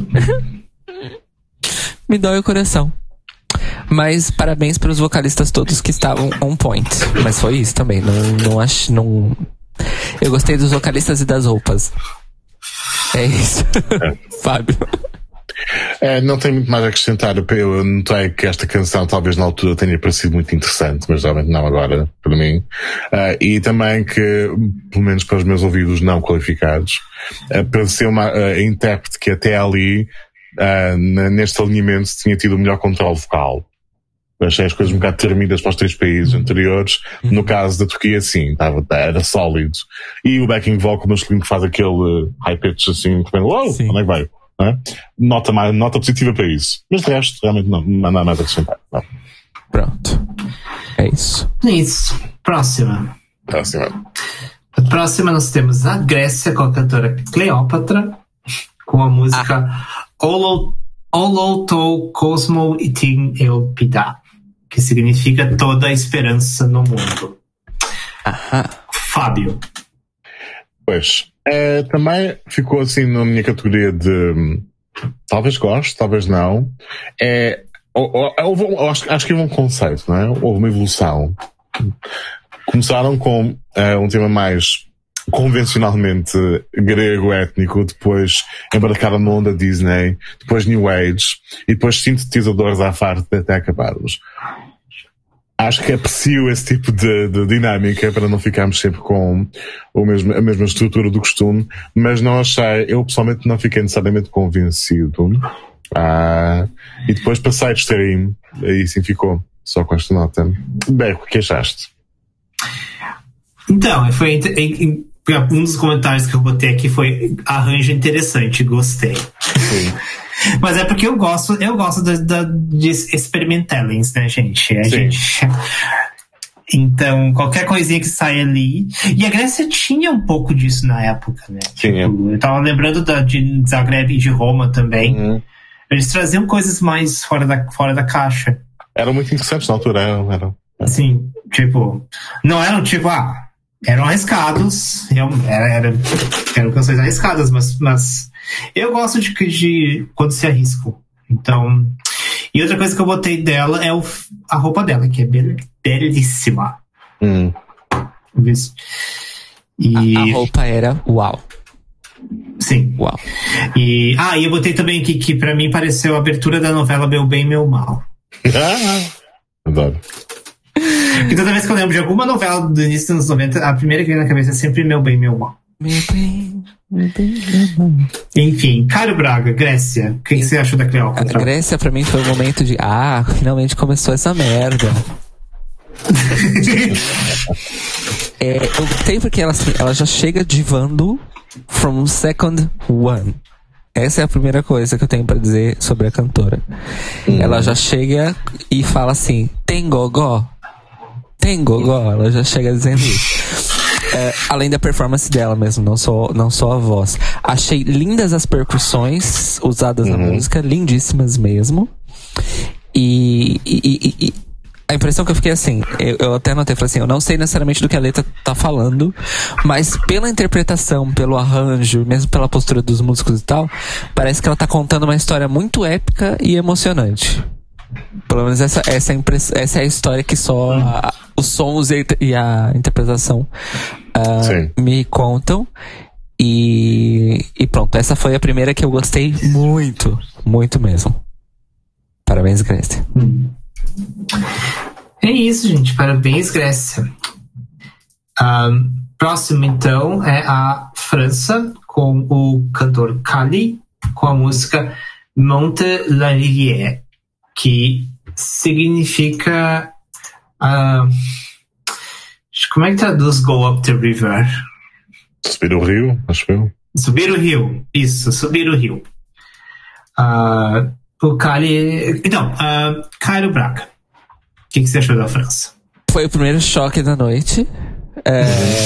me dói o coração. Mas parabéns para os vocalistas todos que estavam on point, mas foi isso também, não, não acho, não, eu gostei dos vocalistas e das roupas. É isso. É. Fábio. É, não tenho muito mais a acrescentar. Eu notei que esta canção talvez na altura tenha parecido muito interessante, mas realmente não agora, para mim. Uh, e também que, pelo menos para os meus ouvidos não qualificados, uh, pareceu uma uh, intérprete que até ali, uh, neste alinhamento, tinha tido o melhor controle vocal. Achei as coisas um bocado termidas para os três países anteriores. No caso da Turquia, sim, estava, era sólido. E o backing vocal masculino que faz aquele uh, high pitch assim, que uou, onde é que veio? Não é? Nota, mais, nota positiva para isso. Mas de resto, realmente não, não há nada mais a acrescentar. Não. Pronto. É isso. Isso. Próxima. Próxima. A próxima nós temos a Grécia com a cantora Cleópatra, com a música ah. Olo, Olo to Cosmo Itin Elpida, que significa toda a esperança no mundo. Aham. Fábio. Pois, é, também ficou assim na minha categoria de talvez goste, talvez não. É, houve, acho, acho que houve um conceito, não é? Houve uma evolução. Começaram com é, um tema mais convencionalmente grego étnico, depois embarcaram na onda Disney, depois New Age e depois sintetizadores à farta até acabarmos. Acho que aprecio esse tipo de, de dinâmica para não ficarmos sempre com o mesmo, a mesma estrutura do costume, mas não achei, eu pessoalmente não fiquei necessariamente convencido. Ah, e depois passei de stream, aí sim ficou, só com esta nota. Bem, o que achaste? Então, foi um dos comentários que eu botei aqui foi arranjo interessante, gostei. Sim. Mas é porque eu gosto, eu gosto de, de, de experimentellings, né, gente? A Sim. gente. Então, qualquer coisinha que sai ali. E a Grécia tinha um pouco disso na época, né? Tinha. Tipo, eu tava lembrando da, de Zagreb e de Roma também. Uhum. Eles traziam coisas mais fora da, fora da caixa. Eram muito interessantes na altura, eram. eram. Assim, tipo, não eram tipo, ah, eram arriscados, eu, era, era, eram canções arriscadas, mas, mas eu gosto de, de quando se arriscam. Então, e outra coisa que eu botei dela é o, a roupa dela, que é bel, belíssima. Hum. E, a, a roupa era uau. Sim. Uau. E, ah, e eu botei também que, que pra mim pareceu a abertura da novela Meu Bem, Meu Mal. Adoro. E toda vez que eu lembro de alguma novela do início dos anos noventa, a primeira que vem na cabeça é sempre Meu Bem, Meu Mal. Meu bem, meu bem, meu mal. Enfim, Caio Braga, Grécia. O que, que você achou da Cleópatra? A Grécia pra mim foi o momento de ah, finalmente começou essa merda. é, eu gostei porque ela, ela já chega divando from second one. Essa é a primeira coisa que eu tenho pra dizer sobre a cantora. Hum. Ela já chega e fala assim, tem gogó? Tem gogó? Ela já chega dizendo isso. É, além da performance dela mesmo, não só, não só a voz. Achei lindas as percussões usadas uhum. na música, lindíssimas mesmo. E, e, e, e a impressão que eu fiquei assim, eu, eu até notei, falei assim, eu não sei necessariamente do que a letra tá falando, mas pela interpretação, pelo arranjo, mesmo pela postura dos músicos e tal, parece que ela tá contando uma história muito épica e emocionante. Pelo menos essa, essa, é, a impress, essa é a história que só a, os sons e, e a interpretação uh, me contam. E, e pronto, essa foi a primeira que eu gostei muito, muito mesmo. Parabéns, Grécia. É isso, gente. Parabéns, Grécia. Um, próximo, então, é a França, com o cantor Kali, com a música Monte la Rivière, que significa... Uh, como é que traduz Go Up the River? Subir o rio, acho eu. Subir o rio, isso, subir o rio. Uh, o Kali... Então, uh, Cairo Braga, o que, que você achou da França? Foi o primeiro choque da noite. É...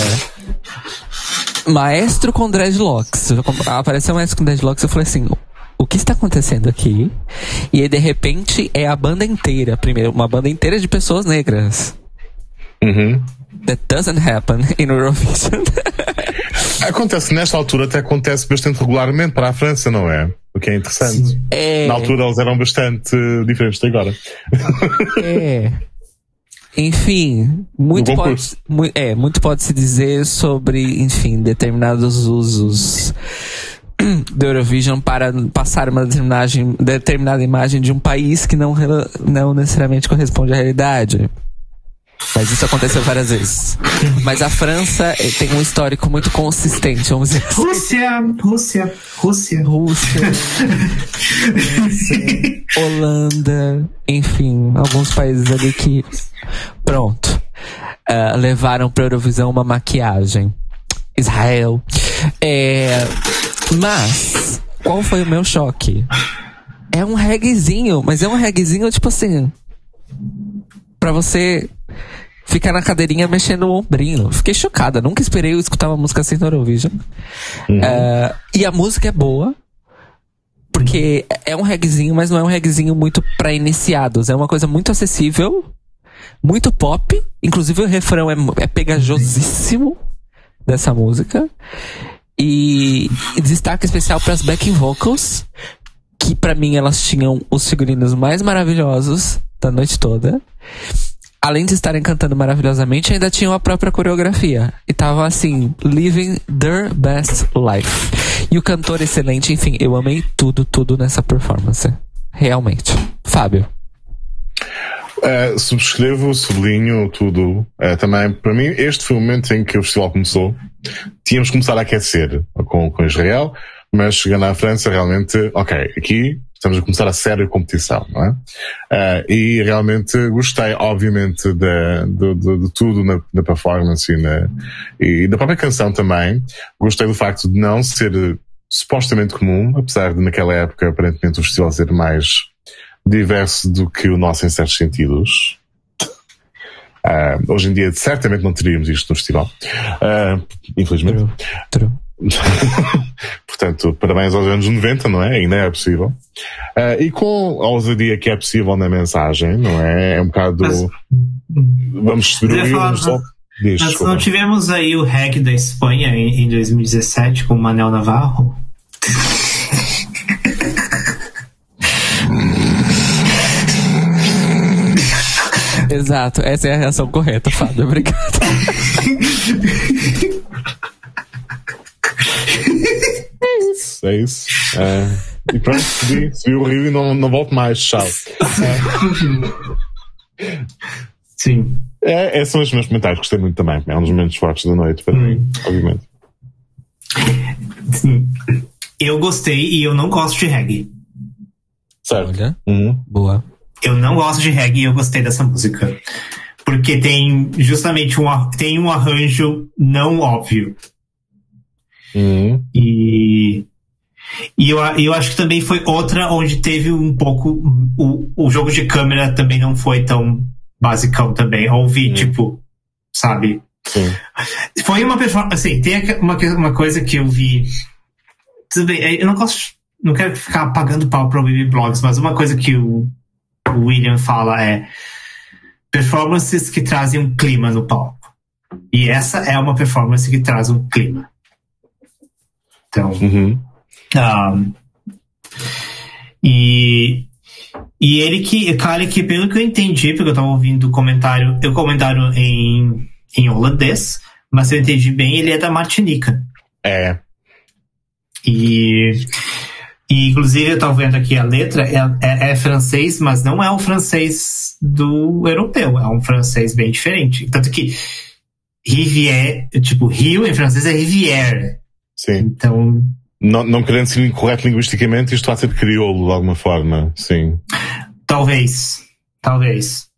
Maestro com dreadlocks. Apareceu o maestro com dreadlocks, eu falei assim... O que está acontecendo aqui? E aí, de repente, é a banda inteira. Primeiro, uma banda inteira de pessoas negras. Uhum. That doesn't happen in Eurovision. Acontece, nesta altura até acontece bastante regularmente para a França, não é? O que é interessante. É... Na altura eles eram bastante diferentes de agora. É. Enfim, muito pode, mu- é, muito pode se dizer sobre, enfim, determinados usos do Eurovision para passar uma determinada, determinada imagem de um país que não, não necessariamente corresponde à realidade. Mas isso aconteceu várias vezes. Mas a França tem um histórico muito consistente, vamos dizer assim. Rússia, Rússia, Rússia. Rússia, Rússia, Holanda, enfim, alguns países ali que, pronto, uh, levaram para a Eurovisão uma maquiagem. Israel. É, mas, qual foi o meu choque? É um reggaezinho, mas é um reggaezinho tipo assim, pra você ficar na cadeirinha mexendo o ombrinho. Fiquei chocada, nunca esperei eu escutar uma música assim no Eurovision. Uhum. Uh, e a música é boa, porque é um reggaezinho, mas não é um reggaezinho muito pra iniciados. É uma coisa muito acessível, muito pop. Inclusive o refrão é, é pegajosíssimo dessa música. E, e destaque especial pras backing vocals, que pra mim elas tinham os figurinos mais maravilhosos da noite toda. Além de estarem cantando maravilhosamente, ainda tinham a própria coreografia. E tava assim, living their best life. E o cantor excelente, enfim, eu amei tudo, tudo nessa performance. Realmente. Fábio. Uh, subscrevo, sublinho tudo. Uh, também, para mim, este foi o momento em que o festival começou. Tínhamos que começar a aquecer com, com Israel, mas chegando à França, realmente, ok, aqui estamos a começar a sério competição, não é? Uh, e realmente gostei, obviamente, de, de, de, de tudo na, na performance e, na, e da própria canção também. Gostei do facto de não ser supostamente comum, apesar de naquela época, aparentemente, o festival ser mais diverso do que o nosso em certos sentidos. Uh, hoje em dia, certamente não teríamos isto no festival. Uh, infelizmente. True. True. Portanto, parabéns aos anos noventa, não é? Ainda é possível. Uh, e com a ousadia que é possível na mensagem, não é? É um bocado... Mas, vamos subir o rio, vamos só... Diz, mas não tivemos aí o reggae da Espanha em, em dois mil e dezessete com o Manel Navarro? Exato, essa é a reação correta, Fábio. Obrigado. É isso, é isso. É, e pronto, subi, subi o rio e não, não volto mais, tchau. É. Sim. É, esses são os meus comentários, gostei muito também. É um dos momentos fortes da noite para hum. mim, obviamente. Sim. Eu gostei e eu não gosto de reggae. Certo. Olha, uhum. Boa. Eu não gosto de reggae e eu gostei dessa música. Porque tem justamente um, tem um arranjo não óbvio. Uhum. E, e eu, eu acho que também foi outra onde teve um pouco... O, o jogo de câmera também não foi tão basicão também. Ouvi, uhum. tipo, sabe? Sim. Foi uma performance... Assim, tem uma, uma coisa que eu vi... Tudo bem, eu não gosto... Não quero ficar pagando pau para o Baby Blogs, mas uma coisa que eu o William fala é performances que trazem um clima no palco. E essa é uma performance que traz um clima. Então, uhum. um, e, e ele que, cara, que pelo que eu entendi, porque eu tava ouvindo o comentário, eu comentário em, em holandês, mas se eu entendi bem, ele é da Martinica. É. E, e inclusive eu tava vendo aqui a letra, é, é, é francês, mas não é o francês do europeu, é um francês bem diferente. Tanto que Rivière, tipo, Rio em francês é Rivière. Sim. Então, não, não querendo ser incorreto linguisticamente, isto vai ser crioulo de alguma forma, sim. Talvez, talvez.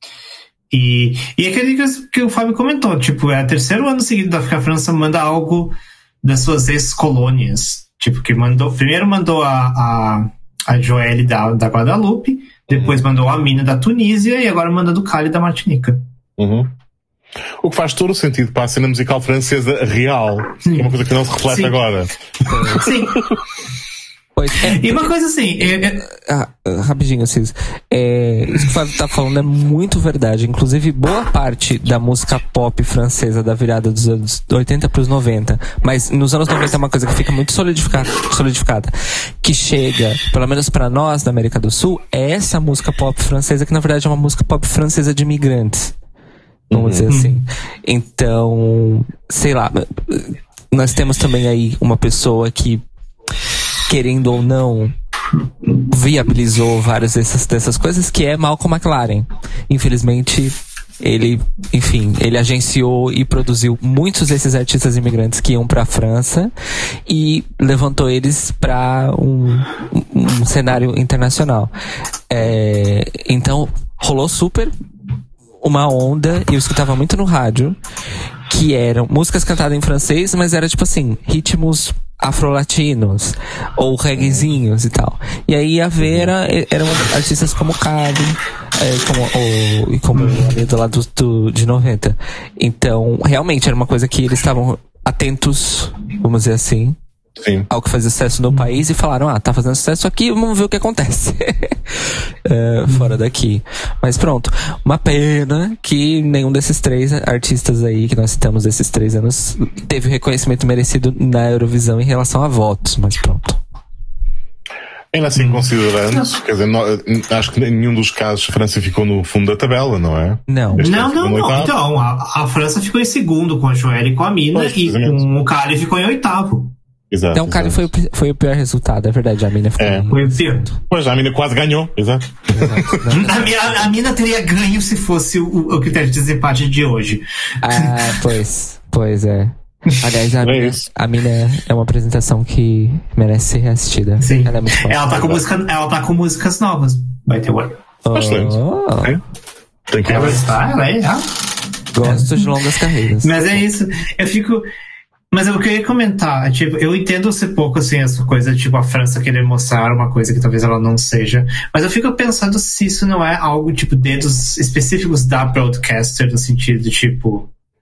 E, e é aquele que, que o Fábio comentou, tipo, é o terceiro ano seguido que a França manda algo das suas ex-colônias. Tipo, que mandou, primeiro mandou a, a, a Joelle da, da Guadalupe, depois uhum. mandou a Amina da Tunísia e agora manda do Cali da Martinica. Uhum. O que faz todo o sentido para a cena musical francesa real, Sim. que é uma coisa que não se reflete Sim. agora. Sim. Pois é. E uma coisa assim... É, é... Ah, rapidinho, Cis. É, isso que o Fábio tá falando é muito verdade. Inclusive, boa parte da música pop francesa da virada dos anos oitenta para os noventa, mas nos anos noventa é uma coisa que fica muito solidificada, solidificada que chega, pelo menos para nós da América do Sul, é essa música pop francesa que na verdade é uma música pop francesa de imigrantes. Vamos uhum. dizer assim. Então, sei lá, nós temos também aí uma pessoa que, querendo ou não, viabilizou várias dessas, dessas coisas, que é Malcolm McLaren. Infelizmente, ele, enfim, ele agenciou e produziu muitos desses artistas imigrantes que iam pra França e levantou eles pra um, um, um cenário internacional. É, então, rolou super uma onda, e eu escutava muito no rádio, que eram músicas cantadas em francês, mas era tipo assim, ritmos afro-latinos ou reggaezinhos e tal. E aí a Vera eram artistas como Cali, é, como, ou, e como a do lado do, de noventa. Então, realmente era uma coisa que eles estavam atentos, vamos dizer assim, Sim. ao que fazia sucesso no país, e falaram, ah, tá fazendo sucesso aqui, vamos ver o que acontece. é, fora daqui. Mas pronto, uma pena que nenhum desses três artistas aí que nós citamos desses três anos teve o reconhecimento merecido na Eurovisão em relação a votos, mas pronto. Ainda assim, considerando, quer dizer, não, acho que em nenhum dos casos a França ficou no fundo da tabela, não é? Não. Este não, não, não. Então, a, a França ficou em segundo com a Joelle e com a Amina, pois, e com o Cali ficou em oitavo. Exato, então o Cali foi, foi o pior resultado, é verdade, a Mina ficou é. Foi o pior. Pois, a Mina quase ganhou, exato. exato a, Mina, a Mina teria ganho se fosse o, o critério de desempate de hoje. Ah, pois, pois é. Aliás, a, é Mina, a Mina é uma apresentação que merece ser reassistida. Sim. Ela é muito forte. Ela tá com, música, ela tá com músicas novas, vai ter uma. Bastante. Oh. É. Tem que ela está, ela é, já. Gosto de longas carreiras. Mas é isso, eu fico... Mas eu queria comentar, tipo, eu entendo ser pouco, assim, essa coisa, tipo, a França querer mostrar uma coisa que talvez ela não seja, mas eu fico pensando se isso não é algo, tipo, dedos específicos da broadcaster, no sentido, tipo,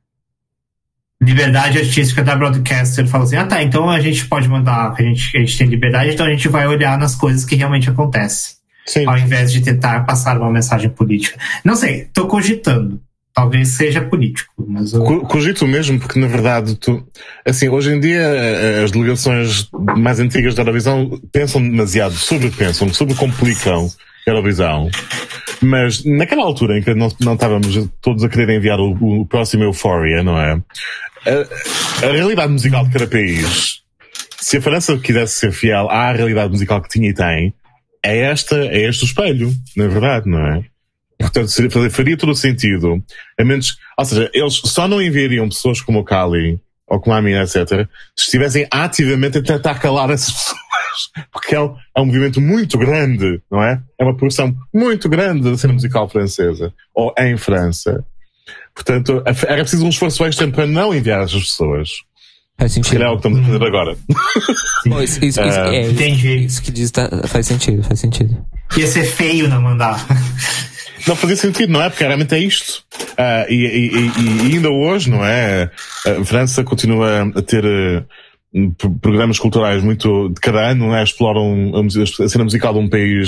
liberdade artística da broadcaster, fala assim, ah tá, então a gente pode mandar, a gente, a gente tem liberdade, então a gente vai olhar nas coisas que realmente acontecem, Sim. ao invés de tentar passar uma mensagem política. Não sei, tô cogitando. Talvez seja político, mas... Eu... Cogito mesmo, porque na verdade, tu, assim, hoje em dia as delegações mais antigas da Eurovisão pensam demasiado, sobrepensam, sobrecomplicam a Eurovisão. Mas naquela altura em que não, não estávamos todos a querer enviar o, o próximo Euphoria, não é? A, a realidade musical de cada país, se a França quisesse ser fiel à realidade musical que tinha e tem, é esta, é este o espelho, na verdade, não é? Portanto, faria todo o sentido. A menos, ou seja, eles só não enviariam pessoas como o Cali ou como a Amina, etcétera, se estivessem ativamente a tentar calar essas pessoas. Porque é um, é um movimento muito grande, não é? É uma produção muito grande da cena musical francesa, ou em França. Portanto, era preciso um esforço extra para não enviar essas pessoas. Faz sentido. Que é o que estamos a fazer agora. Bom, isso, isso, isso, uh, é, entendi. Isso que diz tá, faz sentido, faz sentido. Ia ser feio não mandar. Não fazia sentido, não é? Porque realmente é isto. Uh, e, e, e, e ainda hoje, não é? A França continua a ter uh, programas culturais muito de cada ano, não é? Exploram a, a cena musical de um país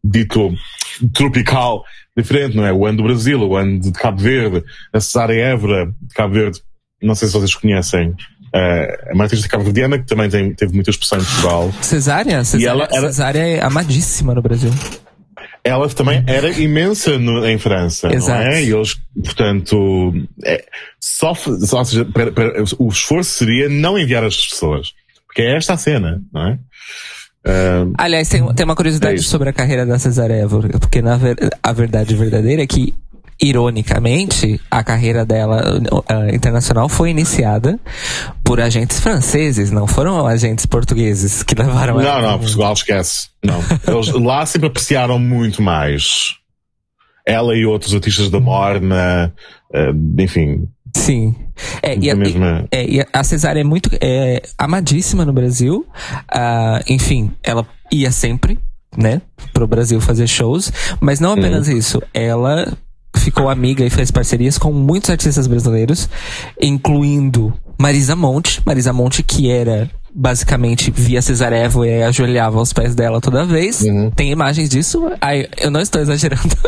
dito tropical diferente, não é? O ano do Brasil, o ano de Cabo Verde, a Cesária Évora de Cabo Verde, não sei se vocês conhecem, uh, uma artista cabo-verdiana que também tem, teve muita expressão em Portugal. Cesária? Cesária, ela era, Cesária é amadíssima no Brasil. Ela também era imensa no, em França, Exato. Não é? E eles, portanto, é, só, só, ou seja, para, para, o esforço seria não enviar as pessoas, porque é esta a cena, não é? Uh, Aliás, tem, tem uma curiosidade é sobre a carreira da Cesária Évora, porque na ver, a verdade verdadeira é que, ironicamente, a carreira dela uh, internacional foi iniciada por agentes franceses, não foram agentes portugueses que levaram não, ela. Não, não, Portugal esquece. Não. Eles lá sempre apreciaram muito mais. Ela e outros artistas da Morna, uh, enfim. Sim. É, e, a, mesma... é, e a Cesária é muito é, amadíssima no Brasil. Uh, enfim, ela ia sempre, né, pro Brasil fazer shows, mas não apenas hum. isso. Ela ficou amiga e fez parcerias com muitos artistas brasileiros, incluindo Marisa Monte. Marisa Monte, que era basicamente via Cesária Évora e ajoelhava aos pés dela toda vez. Uhum. Tem imagens disso? Ai, eu não estou exagerando.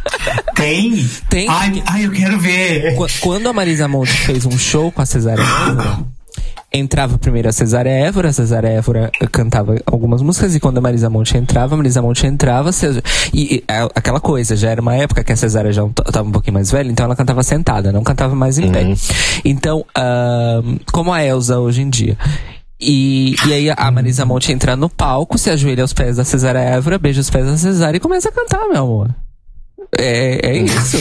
Tem? Tem. Ai, ai, eu quero ver. Quando a Marisa Monte fez um show com a Cesária Évora, entrava primeiro a Cesária Évora, a Cesária Évora cantava algumas músicas, e quando a Marisa Monte entrava, a Marisa Monte entrava, e, e aquela coisa, já era uma época que a Cesária já estava um pouquinho mais velha, então ela cantava sentada, não cantava mais em uhum. pé. Então, uh, como a Elza hoje em dia. E, e aí a Marisa Monte entra no palco, se ajoelha aos pés da Cesária Évora, beija os pés da Cesária e começa a cantar, meu amor. É, é isso.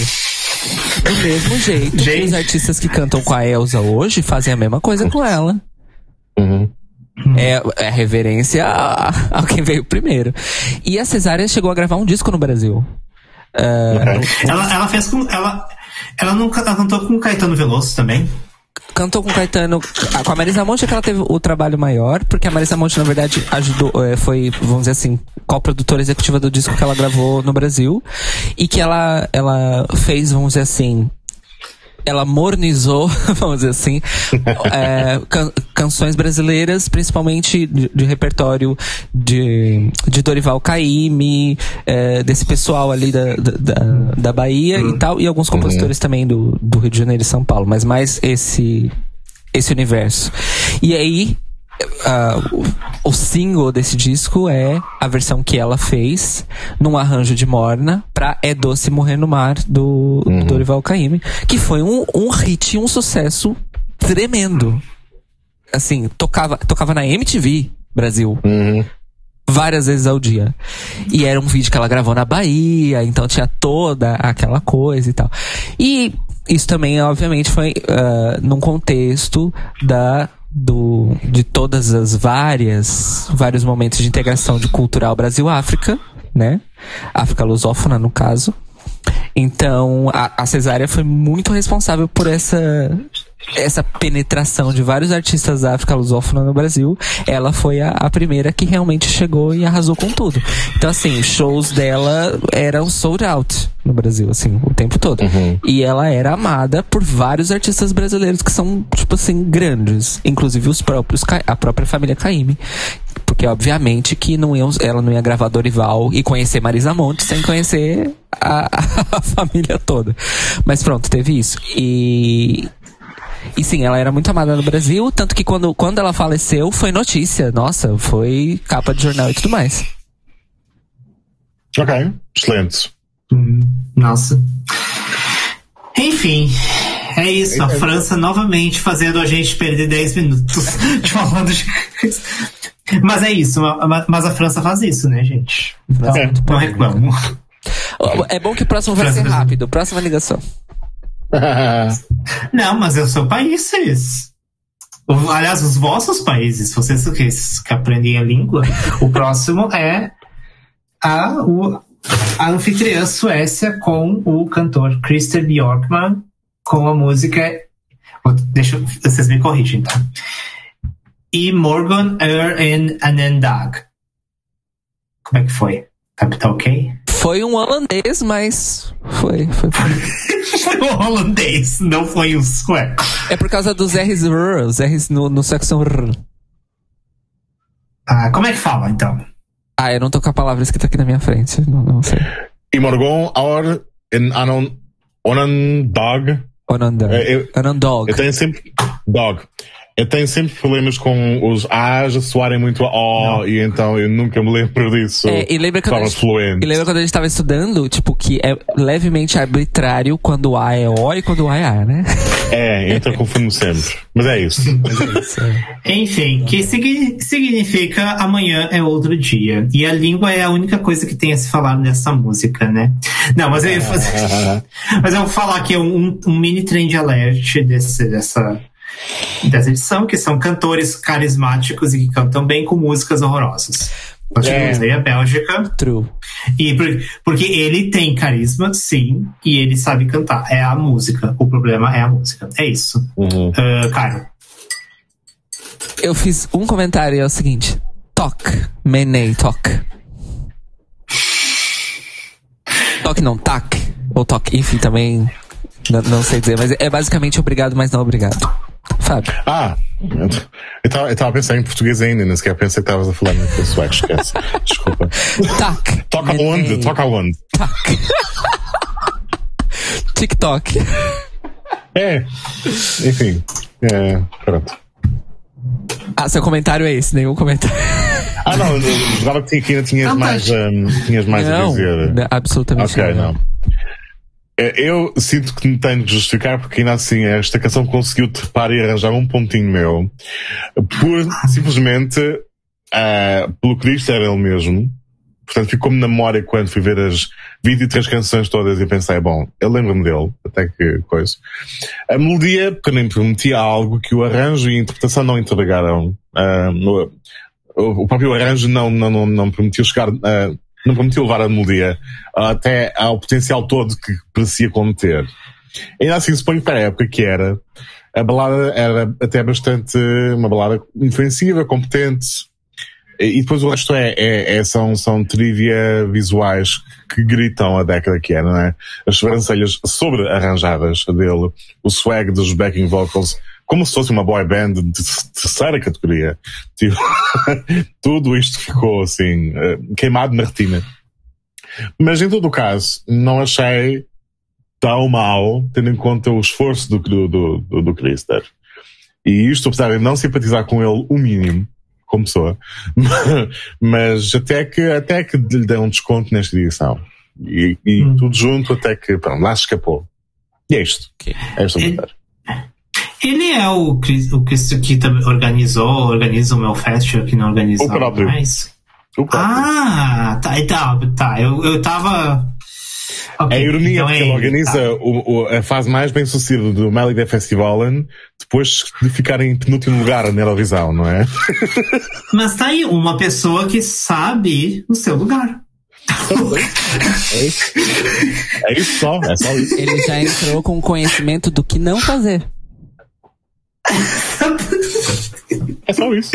Do mesmo jeito Gente. que os artistas que cantam com a Elza hoje fazem a mesma coisa com ela. Uhum. É, é reverência a, a quem veio primeiro. E a Cesária chegou a gravar um disco no Brasil. Uh, ela, ela fez com. Ela, ela, nunca, ela cantou com o Caetano Veloso também. Cantou com o Caetano. Com a Marisa Monte é que ela teve o trabalho maior, porque a Marisa Monte, na verdade, ajudou, foi, vamos dizer assim, co-produtora executiva do disco que ela gravou no Brasil. E que ela, ela fez, vamos dizer assim, ela modernizou, vamos dizer assim, é, can, canções brasileiras, principalmente de, de repertório de, de Dorival Caymmi, é, desse pessoal ali da, da, da Bahia uhum. e tal, e alguns compositores uhum. também do, do Rio de Janeiro e São Paulo, mas mais esse, esse universo. E aí, Uh, o, o single desse disco é a versão que ela fez num arranjo de Morna pra É Doce Morrer no Mar do, uhum. do Dorival Caymmi, que foi um, um hit, um sucesso tremendo. Assim, tocava, tocava na M T V Brasil uhum. várias vezes ao dia, e era um vídeo que ela gravou na Bahia, então tinha toda aquela coisa e tal. E isso também, obviamente, foi uh, num contexto da Do, de todas as várias vários momentos de integração de cultural Brasil-África, né? África lusófona, no caso. Então, a, a Cesária foi muito responsável por essa essa penetração de vários artistas da África lusófona no Brasil. Ela foi a, a primeira que realmente chegou e arrasou com tudo. Então, assim, shows dela eram sold out no Brasil, assim, o tempo todo. Uhum. E ela era amada por vários artistas brasileiros que são, tipo assim, grandes. Inclusive os próprios, a própria família Caymmi. Porque, obviamente, que não iam, ela não ia gravar Dorival e conhecer Marisa Monte sem conhecer a, a família toda. Mas pronto, teve isso. E... E sim, ela era muito amada no Brasil, tanto que quando, quando ela faleceu, foi notícia. Nossa, foi capa de jornal e tudo mais. Ok, excelente. Hum, nossa. Enfim, é isso. A França novamente fazendo a gente perder dez minutos falando de coisa. Mas é isso, mas a França faz isso, né, gente? Então, é. Não reclamo. É bom que o próximo vai ser rápido. Próxima ligação. Não, mas é o seu país. Aliás, os vossos países, vocês que, que aprendem a língua, o próximo é a, o, a anfitriã Suécia com o cantor Christer Björkman com a música. Deixa vocês me corrigem, tá? E Morgon er en Anendag. Como é que foi? Tá ok? Foi um holandês, mas foi. Foi, foi um holandês, não foi um sueco. É por causa dos R's, os R's no, no saxão R. Ah, como é que fala então? Ah, eu não tô com a palavra escrita aqui na minha frente. Não, não sei. I morgon or en anon Onondag. Onondag. Eu, Onondag. eu tenho sempre. Dog. Eu tenho sempre problemas com os A's a soarem muito a O, e então eu nunca me lembro disso. É, e lembra quando, a gente, e lembra quando a gente tava estudando, tipo, que é levemente arbitrário quando o A é O e quando o A é A, né? É, então eu confundo sempre. Mas é isso. Mas é isso é. Enfim, que significa amanhã é outro dia. E a língua é a única coisa que tem a se falar nessa música, né? Não, mas eu ia fazer... mas eu vou falar aqui um, um mini trend alert desse, dessa... dessa edição, que são cantores carismáticos e que cantam bem com músicas horrorosas. Nós tivemos aí a Bélgica. True. E por, porque ele tem carisma, sim, e ele sabe cantar. É a música. O problema é a música. É isso. Uhum. Uh, Caio. Eu fiz um comentário, é o seguinte. Toc. Menei, toc. Toc não, tac. Ou toc, enfim, também não, não sei dizer. Mas é basicamente obrigado, mas não obrigado. Fábio. Ah, eu tava, eu tava pensando em português ainda, nem sequer pensei que estavas a falar em sueco, esquece. Desculpa. Tac. Toca onde? Toca onde? Tac. TikTok. É. Enfim. É, pronto. Ah, seu comentário é esse, nenhum comentário. Ah, não, agora que ainda tinhas mais, um, tinhas mais não, a dizer. Não, absolutamente Ok, não. não. Eu sinto que me tenho de justificar porque ainda assim esta canção conseguiu trepar e arranjar um pontinho meu por simplesmente uh, pelo que disse era ele mesmo. Portanto ficou-me na memória quando fui ver as vinte e três canções todas e pensei, bom, eu lembro-me dele, até que coisa. A melodia, porque eu nem prometia algo que o arranjo e a interpretação não entregaram. Uh, no, o próprio arranjo não, não, não, não permitiu chegar... Uh, não permitiu levar a melodia até ao potencial todo que parecia conter. Ainda assim, suponho que para a época que era, a balada era até bastante uma balada ofensiva, competente, e depois o resto é, é, é são, são trivia visuais que gritam a década que era, não é? As sobrancelhas sobre-arranjadas dele, o swag dos backing vocals, como se fosse uma boy band de terceira categoria. Tipo, tudo isto ficou assim, queimado na retina. Mas em todo o caso, não achei tão mal, tendo em conta o esforço do, do, do, do Christer. E isto, apesar de não simpatizar com ele o mínimo, como pessoa, mas até que, até que lhe deu um desconto nesta edição. E, e hum. tudo junto até que, pronto, lá se escapou. E é isto. Okay. É isto a Ele é o Chris, o Chris que organizou, organiza o Melfest, que não organiza o próprio. mais. O próprio. Ah, tá, tá, tá. Eu, eu tava... Okay, é a ironia, então porque é ele organiza tá. o, o, a fase mais bem sucedida do Melody Festival depois de ficar em penúltimo lugar na Eurovisão, não é? Mas tá aí, uma pessoa que sabe o seu lugar. É isso. É isso só, é só isso. Ele já entrou com conhecimento do que não fazer. É só isso.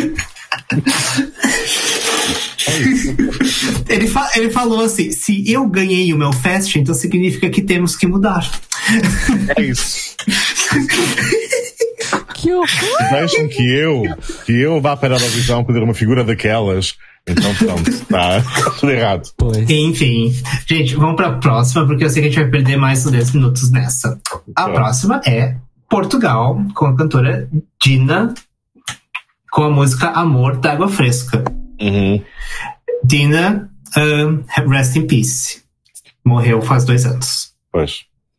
É isso. Ele, fa- ele falou assim: se eu ganhei o meu fest, então significa que temos que mudar. É isso. Que horror! Deixam que eu, que eu vá para a Eurovisão poder uma figura daquelas. Então pronto, está tudo errado. Pois. Enfim, gente, vamos para a próxima, porque eu sei que a gente vai perder mais de dez minutos nessa. A é. próxima é Portugal, com a cantora Dina, com a música Amor da Água Fresca. Uhum. Dina, um, rest in peace. Morreu faz dois anos. Pois.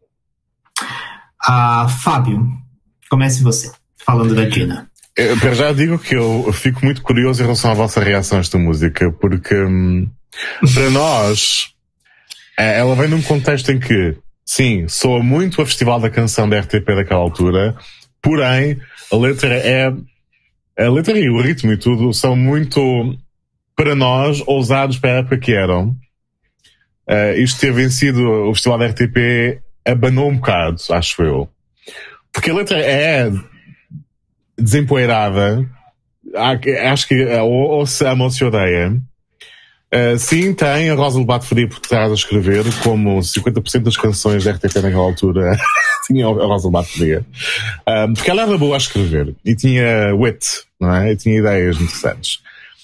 Ah, Fábio, comece você, falando da Dina. Eu, eu já digo que eu fico muito curioso em relação à vossa reação a esta música, porque hum, para nós ela vem num contexto em que, sim, soa muito a Festival da Canção da R T P daquela altura, porém a letra é a letra e o ritmo e tudo são muito, para nós, ousados para a época que eram. Uh, isto ter vencido o Festival da R T P abanou um bocado, acho eu. Porque a letra é desempoeirada, acho que ou, ou se ama ou se odeia. Uh, sim, tem a Rosa Lobato Faria por trás a escrever, como cinquenta por cento das canções da R T P naquela altura tinha a Rosa Lobato Faria. Uh, porque ela era boa a escrever e tinha wit, não é? E tinha ideias interessantes.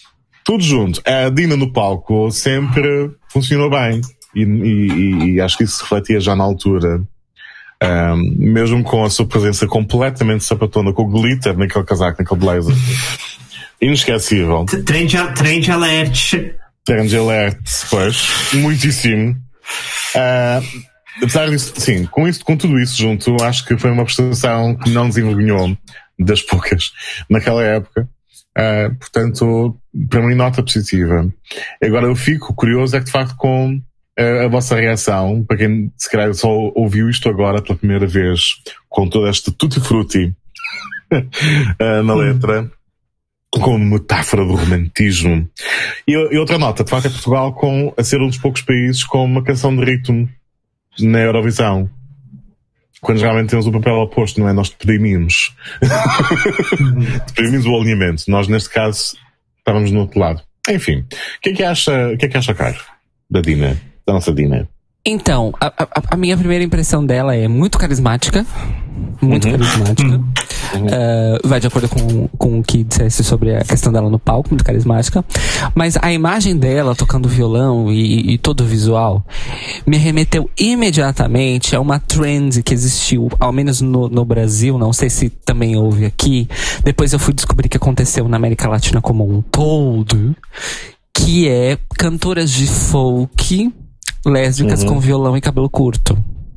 tudo junto. A Dina no palco sempre funcionou bem. E, e, e acho que isso se refletia já na altura. Um, mesmo com a sua presença completamente sapatona, com o glitter naquele casaco, naquele blazer. Inesquecível. Trend, trend alert. Trend alert, pois. Muitíssimo. Uh, apesar disso, sim, com, isso, com tudo isso junto, acho que foi uma prestação que não desenvergonhou das poucas naquela época. Uh, portanto, para mim, nota positiva. Agora, eu fico curioso, é que de facto, com uh, a vossa reação, para quem se calhar só ouviu isto agora pela primeira vez, com todo este tutti-frutti uh, na letra, com metáfora do romantismo. E, e outra nota, de facto, é Portugal com, a ser um dos poucos países com uma canção de ritmo na Eurovisão. Quando geralmente temos o papel oposto, não é? Nós deprimimos. Deprimimos o alinhamento. Nós, neste caso, estávamos no outro lado. Enfim. O que é que acha, o que é que acha, Cairo? Da Dina? Da nossa Dina? Então, a, a, a minha primeira impressão dela é muito carismática. Muito uhum. carismática. Uhum. Uh, vai de acordo com, com o que dissesse sobre a questão dela no palco, muito carismática. Mas a imagem dela tocando violão e, e todo o visual me remeteu imediatamente a uma trend que existiu, ao menos no, no Brasil, não sei se também houve aqui. Depois eu fui descobrir que aconteceu na América Latina como um todo, que é cantoras de folk lésbicas uhum. com violão e cabelo curto.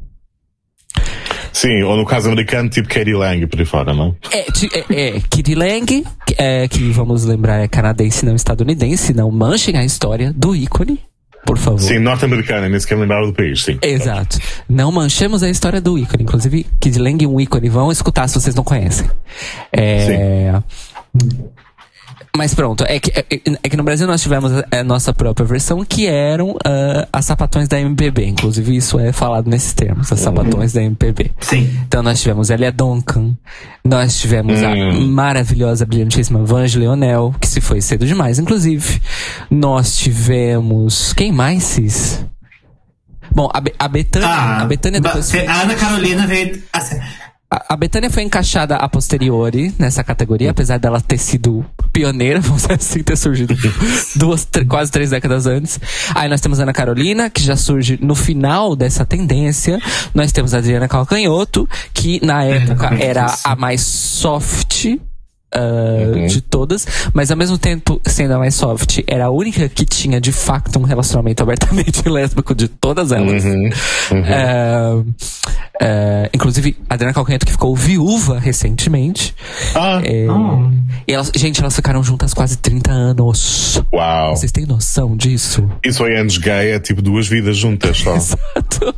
Sim, ou no caso americano, tipo Katie Lang por aí fora, não? É, é, é Katie Lang, é, que vamos lembrar é canadense, não estadunidense, não manchem a história do ícone, por favor. Sim, norte-americana, nem sequer lembrar do país, sim. Exato. Não manchemos a história do ícone. Inclusive, Katie Lang é um ícone, vão escutar se vocês não conhecem. É... Sim. Mas pronto, é que, é, é que no Brasil nós tivemos a nossa própria versão, que eram uh, as sapatões da M P B. Inclusive isso é falado nesses termos, as sapatões da M P B. Sim. Então nós tivemos Elia Duncan, nós tivemos hum. a maravilhosa, brilhantíssima Vange Leonel, que se foi cedo demais, inclusive. Nós tivemos... Quem mais, Cis? Bom, a, Be- a Bethânia... Ah, a Bethânia depois foi... A Ana Carolina veio... A Bethânia foi encaixada a posteriori nessa categoria, apesar dela ter sido pioneira, vamos dizer assim, ter surgido duas, tr- quase três décadas antes. Aí nós temos a Ana Carolina, que já surge no final dessa tendência. Nós temos a Adriana Calcanhoto, que na época era a mais soft Uh, uhum. de todas, mas ao mesmo tempo, sendo a mais soft, era a única que tinha de facto um relacionamento abertamente lésbico de todas elas. Uhum. Uhum. Uh, uh, inclusive, a Adriana Calcanhoto, que ficou viúva recentemente. Ah. É, oh. e elas, gente, elas ficaram juntas quase trinta anos. Uau! Vocês têm noção disso? Isso aí, anos gay, é tipo duas vidas juntas só. Exato.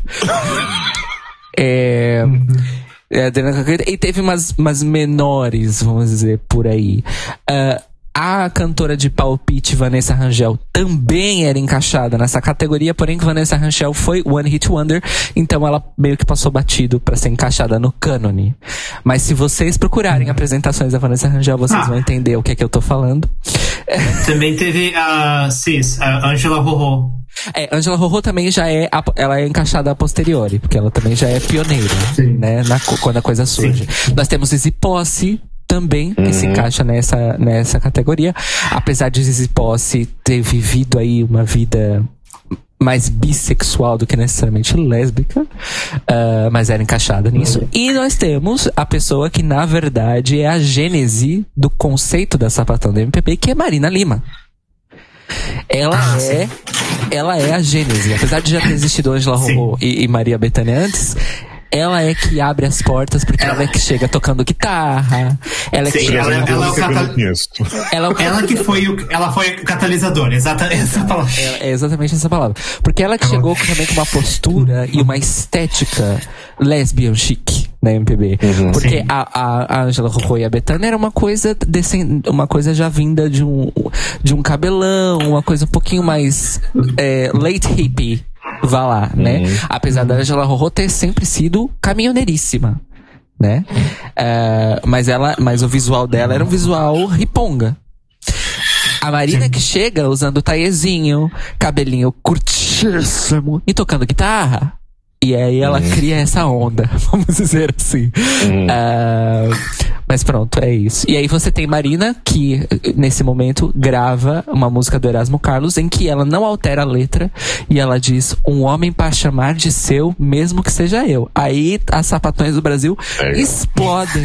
é. É, e teve umas, umas menores, vamos dizer, por aí. Uh, a cantora de palpite, Vanessa Rangel, também era encaixada nessa categoria, porém Vanessa Rangel foi One Hit Wonder, então ela meio que passou batido pra ser encaixada no cânone. Mas se vocês procurarem apresentações da Vanessa Rangel, vocês ah. vão entender o que é que eu tô falando. Também teve a Cis, a Angela Rorô. É, Angela Rorô também já é, ela é encaixada a posteriori, porque ela também já é pioneira, Sim. né, na, quando a coisa surge. Sim. Nós temos Zizi Posse também, que uhum. se encaixa nessa, nessa categoria, apesar de Zizi Posse ter vivido aí uma vida mais bissexual do que necessariamente lésbica, uh, mas era encaixada nisso. Uhum. E nós temos a pessoa que na verdade é a gênese do conceito da sapatão da M P B, que é Marina Lima. Ela ah, é ela é a gênese, apesar de já ter existido Angela Rorô e, e Maria Bethânia antes. Ela é que abre as portas, porque ela, ela é que chega tocando guitarra. Ela é que Sim, chega. Ela, ela, ela, é o catal... ela, é o... ela que foi o, ela foi o catalisador, exatamente essa palavra. É, é exatamente essa palavra. Porque ela que chegou também com uma postura e uma estética lesbian chic na M P B. Uhum, porque a, a, a Angela Rorô e a Bethânia era uma coisa decen... uma coisa já vinda de um, de um cabelão, uma coisa um pouquinho mais é, late hippie. Vá lá, uhum. né? Apesar da Angela Rorô ter sempre sido caminhoneiríssima, né? Uh, mas ela, mas o visual dela era um visual riponga. A Marina que chega usando taiezinho, cabelinho curtíssimo e tocando guitarra. E aí ela uhum. cria essa onda, vamos dizer assim. Uhum. Uh, Mas pronto, é isso. E aí você tem Marina, que nesse momento grava uma música do Erasmo Carlos, em que ela não altera a letra e ela diz: um homem para chamar de seu, mesmo que seja eu. Aí as sapatões do Brasil é. explodem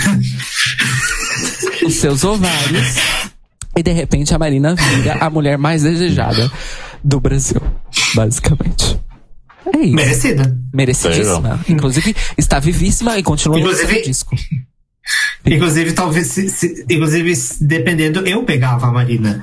os seus ovários e de repente a Marina vira a mulher mais desejada do Brasil, basicamente. É isso. Merecida. Merecidíssima. É. Inclusive, está vivíssima e continua inclusive, no disco. Inclusive, talvez, se, se, inclusive, dependendo, eu pegava a Marina.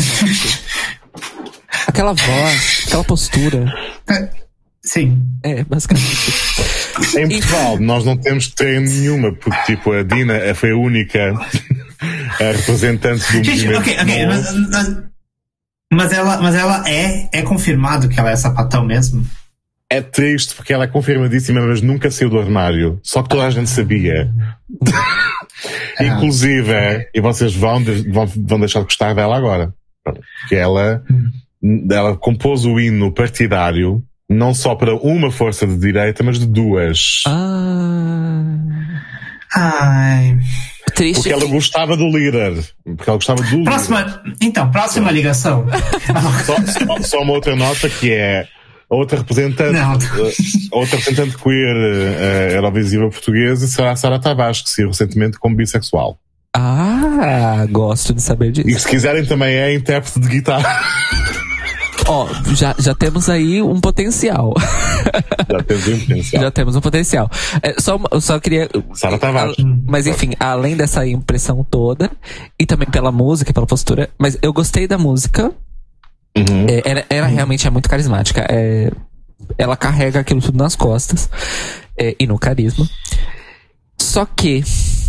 Aquela voz, aquela postura. É, sim. É, basicamente. Em Portugal, nós não temos treino nenhuma, porque, tipo, a Dina foi a única a representante do Gente, movimento. Ok, ok, mas, mas, mas ela, mas ela é, é confirmado que ela é sapatão mesmo? É triste porque ela é confirmadíssima, mas nunca saiu do armário. Só que toda a gente sabia. Ah. Inclusive, e vocês vão, vão, vão deixar de gostar dela agora. Porque ela, ela compôs o hino partidário não só para uma força de direita, mas de duas. Ah. Ai. Triste. Porque ela gostava do líder. Porque ela gostava do próxima, líder. Então, próxima ligação. Só, só, só uma outra nota que é outra representante, uh, outra representante queer uh, Eurovisiva portuguesa será a Sara Tavares, que saiu recentemente como bissexual. Ah, gosto de saber disso. E se quiserem também é intérprete de guitarra. Ó, oh, já, já temos aí um potencial. Já temos um potencial. Já temos um potencial. É, só, eu só queria... Sara Tavares. Mas enfim, além dessa impressão toda, e também pela música, pela postura, mas eu gostei da música. Uhum. É, ela, ela realmente é muito carismática. É, ela carrega aquilo tudo nas costas. É, e no carisma. Só que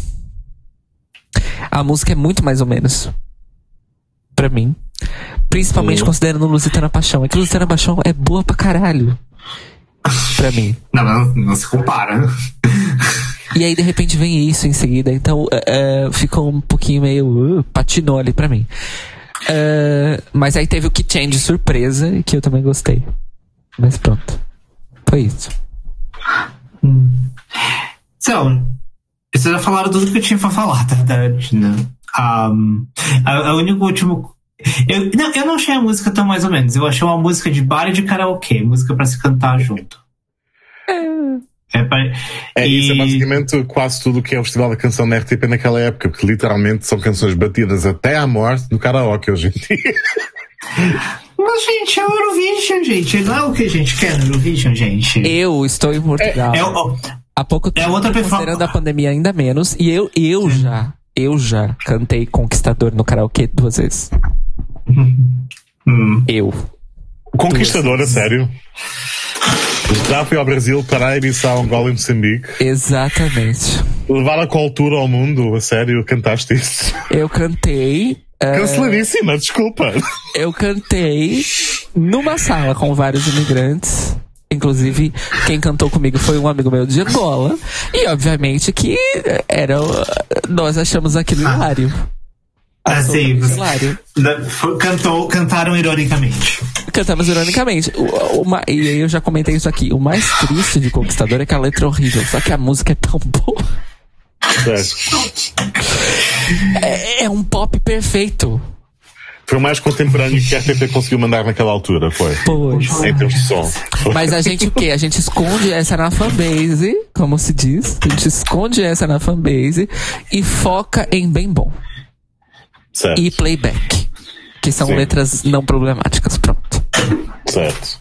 a música é muito mais ou menos pra mim. Principalmente uhum. considerando Lusitana Paixão. É que Lusitana Paixão é boa pra caralho. Pra mim. Não, não, não se compara. E aí de repente vem isso em seguida. Então uh, uh, ficou um pouquinho meio uh, patinou ali pra mim. Uh, mas aí teve o Key Change surpresa, que eu também gostei. Mas pronto. Foi isso. Hum. Então, vocês já falaram tudo que eu tinha pra falar, tá? Um, a, a único último. Eu não, eu não achei a música tão mais ou menos. Eu achei uma música de bar e de karaokê, música pra se cantar junto. É, pra... é e... Isso é basicamente quase tudo o que é o Festival da Canção na R T P naquela época, porque literalmente são canções batidas até à morte no karaoke hoje em dia. Mas, gente, é o Eurovision, gente. Não é o que a gente quer no Eurovision, gente. Eu estou em Portugal. É, é o... Há pouco tempo, é outra considerando a pandemia ainda menos, e eu, eu já, eu já cantei Conquistador no karaokê duas vezes. Hum. Eu. Conquistador, a sério? Já fui ao Brasil, para a Guiné-Bissau, Angola e Moçambique. Exatamente. Levar a cultura ao mundo, a sério, cantaste isso? Eu cantei. Canceladíssima, uh, desculpa. Eu cantei numa sala com vários imigrantes. Inclusive, quem cantou comigo foi um amigo meu de Angola. E obviamente que era. Nós achamos aquilo hilário. Assim, cantou, cantaram ironicamente. Cantamos ironicamente. O, uma, e aí eu já comentei isso aqui. O mais triste de Conquistador é que a letra é horrível, só que a música é tão boa. É, é um pop perfeito. Foi o mais contemporâneo que a R T P conseguiu mandar naquela altura, foi? Pois. Em termos de som. Mas a gente o quê? A gente esconde essa na fanbase, como se diz. A gente esconde essa na fanbase e foca em bem bom. Certo. E playback, que são Sim. letras não problemáticas, pronto. Certo.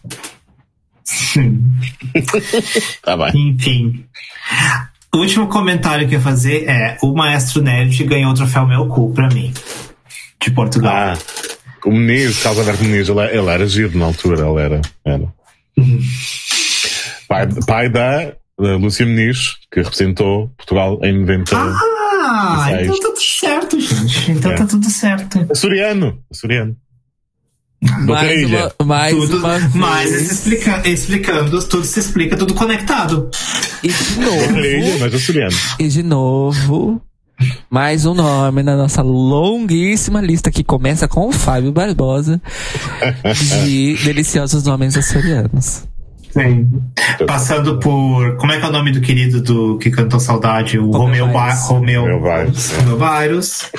Tá bem. Enfim. O último comentário que eu ia fazer é: o Maestro Nerd ganhou o troféu Meu Cu pra mim, de Portugal. Ah, o Muniz, Carlos Alberto Muniz, ele, ele era giro na altura, ele era. era. Uhum. Pai, pai da, da Lúcia Muniz, que representou Portugal em noventa. Ah, então tá tudo certo, gente. Então é. tá tudo certo. Açoriano. Açoriano. Mais uma, mais tudo, uma mas explica, explicando, tudo se explica, tudo conectado. E de novo. Ilha, mas açoriano. E de novo, mais um nome na nossa longuíssima lista que começa com o Fábio Barbosa de deliciosos nomes açorianos. Sim. Passando por... Como é que é o nome do querido do que cantou Saudade? O Romeu Virus. Romeu Virus.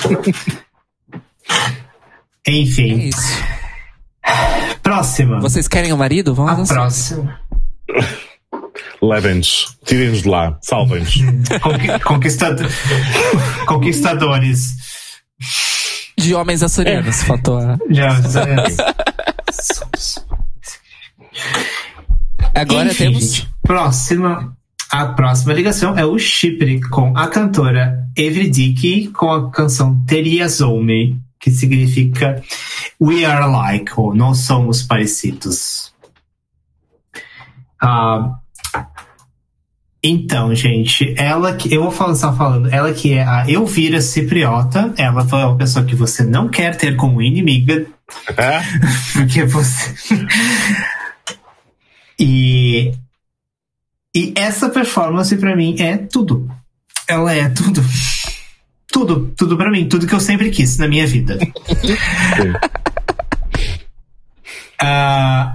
Enfim. É isso. Próxima. Vocês querem o marido? Vamos A próxima. Levem-nos. Tirem-nos de lá. Salvem-nos. Conqui- conquistad... Conquistadores. De homens açorianos. É. Faltou a... Já, Agora Enfim, temos... gente, próxima, a próxima ligação é o Chipre com a cantora Evridiki com a canção Teriazome, que significa We Are Like, ou Nós Somos Parecidos. Ah, então, gente, ela que eu vou falar, só falando, ela que é a Elvira Cipriota, ela foi uma pessoa que você não quer ter como inimiga, É? porque você... E, e essa performance pra mim é tudo. Ela é tudo. Tudo, tudo pra mim. Tudo que eu sempre quis na minha vida. uh,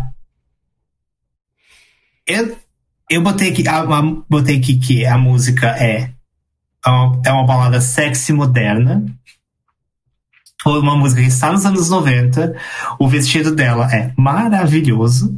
eu, eu botei aqui, a, a, botei aqui que a música é, é uma balada sexy moderna. Uma música que está nos anos noventa. O vestido dela é maravilhoso.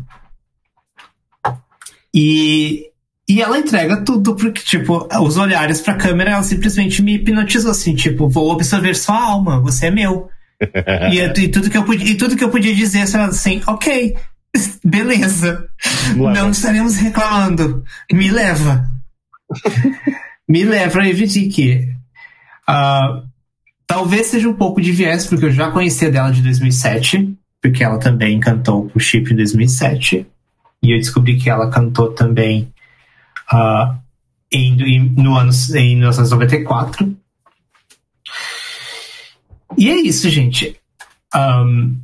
E, e ela entrega tudo, porque, tipo, os olhares pra câmera, ela simplesmente me hipnotizou, assim, tipo, vou absorver sua alma, você é meu. e, e, tudo que eu podia, e tudo que eu podia dizer, assim, ok, beleza, não estaremos reclamando, me leva. me leva a Evridiki. Uh, talvez seja um pouco de viés, porque eu já conhecia dela de dois mil e sete, porque ela também cantou pro Chip em dois mil e sete. E eu descobri que ela cantou também uh, em, em, no ano, em mil novecentos e noventa e quatro. E é isso, gente. Um,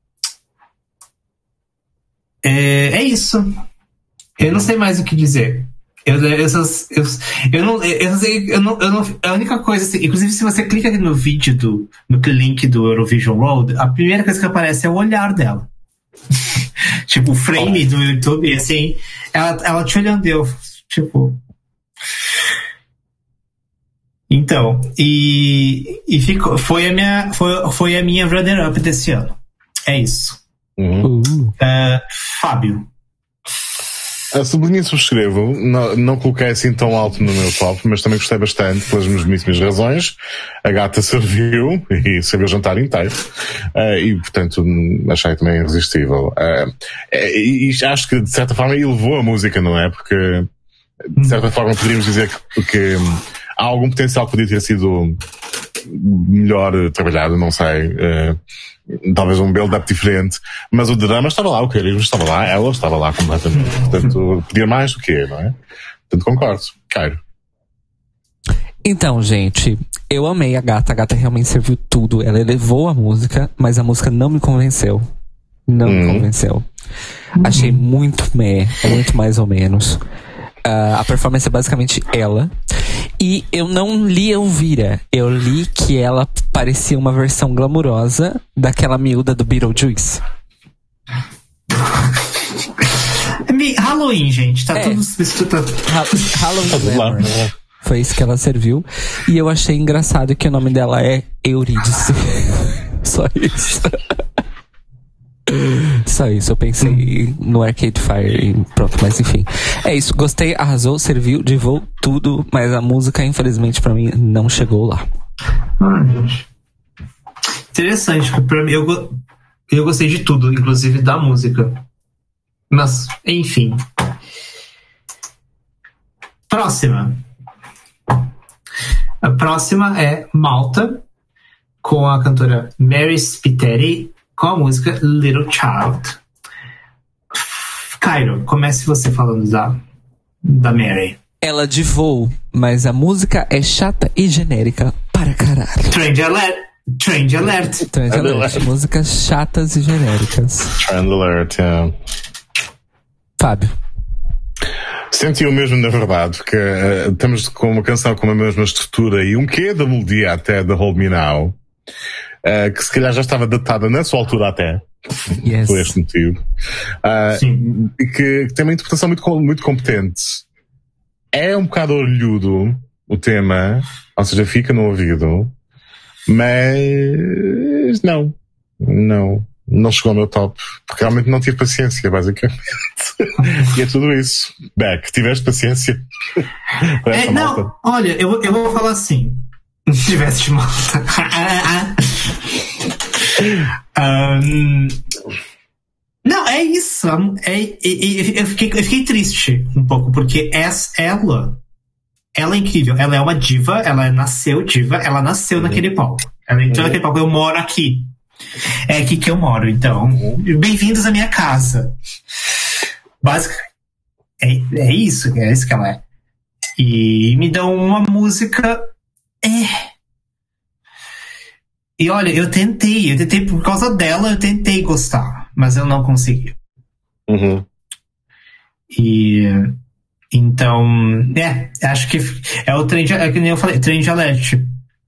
é, é isso. Eu não sei mais o que dizer. Eu, eu, eu, eu, eu, não, eu, eu, não, eu não. A única coisa, assim, inclusive, se você clica aqui no vídeo do no link do Eurovision Road, a primeira coisa que aparece é o olhar dela. Tipo, o frame do YouTube, assim, ela, ela te olhando, eu, tipo. Então, e, e ficou, foi a minha, foi, foi a minha runner-up desse ano. É isso. Uhum. Uh, Fábio. A sublinho subscrevo, não, não coloquei assim tão alto no meu top, mas também gostei bastante pelas mesmíssimas razões. A gata serviu e serviu o jantar inteiro, uh, e portanto achei também irresistível. Uh, e, e acho que de certa forma elevou a música, não é? Porque de certa forma poderíamos dizer que, que há algum potencial que podia ter sido melhor trabalhado, não sei. Uh, talvez um build-up diferente, mas o drama estava lá, o carisma estava lá, ela estava lá completamente. Portanto, podia mais do que, não é? Portanto, concordo. Cairo. Então, gente, eu amei a gata. A gata realmente serviu tudo. Ela elevou a música, mas a música não me convenceu. Não hum. me convenceu. Achei muito meh, muito mais ou menos. Uh, a performance é basicamente ela. E eu não li Elvira. Eu li que ela parecia uma versão glamurosa daquela miúda do Beetlejuice. Halloween, gente. Tá é. tudo... Tá... Ha- Halloween Glamour. Foi isso que ela serviu. E eu achei engraçado que o nome dela é Eurídice. Só isso. Só isso, eu pensei no Arcade Fire e pronto, mas enfim. É isso, gostei, arrasou, serviu, divou tudo, mas a música, infelizmente, pra mim, não chegou lá. Ah, gente. Interessante, porque pra mim, eu, eu gostei de tudo, inclusive da música. Mas, enfim. Próxima. A próxima é Malta, com a cantora Mary Spiteri, com a música Little Child. Cairo, comece você falando da, da Mary. Ela divou, mas a música é chata e genérica para caralho. Trend Alert. Trend Alert. Trend Alert. Músicas chatas e genéricas. Trend Alert, yeah. Fábio. Senti o mesmo, na verdade, porque uh, estamos com uma canção com a mesma estrutura e um quê da melodia até da Hold Me Now. uh, que se calhar já estava datada na sua altura até, yes. por este motivo, uh, e que, que tem uma interpretação muito, muito competente. É um bocado orlhudo o tema, ou seja, fica no ouvido, mas não, não, não chegou ao meu top, porque realmente não tive paciência, basicamente. E é tudo isso. Beck, tiveste paciência? É, não, malta? Olha, eu, eu vou falar assim. Se tivesse de malta. um, não, é isso. É, é, é, eu, fiquei, eu fiquei triste um pouco, porque essa, ela, ela é incrível. Ela é uma diva, ela nasceu diva, ela nasceu uhum. naquele palco. Ela entrou uhum. naquele palco. Eu moro aqui. É aqui que eu moro, então. Bem-vindos à minha casa. Basicamente, é, é isso, é isso que ela é. E me dão uma música. É. E olha, eu tentei, eu tentei por causa dela, eu tentei gostar, mas eu não consegui. Uhum. E então, é, acho que é o trem de, é que nem eu falei, trem de alerte.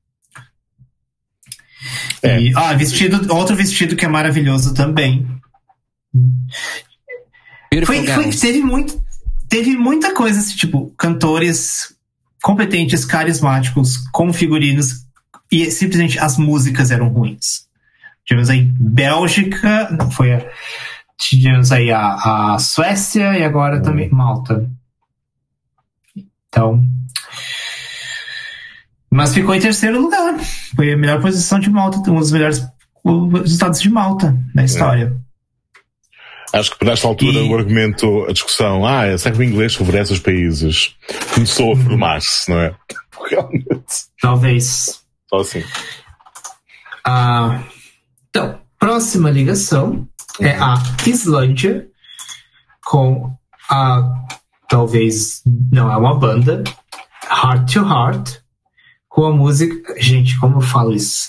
É. E, ah, vestido, outro vestido que é maravilhoso também. Foi, foi, teve, muito, teve muita coisa, assim, tipo, cantores competentes, carismáticos, com figurinos, e simplesmente as músicas eram ruins. Tivemos aí Bélgica, não foi a, tivemos aí a, a Suécia e agora também Malta. Então, mas ficou em terceiro lugar. Foi a melhor posição de Malta, um dos melhores resultados de Malta na história. É. Acho que por esta altura e... o argumento, a discussão, ah, será que o inglês favorece os países? Começou a formar-se, não é? Realmente. Talvez. Só assim. Ah, então, próxima ligação é a Islândia com a, talvez, não é uma banda, Heart to Heart, com a música, gente, como eu falo isso?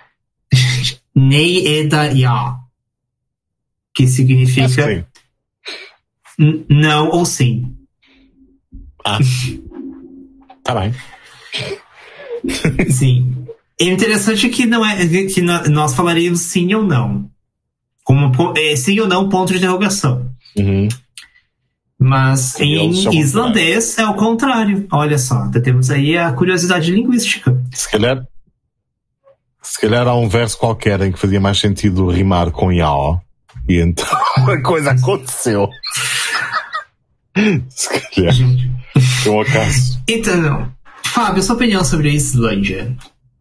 Nei Eda Ya, que significa é n- não ou sim. Ah, tá bem. Sim. É interessante que não é que nós falaríamos sim ou não, como é, sim ou não, ponto de interrogação. Uhum. Mas em islandês é o contrário. Olha só, temos aí a curiosidade linguística. Se calhar, se calhar há um verso qualquer em que fazia mais sentido rimar com Yao. E então a coisa aconteceu. Se calhar. É um acaso. Então, Fábio, sua opinião sobre a Islândia?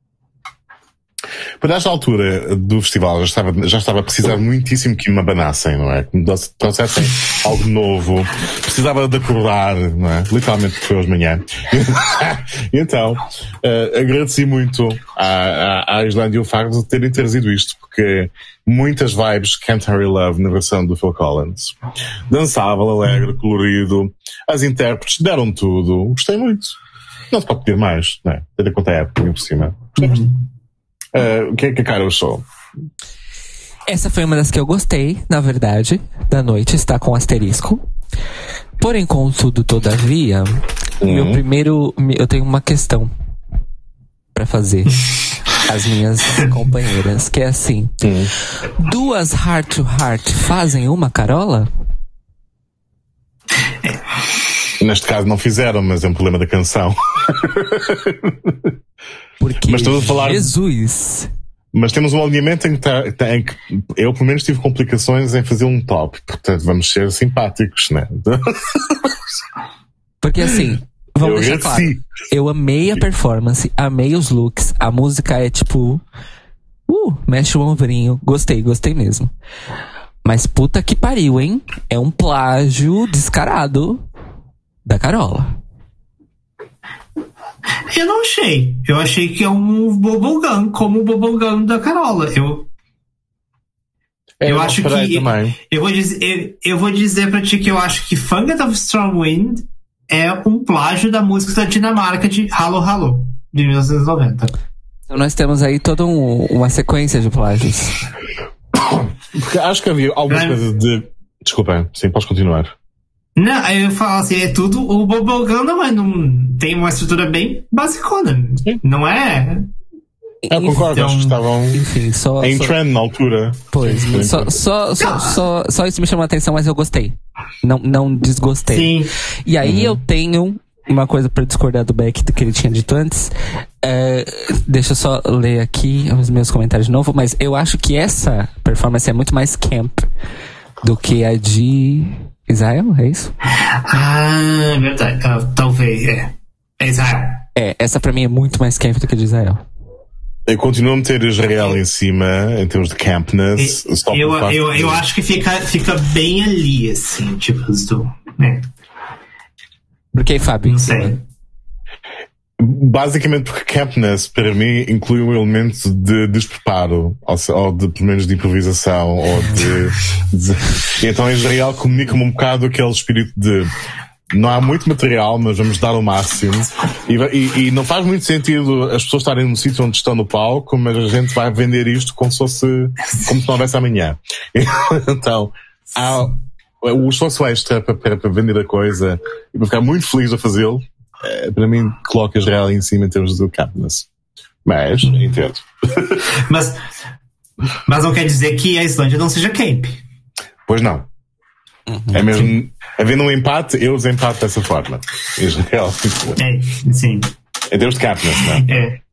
Para esta altura do festival já estava, já estava a precisar muitíssimo que me abanassem, não é? Que me trouxessem algo novo. Precisava de acordar, não é? Literalmente foi hoje de manhã. E então, uh, agradeci muito à, à, à Islândia o facto de terem trazido isto, porque muitas vibes Can't Hurry Love na versão do Phil Collins. Dançável, alegre, colorido. As intérpretes deram tudo. Gostei muito. Não se pode pedir mais, não é? Tendo em conta a época por cima. Gostei. Uh, o que é que a Cara achou? Essa foi uma das que eu gostei, na verdade, da noite, está com asterisco. Porém, contudo, todavia, uhum. meu primeiro, eu tenho uma questão pra fazer às minhas companheiras, que é assim, uhum. duas Heart to Heart fazem uma Carola? Neste caso não fizeram, mas é um problema da canção. Porque mas a falar... Jesus. Mas temos um alinhamento em que, tá, em que eu pelo menos tive complicações em fazer um top, portanto vamos ser simpáticos, né? Porque assim, vamos eu deixar claro, eu amei a performance, amei os looks, a música é tipo uh, mexe o ombrinho, gostei, gostei mesmo. Mas puta que pariu, hein? É um plágio descarado da Carola. Eu não achei. Eu achei que é um bubblegum, como o bubblegum da Carola. Eu, eu, eu acho que... Também. Eu vou, dizer, eu, eu vou dizer pra ti que eu acho que Fangad of Strong Wind é um plágio da música da Dinamarca de Halo Halo, de mil novecentos e noventa. Então nós temos aí toda um, uma sequência de plágios. Porque acho que havia alguma é. coisa de... Desculpa, sim, podes continuar. Não, aí eu falo assim, é tudo, o bubblegum não, é, não tem uma estrutura bem basicona, não é? Eu concordo, então, acho que estavam enfim, só, em só, trend na altura. Pois, Sim, só, só, só, só, só isso me chamou a atenção, mas eu gostei. Não, não desgostei. Sim. E aí uhum. eu tenho uma coisa pra discordar do Beck do que ele tinha dito antes. É, deixa eu só ler aqui os meus comentários de novo, mas eu acho que essa performance é muito mais camp do que a de Israel, é isso? Ah, verdade. Uh, talvez, é. É Israel. É, essa pra mim é muito mais camp do que a de Israel. Eu continuo a meter Israel em cima, em termos de campness. Eu, eu, eu, eu acho que fica, fica bem ali, assim, tipo, do, né? Por que, Fábio? Não sei. Basicamente porque campness, para mim, inclui um elemento de despreparo, ou, ou de, pelo menos, de improvisação, ou de, de... Então Israel comunica-me um bocado aquele espírito de não há muito material, mas vamos dar o máximo. E, e, e não faz muito sentido as pessoas estarem no sítio onde estão no palco, mas a gente vai vender isto como se fosse, como se não houvesse amanhã. Então, há o esforço extra para, para, para vender a coisa e para ficar muito feliz a fazê-lo, é, para mim, coloca Israel em cima em termos de campness. Mas, entendo. mas, mas não quer dizer que a Islândia não seja camp. Pois não. Uhum. É mesmo, havendo um empate, eu desempato dessa forma. Israel. É, sim. Em termos de campness, não é? É.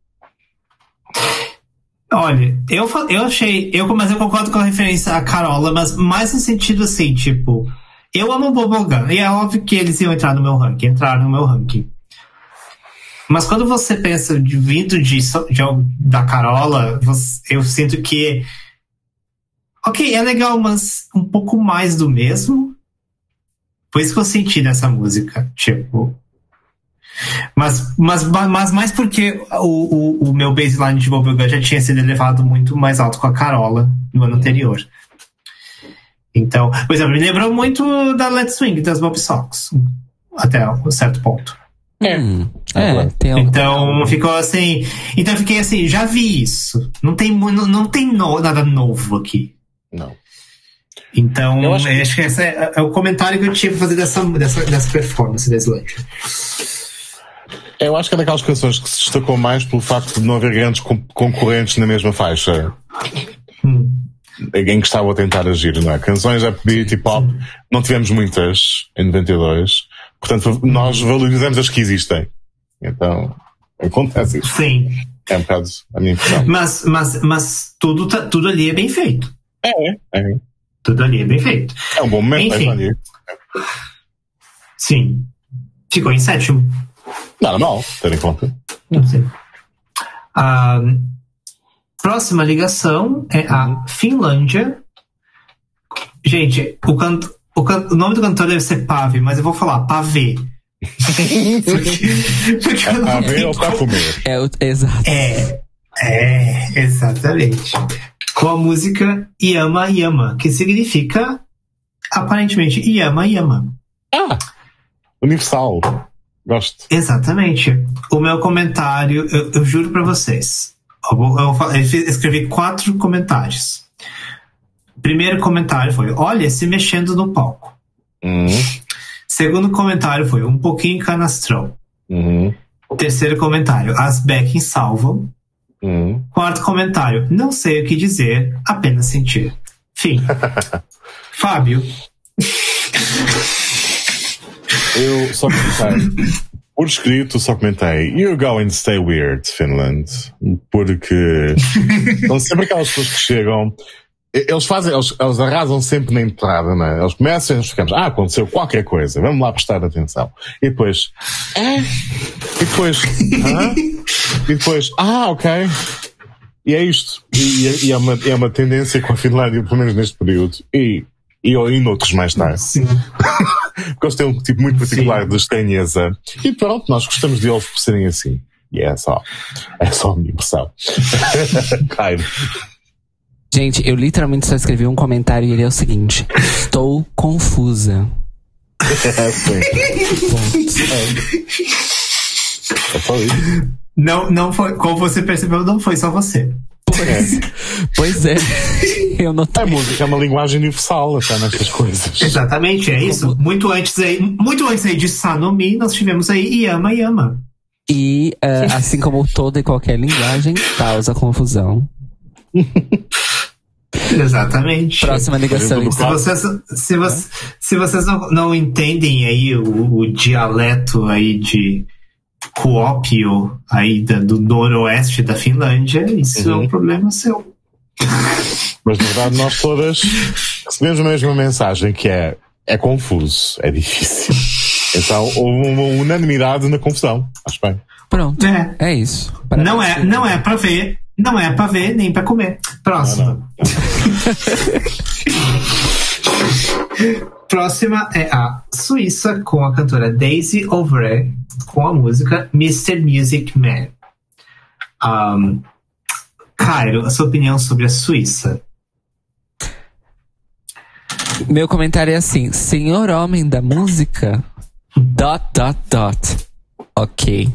Olha, eu, eu achei, eu, mas eu concordo com a referência à Carola, mas mais no sentido assim, tipo, eu amo o Bubblegum, e é óbvio que eles iam entrar no meu ranking, entraram no meu ranking. Mas quando você pensa de vindo de, de, da Carola, você, eu sinto que ok, é legal, mas um pouco mais do mesmo. Foi isso que eu senti nessa música, tipo. Mas, mas, mas mais porque o, o, o meu baseline de Bubblegum já tinha sido elevado muito mais alto com a Carola no ano anterior. Então, por exemplo, me lembrou muito da Let's Swing das Bob Sox, até um certo ponto. É, é tem um... Então ficou assim. Então eu fiquei assim, já vi isso. Não tem, não, não tem no, nada novo aqui. Não. Então, eu acho que, acho que esse é, é o comentário que eu tinha pra fazer dessa, dessa, dessa performance da Islândia. Eu acho que é daquelas canções que se destacou mais pelo facto de não haver grandes com- concorrentes na mesma faixa hum. em que estavam a tentar agir, não é? Canções a pedir tipo pop, não tivemos muitas em noventa e dois, portanto nós valorizamos as que existem. Então, acontece isso. Sim. É um bocado a minha impressão. Mas, mas, mas tudo, tá, tudo ali é bem feito. É, é. Tudo ali é bem feito. É um bom momento, enfim. É Sim. Ficou em sétimo. Não, não, ter em conta. Não sei. A próxima ligação é a Finlândia. Gente, o, canto, o, can, o nome do cantor deve ser Pave, mas eu vou falar Pavê. porque, porque é Pavê ou pra comer? É, o, exato. É, é, exatamente. Com a música Yama Yama, que significa aparentemente Yama Yama. Ah, universal. Gosto. Exatamente. O meu comentário, eu, eu juro pra vocês. Eu, eu, eu escrevi quatro comentários. Primeiro comentário foi: olha, se mexendo no palco. Uhum. Segundo comentário foi: um pouquinho canastrão. Uhum. Terceiro comentário: as backing salvam. Uhum. Quarto comentário: não sei o que dizer, apenas sentir. Fim. Fábio. Eu só comentei, por escrito, só comentei: You're going to stay weird, Finland. Porque são sempre aquelas pessoas que chegam, eles fazem, eles, eles arrasam sempre na entrada, não é? Eles começam e nós ficamos: ah, aconteceu qualquer coisa, vamos lá prestar atenção. E depois, é? E depois, hã? E depois, ah, ok. E é isto. E, e é, uma, é uma tendência com a Finlândia, pelo menos neste período. E, e, e noutros mais tarde. Sim. Porque eles têm um tipo muito particular Sim. de estranheza. E pronto, nós gostamos deles por serem assim. E é só. É só a minha impressão. Claro. Gente, eu literalmente só escrevi um comentário e ele é o seguinte: estou confusa. É, sim. É. É só isso. Não, não foi, como você percebeu, não foi só você. Pois é. Pois é. Eu notei. A música é uma linguagem universal até nestas coisas. Exatamente, é isso. Muito antes aí, muito antes aí de Sanomi, nós tivemos aí Yama Yama. E, uh, assim como toda e qualquer linguagem, causa confusão. Exatamente. Próxima ligação. Se vocês, se vocês, se vocês não, não entendem aí o, o dialeto aí de Kuopio aí da, do noroeste da Finlândia, isso uhum. é um problema seu. Mas na verdade nós todas recebemos a mesma mensagem, que é é confuso, é difícil. Então houve uma unanimidade na confusão. Acho bem. Pronto. É, é isso. Parabéns. Não é, não é para ver. Não é pra ver, nem pra comer. Próxima. Não, não. Próxima é a Suíça, com a cantora Daisy Ovray, com a música mister Music Man. Um, Cairo, a sua opinião sobre a Suíça? Meu comentário é assim: senhor homem da música, dot, dot, dot. Ok.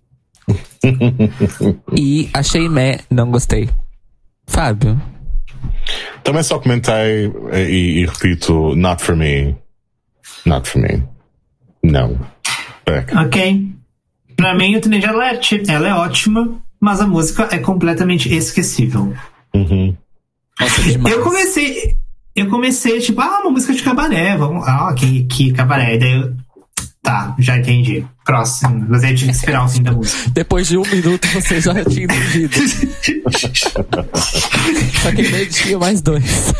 E achei meh, não gostei. Fábio? Também só comentei e, e repito, not for me. Not for me. Não. Back. Ok. Pra mim, o Teenage Alert, ela é ótima, mas a música é completamente esquecível. Uhum. Nossa, demais. Eu comecei, eu comecei, tipo, ah, uma música de cabaré, vamos, ah, que, que cabaré, daí eu, tá, já entendi. Próximo, mas aí eu tive que esperar o fim da música. Depois de um minuto você já tinha entendido. Só que ele tinha mais dois.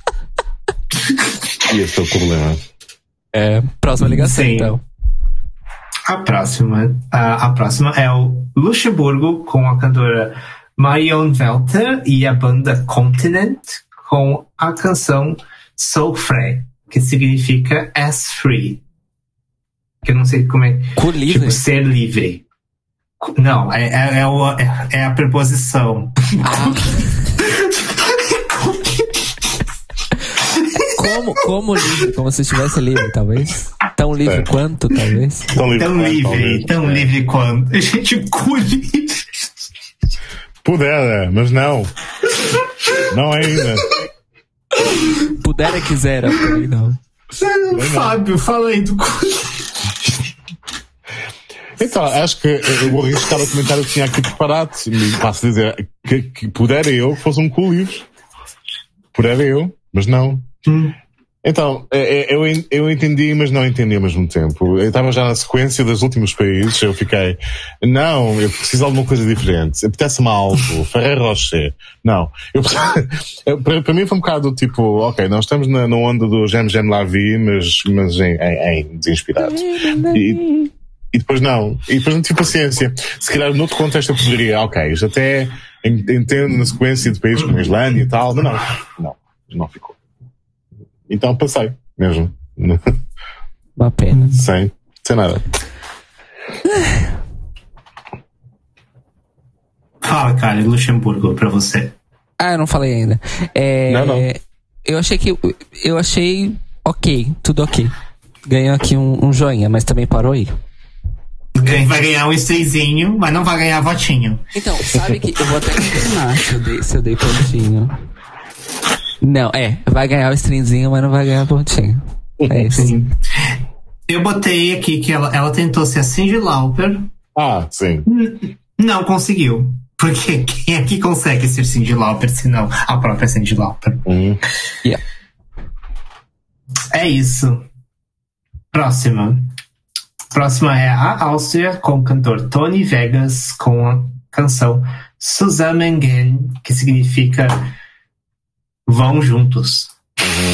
E esse é o problema. É, próxima ligação. Sim. Então. A próxima, a, a próxima é o Luxemburgo, com a cantora Marion Welter e a banda Continent, com a canção So Free, que significa as free. Que eu não sei como é. Cu livre? Tipo, ser livre. Não, é, é, é, o, é, é a preposição. Ah. como, como livre? Como se estivesse livre, talvez? Tão livre é. quanto, talvez? Tão livre, tão livre, talvez. Tão é. livre quanto. Gente, cu livre. Pudera, mas não. Não ainda. Pudera, quisera, porém não. Fábio, fala aí do cu livre. Então, acho que eu vou arriscar o comentário que tinha aqui preparado. Me passo a dizer que, que pudera eu que fosse um cu livre. Pudera eu, mas não. Hum. Então, eu, eu entendi, mas não entendi ao mesmo tempo. Eu estava já na sequência dos últimos países, eu fiquei, não, eu preciso de alguma coisa diferente. Apetece-me algo, Ferrero Rocher. Não. Eu, eu, para, para mim foi um bocado tipo, ok, nós estamos na, na onda do Gem Gem La Vie, mas, mas em, em, em desinspirados. E, E depois não. E depois não tive paciência. Se calhar noutro contexto eu poderia, ok, isto até entendo na sequência de países como a Islândia e tal, mas não. Não, não ficou. Então passei, mesmo. Uma pena. Sem, sem nada. Fala, cara, Luxemburgo, pra você. Ah, eu não falei ainda. É, não, não. Eu achei que... Eu achei ok, tudo ok. Ganhou aqui um, um joinha, mas também parou aí. Vai ganhar um estrezinho, mas não vai ganhar votinho. Então, sabe que eu vou até confirmar se eu dei, se eu dei pontinho. Não, é, vai ganhar o stringzinho, mas não vai ganhar pontinho. É isso. Sim. Eu botei aqui que ela, ela tentou ser a Cyndi Lauper. Ah, sim. N- não conseguiu. Porque quem é que consegue ser Cyndi Lauper, se não a própria Cyndi Lauper? Hum. Yeah. É isso. Próxima. Próxima é a Áustria, com o cantor Tony Vegas, com a canção Zusammengen, que significa Vão Juntos. Uhum.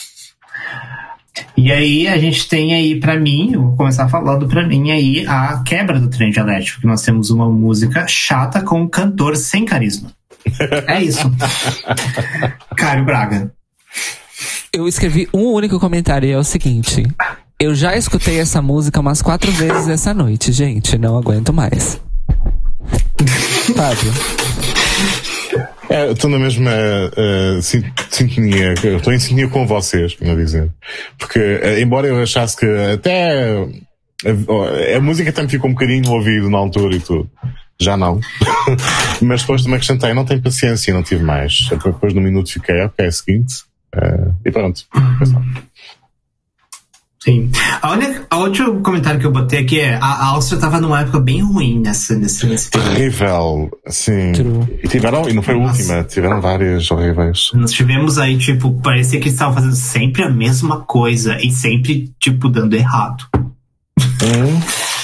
E aí a gente tem aí, pra mim, eu vou começar falando pra mim aí, a quebra do trem dialético, porque nós temos uma música chata com um cantor sem carisma. É isso. Caio Braga. Eu escrevi um único comentário e é o seguinte: eu já escutei essa música umas quatro vezes essa noite, gente, não aguento mais. Fábio. É, eu estou na mesma uh, sintonia, eu estou em sintonia com vocês, como eu dizer. Porque, uh, embora eu achasse que até a, a música também ficou um bocadinho no ouvido na altura e tudo, já não. Mas depois também acrescentei, não tenho paciência, não tive mais. Depois no minuto fiquei, ok, é o seguinte, uh, e pronto. Sim. A única, a outro comentário que eu botei aqui é a Áustria estava numa época bem ruim nessa, nesse, nesse período. Terrível, sim. True. E tiveram, e não foi a Nossa. última, tiveram várias horríveis. Nós tivemos aí, tipo, parecia que eles estavam fazendo sempre a mesma coisa e sempre, tipo, dando errado. Hum.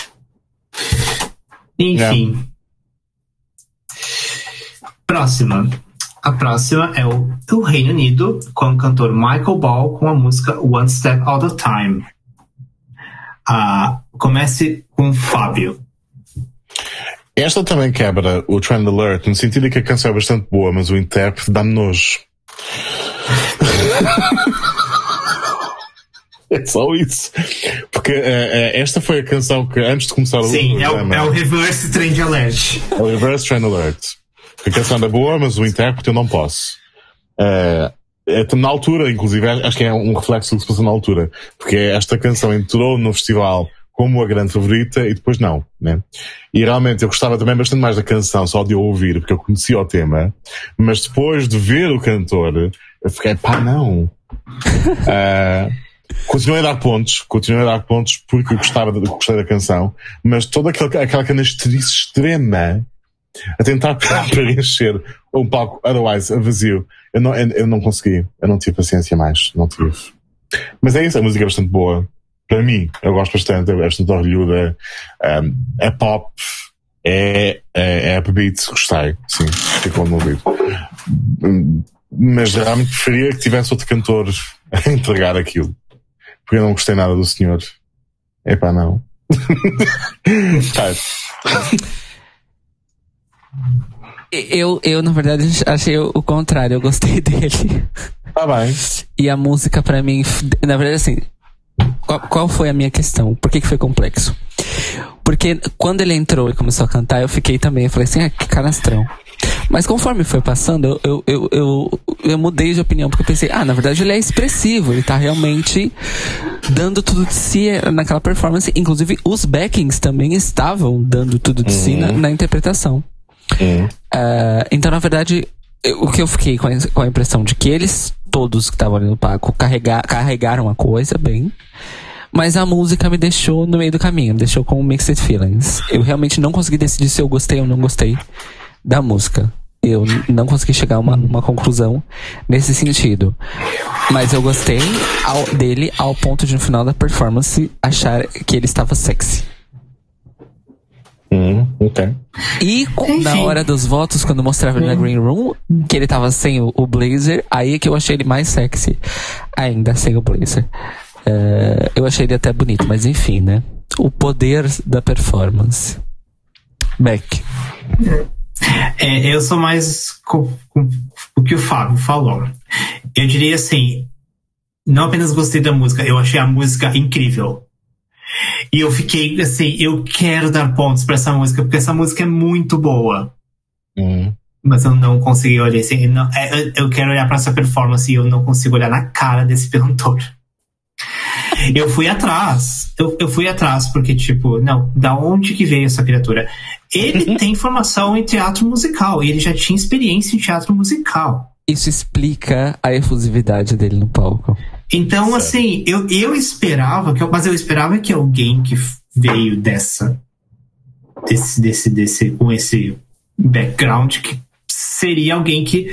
Enfim. Yeah. Próxima. A próxima é o, o Reino Unido, com o cantor Michael Ball, com a música One Step at a Time. Ah, comece com Fábio. Esta também quebra o Trend Alert, no sentido de que a canção é bastante boa, mas o intérprete dá-me nojo. É só isso. Porque uh, uh, esta foi a canção que, antes de começar o Sim, o programa... Sim, é o Reverse Trend Alert. É o Reverse Trend Alert. A canção é boa, mas o intérprete eu não posso. Uh, na altura, inclusive, acho que é um reflexo do que se passou na altura. Porque esta canção entrou no festival como a grande favorita e depois não, né? E realmente eu gostava também bastante mais da canção, só de eu ouvir, porque eu conhecia o tema. Mas depois de ver o cantor, eu fiquei, pá, não. Uh, continuei a dar pontos, continuei a dar pontos porque eu gostava de, gostei da canção, mas toda aquela, aquela canastrice extrema a tentar preencher um palco otherwise vazio, eu não, eu, eu não consegui, eu não tive paciência mais, não tive. Mas é isso, a música é bastante boa para mim, eu gosto bastante, é bastante orgulhosa, um, é pop, é, é, é upbeat, gostei, sim, ficou no ouvido. Mas realmente preferia que tivesse outro cantor a entregar aquilo, porque eu não gostei nada do senhor. Epá, não. Tá. Eu, eu, na verdade, achei o contrário. Eu gostei dele. Tá bem. E a música, pra mim, na verdade, assim, qual, qual foi a minha questão? Por que que foi complexo? Porque quando ele entrou e começou a cantar, eu fiquei também, eu falei assim, ah, que canastrão. Mas conforme foi passando, eu, eu, eu, eu, eu mudei de opinião, porque eu pensei, ah, na verdade ele é expressivo, ele tá realmente dando tudo de si naquela performance. Inclusive, os backings também estavam dando tudo de uhum. si na, na interpretação. Uhum. Uh, então, na verdade, eu, o que eu fiquei com a, com a impressão de que eles, todos que estavam ali no palco, carregar, carregaram a coisa bem, mas a música me deixou no meio do caminho, me deixou com mixed feelings. Eu realmente não consegui decidir se eu gostei ou não gostei da música. Eu não consegui chegar a uma, uma conclusão nesse sentido. Mas eu gostei ao, dele ao ponto de, no final da performance, achar que ele estava sexy. Hum, ok. E na hora dos votos, quando mostrava ele na Green Room, que ele tava sem o, o blazer, aí é que eu achei ele mais sexy. Ainda sem o blazer. Uh, eu achei ele até bonito, mas enfim, né? O poder da performance. Beck. É, eu sou mais com, com o que o Fábio falou. Eu diria assim, não apenas gostei da música, eu achei a música incrível. E eu fiquei assim, eu quero dar pontos pra essa música, porque essa música é muito boa. Uhum. Mas eu não consegui olhar assim, não, eu, eu quero olhar pra essa performance e eu não consigo olhar na cara desse cantor. Eu fui atrás, eu, eu fui atrás, porque tipo, não, da onde que veio essa criatura? Ele tem formação em teatro musical, e ele já tinha experiência em teatro musical. Isso explica a efusividade dele no palco. Então, certo. assim, eu, eu esperava, que eu, mas eu esperava que alguém que veio dessa, desse, desse, desse, com esse background, que seria alguém que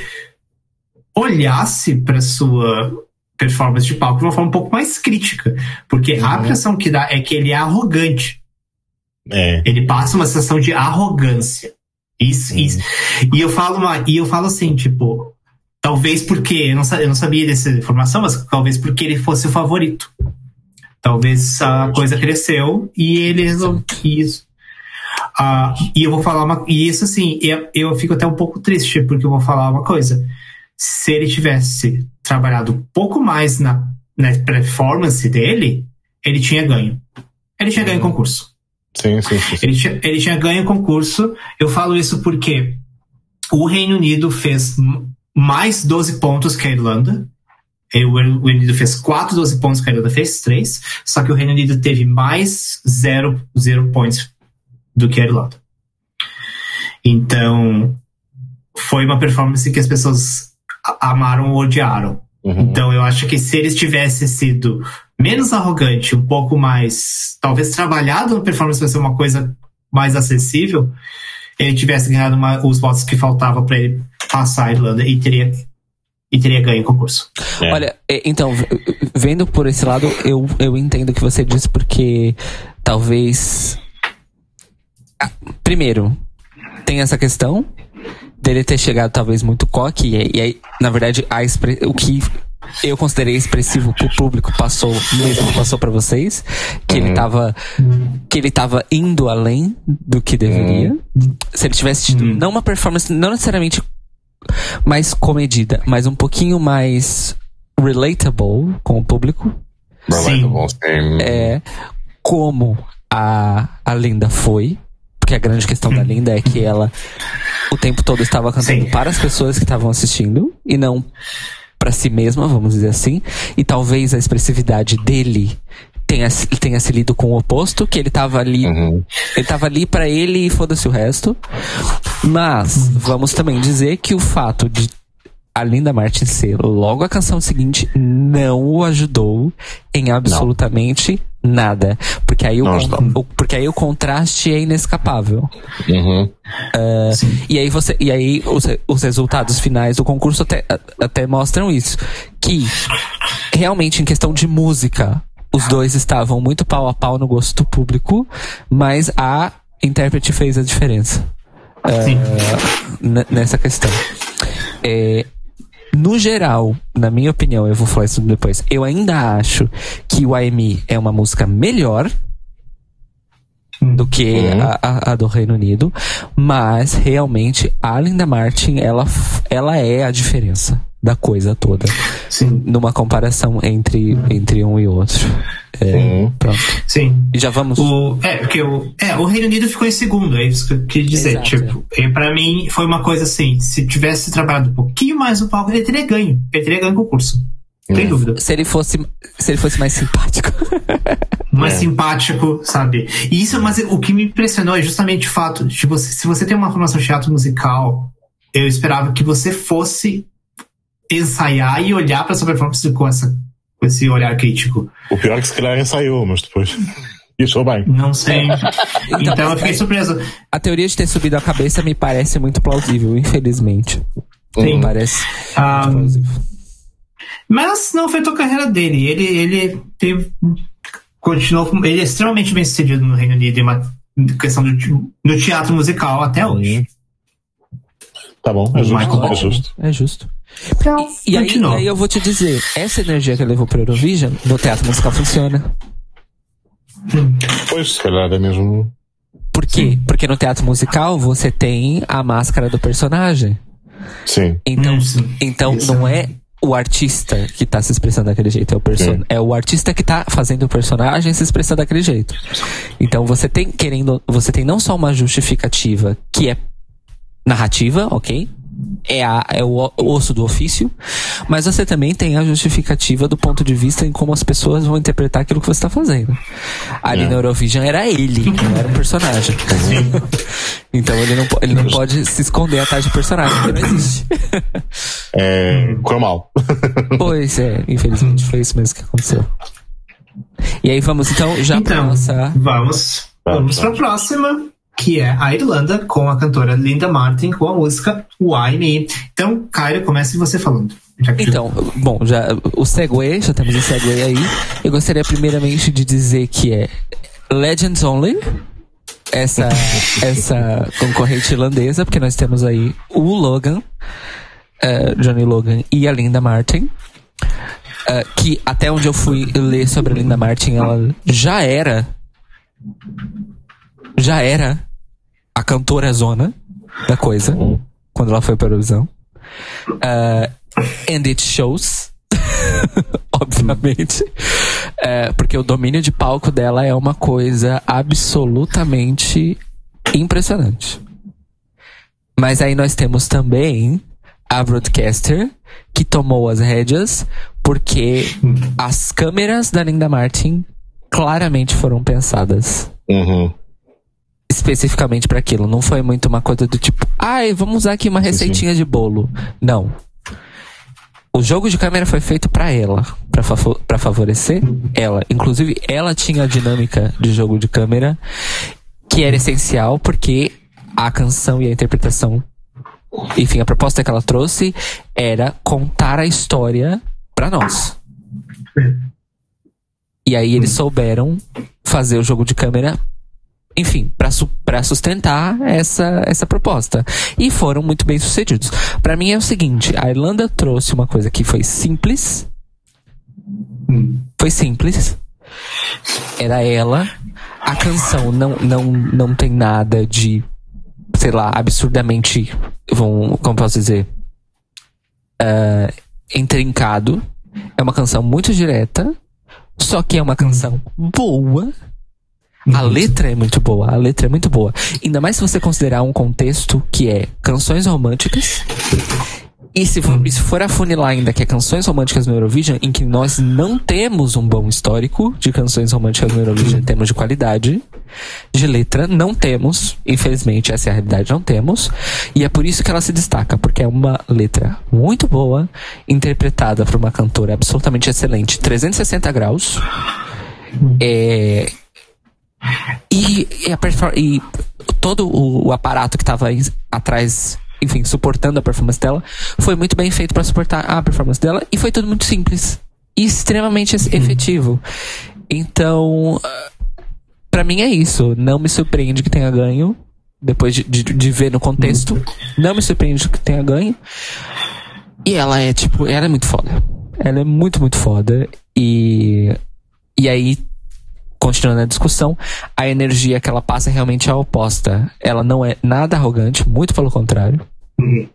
olhasse para sua performance de palco de uma forma um pouco mais crítica, porque uhum. a impressão que dá é que ele é arrogante. É. Ele passa uma sensação de arrogância. Isso, uhum. isso. E eu falo uma, e eu falo assim, tipo, talvez porque eu não, eu não sabia dessa informação, mas talvez porque ele fosse o favorito. Talvez a coisa cresceu e ele resolveu isso. Uh, e eu vou falar uma, e isso assim, eu, eu fico até um pouco triste, porque eu vou falar uma coisa. Se ele tivesse trabalhado um pouco mais na, na performance dele, ele tinha ganho. Ele tinha ganho o concurso. Sim, sim, sim. Ele tinha, ele tinha ganho o concurso. Eu falo isso porque o Reino Unido fez mais doze pontos que a Irlanda. O Reino Unido fez quatro, doze pontos que a Irlanda fez três. Só que o Reino Unido teve mais zero, zero pontos do que a Irlanda. Então, foi uma performance que as pessoas amaram ou odiaram. Uhum. Então eu acho que se eles tivessem sido menos arrogante, um pouco mais, talvez trabalhado na performance para ser uma coisa mais acessível, ele tivesse ganhado uma, os votos que faltavam para ele passar a Irlanda e teria, e teria ganho o concurso. É. Olha, então, vendo por esse lado, eu, eu entendo o que você disse, porque talvez... Ah, primeiro, tem essa questão dele ter chegado talvez muito coque, e aí, na verdade, a expre... o que eu considerei expressivo pro público passou, mesmo passou pra vocês, que uhum. ele tava que ele tava indo além do que deveria. Uhum. Se ele tivesse tido, uhum. não uma performance, não necessariamente mais comedida, mas um pouquinho mais relatable com o público. Relatable, sim. É, como a, a Linda foi. Porque a grande questão da Linda é que ela o tempo todo estava cantando Sim. para as pessoas que estavam assistindo e não para si mesma, vamos dizer assim. E talvez a expressividade dele tenha, tenha se lido com o oposto, que ele estava ali uhum. ele estava ali para ele e foda-se o resto. Mas vamos também dizer que o fato de a Linda Martin ser logo a canção seguinte não o ajudou em absolutamente não. nada. Porque aí, o, o, porque aí o contraste é inescapável. Uhum. Uh, e aí, você, e aí os, os resultados finais do concurso até, até mostram isso. Que realmente, em questão de música, os dois estavam muito pau a pau no gosto do público, mas a intérprete fez a diferença uh, n- nessa questão. É, no geral, na minha opinião, eu vou falar isso depois, eu ainda acho que o I Me é uma música melhor do que uhum. a, a, a do Reino Unido, mas realmente a Linda Martin, ela, ela é a diferença da coisa toda. Sim. Numa comparação entre, entre um e outro. É, Sim. Pronto. Sim. E já vamos. O, é, porque o, é, o Reino Unido ficou em segundo, é isso que eu queria dizer. Exato, tipo, é. Pra mim foi uma coisa assim: se tivesse trabalhado um pouquinho mais no palco, ele teria ganho. Ele teria ganho o concurso. Não tem dúvida. Se ele fosse, se ele fosse mais simpático. mais é. simpático, sabe? E isso, mas o que me impressionou é justamente o fato de você, se você tem uma formação de teatro musical, eu esperava que você fosse ensaiar e olhar pra sua performance com, essa, com esse olhar crítico. O pior é que se calhar ensaiou, mas depois achou bem. Não sei. Então, então eu fiquei surpreso. A teoria de ter subido a cabeça me parece muito plausível, infelizmente. Sim. Me parece um, muito plausível. Mas não afetou a carreira dele. Ele, ele teve, continuou. Ele é extremamente bem sucedido no Reino Unido em uma questão do, do teatro musical até hoje. Tá bom, é justo. É justo. É justo. Então, e, e, aí, e aí eu vou te dizer, essa energia que ele levou pro Eurovision, no teatro musical funciona. Pois, se calhar é mesmo. Por quê? Sim. Porque no teatro musical você tem a máscara do personagem. Sim. Então, Sim. então não é o artista que tá se expressando daquele jeito, é o, person... é o artista que tá fazendo o personagem se expressar daquele jeito. Então você tem, querendo, você tem não só uma justificativa que é narrativa, ok? É, a, é o osso do ofício, mas você também tem a justificativa do ponto de vista em como as pessoas vão interpretar aquilo que você está fazendo. Ali é. na Eurovision era ele, não era um personagem. Então ele não, ele não pode se esconder atrás de personagem, porque não existe. É, correu mal. Pois é, infelizmente foi isso mesmo que aconteceu. E aí vamos então já então, pra nossa... Vamos, vamos pra próxima, que é a Irlanda, com a cantora Linda Martin, com a música Why Me. Então, Cairo, comece você falando. Então, bom, já, o segue, já temos o segue aí. Eu gostaria primeiramente de dizer que é Legends Only, essa, essa concorrente irlandesa, porque nós temos aí o Logan, uh, Johnny Logan e a Linda Martin, uh, que até onde eu fui ler sobre a Linda Martin, ela já era já era a cantora zona da coisa quando ela foi para a Eurovisão. Uh, and it shows. Obviamente. Uh, porque o domínio de palco dela é uma coisa absolutamente impressionante. Mas aí nós temos também a broadcaster que tomou as rédeas porque as câmeras da Linda Martin claramente foram pensadas. Uhum. Especificamente para aquilo. Não foi muito uma coisa do tipo, ai, vamos usar aqui uma receitinha sim, sim. de bolo. Não. o jogo de câmera foi feito pra ela, pra, fa- pra favorecer ela. Inclusive, ela tinha a dinâmica de jogo de câmera que era essencial, porque a canção e a interpretação, enfim, a proposta que ela trouxe era contar a história pra nós. E aí eles souberam fazer o jogo de câmera, enfim, pra, su- pra sustentar essa, essa proposta. E foram muito bem sucedidos. Pra mim é o seguinte, a Irlanda trouxe uma coisa que foi simples. Foi simples. Era ela. A canção não, não, não tem nada de, sei lá, absurdamente, vão, como posso dizer, uh, intrincado. É uma canção muito direta, só que é uma canção boa. A letra é muito boa, a letra é muito boa. Ainda mais se você considerar um contexto que é canções românticas. E se for, e se for afunilar ainda que é canções românticas no Eurovision, em que nós não temos um bom histórico de canções românticas no Eurovision em termos de qualidade de letra, não temos, infelizmente essa é a realidade, não temos, e é por isso que ela se destaca, porque é uma letra muito boa, interpretada por uma cantora absolutamente excelente, trezentos e sessenta graus, é, e, e, a perfor- e todo o, o aparato que estava atrás, enfim, suportando a performance dela, foi muito bem feito pra suportar a performance dela, e foi tudo muito simples e extremamente efetivo. Então, pra mim é isso. Não me surpreende que tenha ganho, depois de, de, de ver no contexto. Não me surpreende que tenha ganho. E ela é, tipo, ela é muito foda. Ela é muito, muito foda. E, e aí, continuando a discussão, a energia que ela passa realmente é a oposta. Ela não é nada arrogante, muito pelo contrário. Uhum.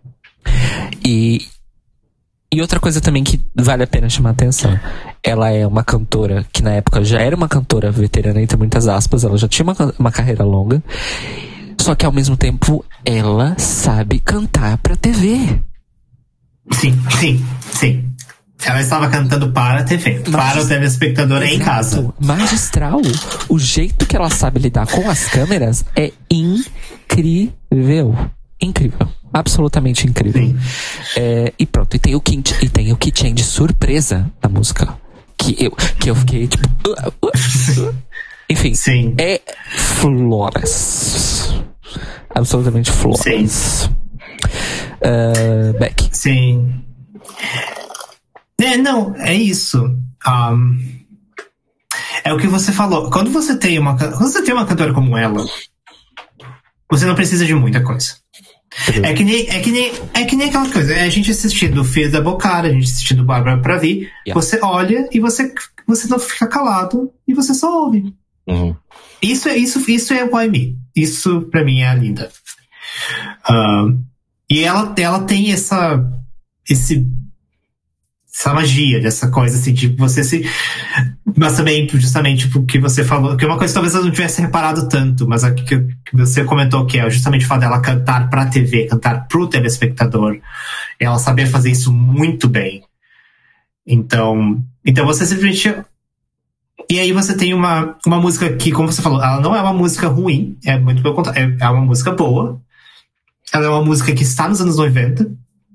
E, e outra coisa também que vale a pena chamar a atenção. Ela é uma cantora que na época já era uma cantora veterana, entre muitas aspas. Ela já tinha uma, uma carreira longa. Só que ao mesmo tempo, ela sabe cantar pra T V. Sim, sim, sim. Ela estava cantando para a T V, Magist... para o telespectador em casa. Magistral. O jeito que ela sabe lidar com as câmeras é incrível. Incrível. Absolutamente incrível. É, e pronto. E tem o Kit, e tem o Kitchen de surpresa na música. Que eu, que eu fiquei tipo... Uh, uh, uh. Enfim. Sim. É flores. Absolutamente flores. Sim. Uh, Beck. Sim. É, não, é isso. Um, é o que você falou. Quando você tem uma, quando você tem uma cantora como ela, você não precisa de muita coisa. É que nem, é que nem, é que nem aquela coisa. É a gente assistindo o Filho da Bocara, a gente assistindo Bárbara Pravi. Yeah. Você olha e você, você não fica calado e você só ouve. Uhum. Isso é isso, isso é o Why Me. Isso pra mim é a Linda. Um, e ela, ela tem essa, esse essa magia dessa coisa, assim, de você se... Mas também, justamente, porque você falou... Que é uma coisa que talvez eu não tivesse reparado tanto, mas aqui que, que você comentou, que é justamente o fato dela cantar pra T V, cantar pro telespectador. Ela saber fazer isso muito bem. Então, então você simplesmente... E aí você tem uma, uma música que, como você falou, ela não é uma música ruim, é muito pelo contrário, é, é uma música boa. Ela é uma música que está nos anos noventa.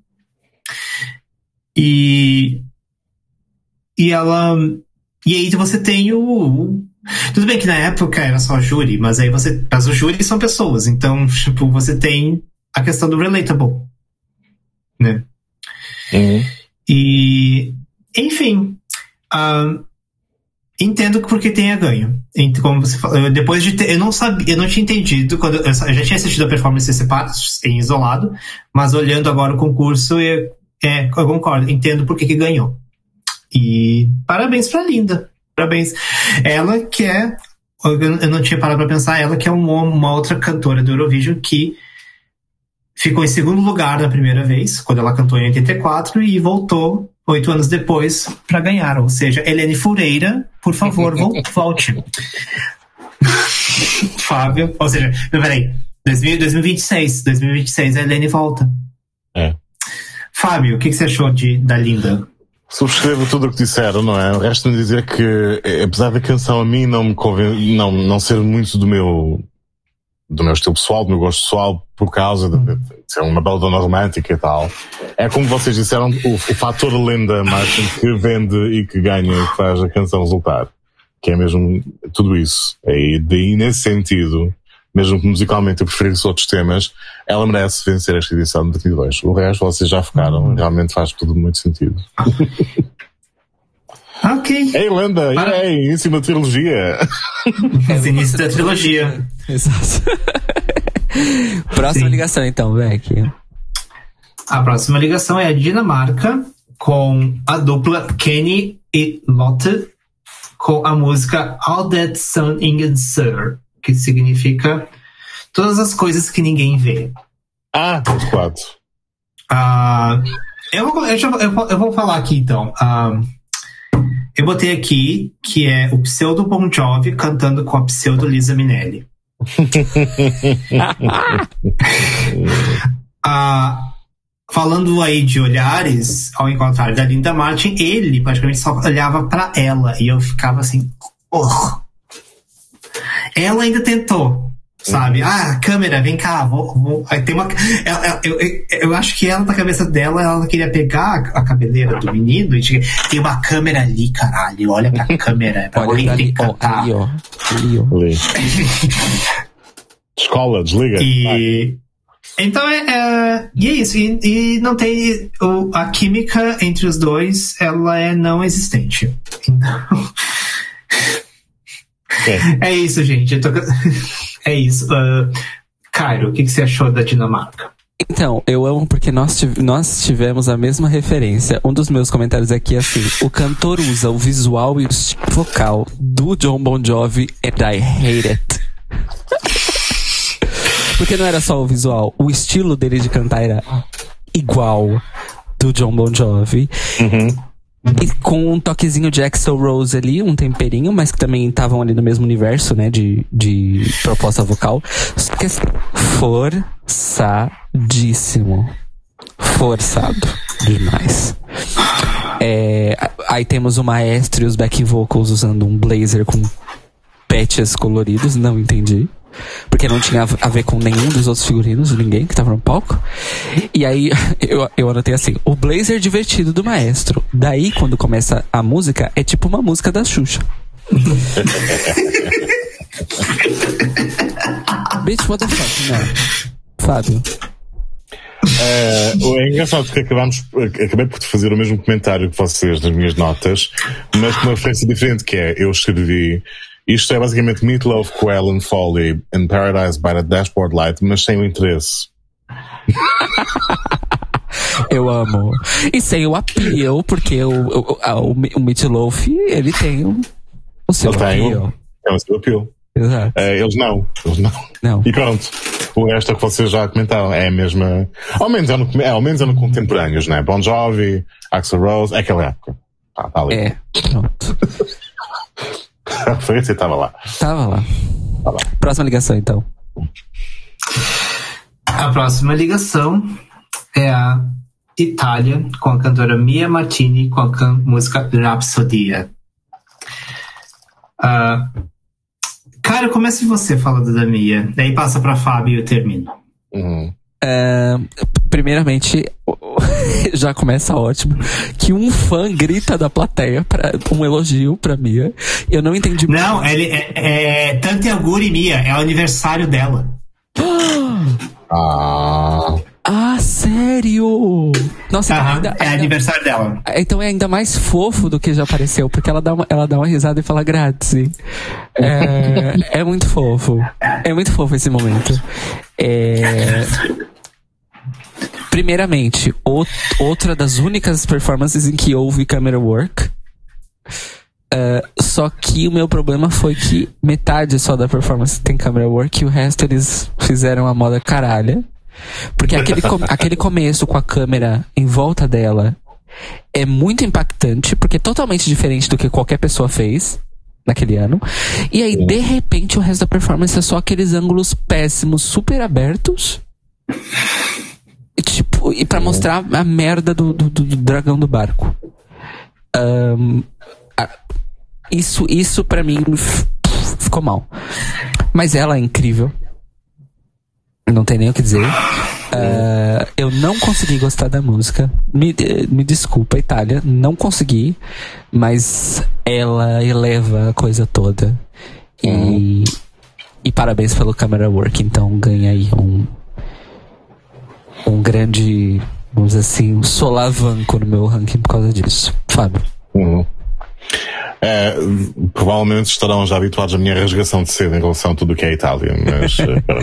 E, e ela... E aí você tem o... Tudo bem que na época era só júri, mas aí você... Mas os júris são pessoas, então, tipo, você tem a questão do relatable, né? Uhum. E... Enfim... Uh, entendo porque tenha ganho. Como você falou, depois de ter... Eu não sabia... Eu não tinha entendido... Quando, eu já tinha assistido a performance separada, em isolado, mas olhando agora o concurso... Eu, É, eu concordo, entendo por que que ganhou. E parabéns pra Linda. Parabéns. Ela que é, eu não tinha parado pra pensar, ela que é uma, uma outra cantora do Eurovision que ficou em segundo lugar na primeira vez, quando ela cantou em oitenta e quatro, e voltou oito anos depois pra ganhar. Ou seja, Helene Fureira, por favor, volte. Fábio, ou seja, peraí, dois mil e vinte e seis, dois mil e vinte e seis a Helene volta. É. Fábio, o que, que você achou de, da Linda? Subscrevo tudo o que disseram, não é? Resta-me dizer que, apesar da canção a mim não me conven... não, não ser muito do meu do meu estilo pessoal, do meu gosto pessoal, por causa de, de ser uma beladona romântica e tal. É como vocês disseram, o, o fator Linda Martin que vende e que ganha e que faz a canção resultar. Que é mesmo tudo isso. E daí, nesse sentido, mesmo que musicalmente eu preferisse outros temas, ela merece vencer esta edição de trinta e dois. O resto vocês já focaram, realmente faz tudo muito sentido. Ok. Ei, Linda, e aí, início da trilogia. É, início da trilogia. Exato. Próxima Sim. ligação, então, Beck. A próxima ligação é a Dinamarca com a dupla Kenny e Lotte com a música All That Sun Ingen Sir, que significa todas as coisas que ninguém vê. Ah, os quatro. Uh, eu, vou, eu, já, eu, vou, eu vou falar aqui, então. Uh, eu botei aqui que é o pseudo Bon Jovi cantando com a pseudo Lisa Minnelli. uh, falando aí de olhares, ao contrário da Linda Martin, ele praticamente só olhava pra ela e eu ficava assim, oh. Ela ainda tentou, sabe? Uhum. Ah, câmera, vem cá, vou, vou. Aí tem uma. Eu, eu, eu, eu acho que ela, na cabeça dela, ela queria pegar a cabeleira do menino e dizer, tem uma câmera ali, caralho, olha pra câmera, pra olha alguém cantar. Ali, ó. Ali, ó. Ali. Escola, desliga. E. Então é, é. E é isso. E, e não tem. O, a química entre os dois, ela é não existente. Então. É. é isso, gente. Eu tô... É isso. Uh, Cairo, o que, que você achou da Dinamarca? Então, eu amo porque nós, tiv- nós tivemos a mesma referência. Um dos meus comentários aqui é assim: o cantor usa o visual e o estilo vocal do John Bon Jovi and I hate it. Porque não era só o visual, o estilo dele de cantar era igual do John Bon Jovi. Uhum. E com um toquezinho de Axl Rose ali, um temperinho, mas que também estavam ali no mesmo universo, né, de, de proposta vocal. Só que assim, forçadíssimo. Forçado demais. É, aí temos o maestro e os backing vocals usando um blazer com patches coloridos, não entendi. Porque não tinha a ver com nenhum dos outros figurinos, ninguém que tava no palco. E aí eu, eu anotei assim: o blazer divertido do maestro. Daí, quando começa a música, é tipo uma música da Xuxa. Bitch, what the fuck, né? Fábio. É, é engraçado que acabamos, acabei por fazer o mesmo comentário que vocês nas minhas notas, mas com uma referência diferente, que é, eu escrevi, isto é basicamente Meatloaf, Quell and Folly in Paradise by the Dashboard Light, mas sem o interesse. Eu amo. E sem o appeal, porque o, o, o, o Meatloaf, ele tem o, o seu ele appeal. Tem o seu appeal. Exato. É, eles não. Eles não. Não. E pronto. O resto é que vocês já comentaram. É a mesma. Ao menos é no, é, ao menos é no contemporâneos, né? Bon Jovi, Axl Rose, é aquela época. Ah, tá ali. É, pronto. A referência estava lá. Estava lá. Tá lá. Próxima ligação, então. A próxima ligação é a Itália, com a cantora Mia Martini, com a can- música Rapsodia. Uh, cara, comece você falando da Mia, daí passa pra Fábio e eu termino. Uhum. Uh, primeiramente, já começa ótimo que um fã grita da plateia pra, um elogio pra Mia. Eu não entendi. Não, ele é, é Tante Auguri Mia, é o aniversário dela. Ah. Ah, sério? Nossa, Aham, ainda, é ainda, aniversário dela. Então é ainda mais fofo do que já apareceu, porque ela dá uma, ela dá uma risada e fala grazie. É, é muito fofo. É muito fofo esse momento. É... Primeiramente, out, outra das únicas performances em que houve camera work. Uh, só que o meu problema foi que metade só da performance tem camera work e o resto eles fizeram a moda caralha. Porque aquele, com, aquele começo com a câmera em volta dela é muito impactante, porque é totalmente diferente do que qualquer pessoa fez naquele ano. E aí, de repente, o resto da performance é só aqueles ângulos péssimos, super abertos. E, tipo, e pra mostrar a merda do, do, do dragão do barco. Um, a, isso, isso pra mim f- ficou mal. Mas ela é incrível. Não tem nem o que dizer. Uh, eu não consegui gostar da música. Me, me desculpa, Itália, não consegui. Mas ela eleva a coisa toda. E, uhum. e parabéns pelo camera work. Então ganha aí um um grande, vamos dizer assim, um solavanco no meu ranking por causa disso. Fábio. Uhum. É, provavelmente estarão já habituados à minha rasgação de cedo em relação a tudo o que é Itália, mas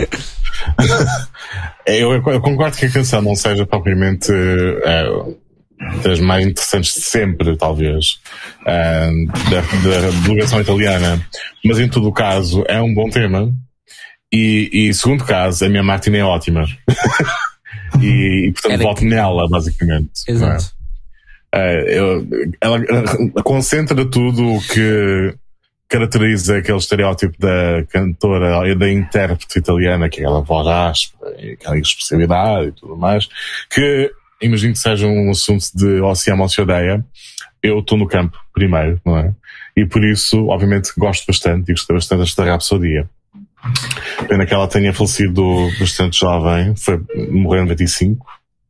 eu, eu concordo que a canção não seja propriamente é, das mais interessantes de sempre, talvez, é, da, da delegação italiana, mas em todo o caso é um bom tema e, e segundo caso, a minha Martina é ótima. e, e portanto Ela... voto nela, basicamente. Exato. Uh, eu, ela uh, concentra tudo o que caracteriza aquele estereótipo da cantora e da intérprete italiana, que é aquela voz áspera e aquela expressividade e tudo mais, que imagino que seja um assunto de ou se ama ou se odeia. Eu estou no campo primeiro, não é? E por isso, obviamente, gosto bastante e gostei bastante desta Rapsodia. Pena que ela tenha falecido bastante jovem, foi, morreu em noventa e cinco.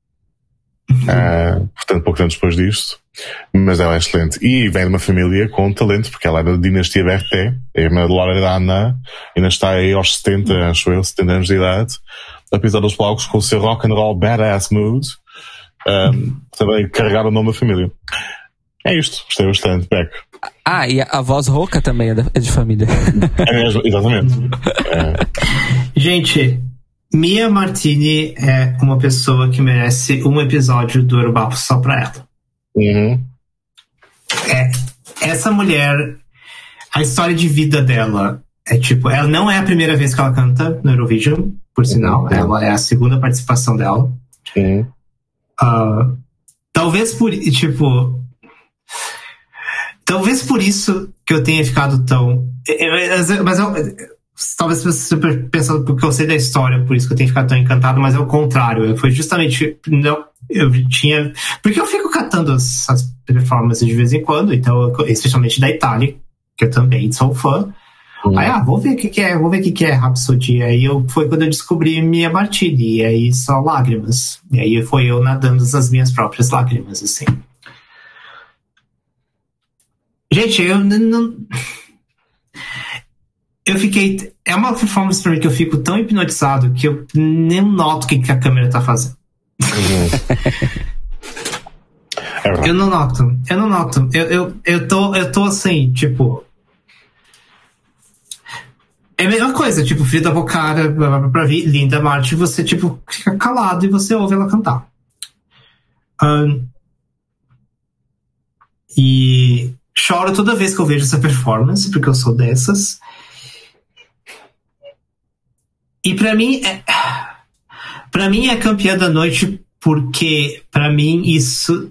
Uh, portanto pouco tempo depois disto, mas ela é excelente e vem de uma família com talento, porque ela é da dinastia Berté, é a irmã de Loredana, ainda está aí aos setenta, acho eu, setenta anos de idade, a pisar dos palcos com o seu rock and roll badass mood. Um, também carregar o nome da família. É isto, gostei bastante. Beck. Ah, e a, a voz rouca também é, da, é de família. É mesmo, exatamente. É. Gente, Mia Martini é uma pessoa que merece um episódio do Eurobapo só pra ela. Uhum. É, essa mulher, a história de vida dela é tipo, ela não é a primeira vez que ela canta no Eurovision, por sinal, uhum. Ela é a segunda participação dela. Uhum. Uh, talvez por, tipo, talvez por isso que eu tenha ficado tão, mas eu, talvez você pensando porque eu sei da história, por isso que eu tenho ficado tão encantado, mas é o contrário. Foi justamente, não, eu tinha, porque eu fico catando as, as performances de vez em quando, então, especialmente da Itália, que eu também sou fã. Uhum. Aí, ah, vou ver o que, que é, vou ver o que, que é Rhapsody. Aí eu, foi quando eu descobri Mia Martini, e aí só lágrimas. E aí foi eu nadando as minhas próprias lágrimas, assim. Gente, eu não. Eu fiquei. É uma performance pra mim que eu fico tão hipnotizado que eu nem noto o que, que a câmera tá fazendo. eu não noto. Eu não noto. Eu, eu, eu, tô, eu tô assim, tipo. É a mesma coisa, tipo, Frida Bocara pra vir, Linda Martin, você, tipo, fica calado e você ouve ela cantar. Um, e choro toda vez que eu vejo essa performance, porque eu sou dessas. E pra mim, é, pra mim é campeã da noite, porque pra mim isso,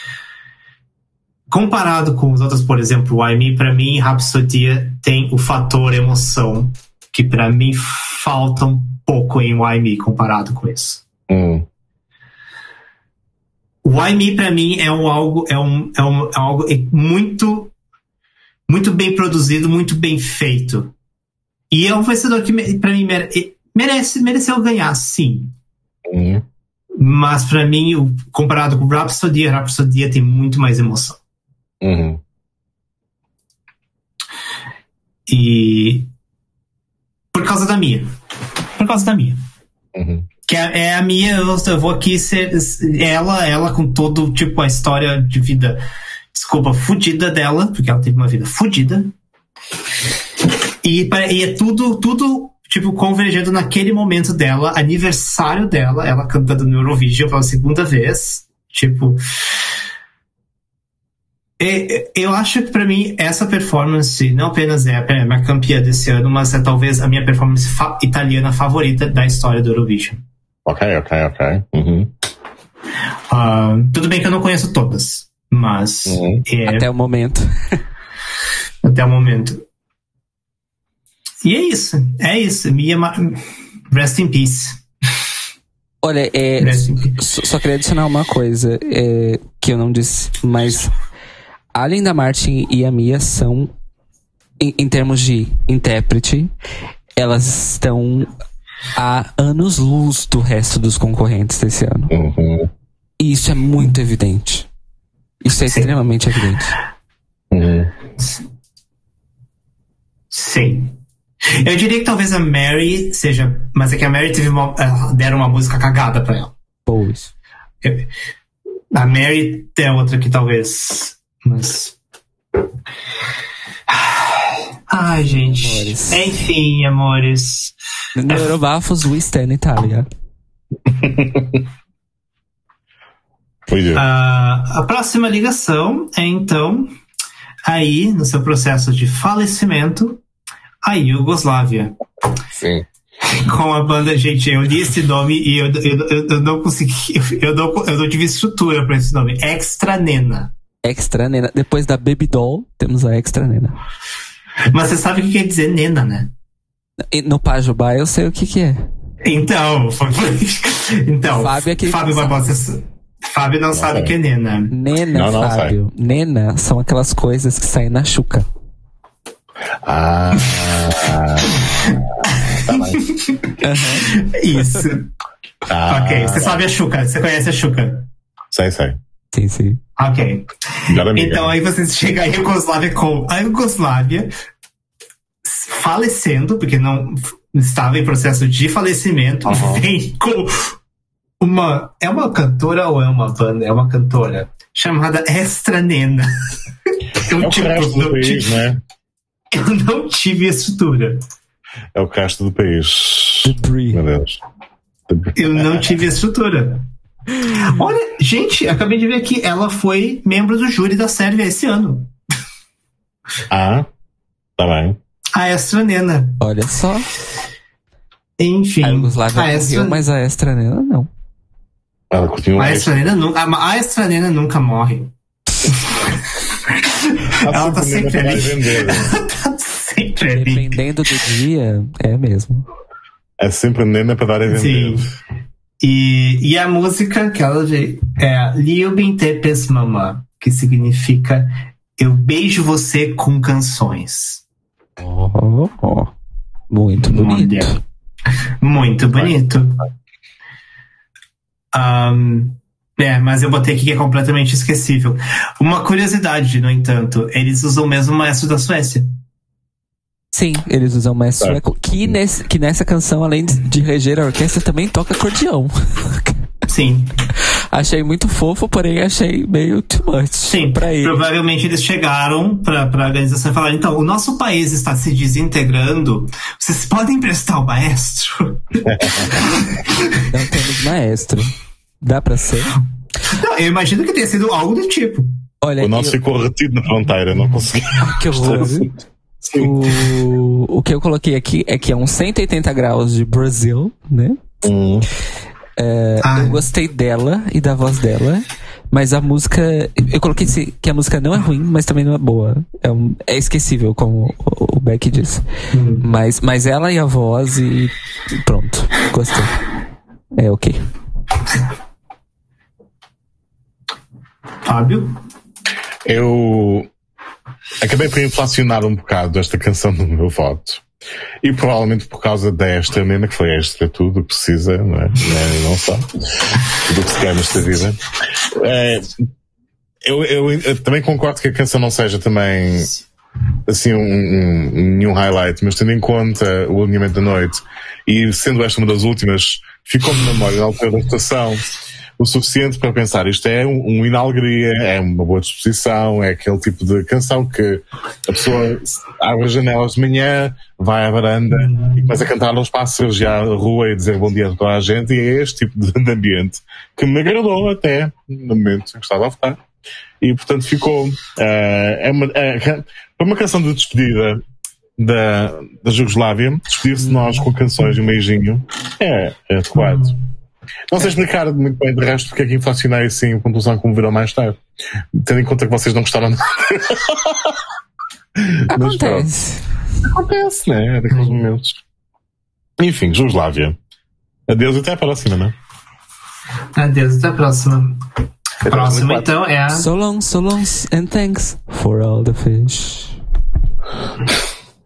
comparado com os outros, por exemplo, o I Me, pra mim, Rhapsody tem o fator emoção, que pra mim falta um pouco em Why Me comparado com isso. Hum. O Why Me, pra mim, é um algo, é um, é um é algo muito, muito bem produzido, muito bem feito. E é um vencedor que, pra mim, merece, mereceu ganhar, sim. Hum. Mas pra mim, comparado com o Rhapsody, a Rhapsody tem muito mais emoção. Uhum. E por causa da Mia. Por causa da Mia. Uhum. Que é, é a Mia, eu, eu vou aqui ser ela, ela com todo, tipo, a história de vida, desculpa, fudida dela, porque ela teve uma vida fudida. E, e é tudo, tudo, tipo, convergendo naquele momento dela, aniversário dela, ela cantando no Eurovision pela segunda vez. Tipo. Eu acho que pra mim essa performance não apenas é a minha campeã desse ano, mas é talvez a minha performance fa- italiana favorita da história do Eurovision. Ok, ok, ok. Uhum. Uh, tudo bem que eu não conheço todas, mas... Uhum. É... Até o momento. Até o momento. E é isso. É isso. Mia Ma... Rest in peace. Olha, é, só, só queria adicionar uma coisa é, que eu não disse, mas... A Linda Martin e a Mia são, em, em termos de intérprete, elas estão a anos-luz do resto dos concorrentes desse ano. Uhum. E isso é muito evidente. Isso é Sim. extremamente evidente. Uhum. Sim. Eu diria que talvez a Mary seja... Mas é que a Mary teve uma, deram uma música cagada pra ela. Pois. Eu, a Mary tem outra que talvez... Mas... Ai, gente. Amores. Enfim, amores. No Eurobafos, we stand Itália. Pois é. Uh, a próxima ligação é, então, aí, no seu processo de falecimento, a Iugoslávia. Sim. Com a banda, gente, eu li esse nome e eu, eu, eu, eu não consegui, eu não, eu não tive estrutura pra esse nome. Extra Nena. Extra Nena. Depois da Baby Doll, temos a Extra Nena. Mas você sabe o que quer dizer Nena, né? No Pajubá eu sei o que que é. Então, então Fábio, é Fábio Barbosa, Fábio não, não sabe o que é Nena. Nena, não, não Fábio. Sai. Nena são aquelas coisas que saem na Xuca. Ah, tá bem. Uhum. Isso. Ah, ok, você sabe a Xuca, você conhece a Xuca? Sei, sei. Sim, sim. Ok. Então aí você chega a Iugoslávia com a Iugoslávia falecendo, porque não estava em processo de falecimento, uhum. Vem com uma... É uma cantora ou é uma banda? É uma cantora chamada Extra Nena. Eu, é o tipo, resto do país, tive, né? Eu não tive estrutura. É o resto do país. Debris. Meu Deus. Eu não tive estrutura. Olha, gente, acabei de ver aqui, ela foi membro do júri da Sérvia esse ano. Ah, tá bem. A Extra Nena. Olha só. Enfim. A Iugoslávia a extra... morreu, mas a Extra Nena não. Ela continua. A Extra Nena, nu... a Extra Nena nunca morre. Ela tá sempre ali. Ela tá sempre ali. Dependendo do dia, é mesmo. É sempre Nena para dar a vender. Sim. E, e a música que ela é Ljubim te pesmama, que significa eu beijo você com canções. Oh, oh, oh. Muito bonito. Muito bonito. Um, é, mas eu botei aqui que é completamente esquecível. Uma curiosidade, no entanto, eles usam o mesmo maestro da Suécia. Sim, eles usam o maestro tá. sueco, que, nesse, que nessa canção, além de reger a orquestra, também toca acordeão. Sim. Achei muito fofo, porém achei meio too much. Sim, pra ele. Provavelmente eles chegaram pra, pra organização e falaram, então, o nosso país está se desintegrando, vocês podem emprestar o maestro? Não temos maestro. Dá pra ser? Não, eu imagino que tenha sido algo do tipo. Olha, o nosso eu... ficou retido na fronteira, não consegui. Que horror. O, o que eu coloquei aqui é que é uns cento e oitenta graus de Brasil, né? Hum. É, eu gostei dela e da voz dela, mas a música, eu coloquei que a música não é ruim, mas também não é boa. É, um, é esquecível, como o, o Beck disse. Hum. Mas, mas ela e a voz e pronto, gostei. É ok. Fábio? Eu acabei por inflacionar um bocado esta canção no meu voto. E provavelmente por causa desta Nena, que foi extra tudo o que precisa, não é? Não, não só. Tudo o que se quer nesta vida. É, eu, eu, eu também concordo que a canção não seja também assim um, um, nenhum highlight, mas tendo em conta o alinhamento da noite e sendo esta uma das últimas, ficou-me na memória na altura da estação o suficiente para pensar, isto é um, um hino à alegria, é uma boa disposição, é aquele tipo de canção que a pessoa abre as janelas de manhã, vai à varanda e começa a cantar aos pássaros e à rua e dizer bom dia a toda a gente, e é este tipo de ambiente que me agradou até no momento em que estava a votar. E portanto ficou uh, é uma, é, é uma canção de despedida da, da Jugoslávia. Despedir-se de nós com canções e um beijinho é, é adequado. Não sei explicar muito bem de resto porque é que inflacionei assim a conclusão como virou mais tarde, tendo em conta que vocês não gostaram de... Acontece. Mas, acontece, né? É daqueles momentos. Enfim, Jugoslávia. Adeus e até a próxima, né? Adeus, até a próxima. A próxima então é a So long, so long and thanks for all the fish.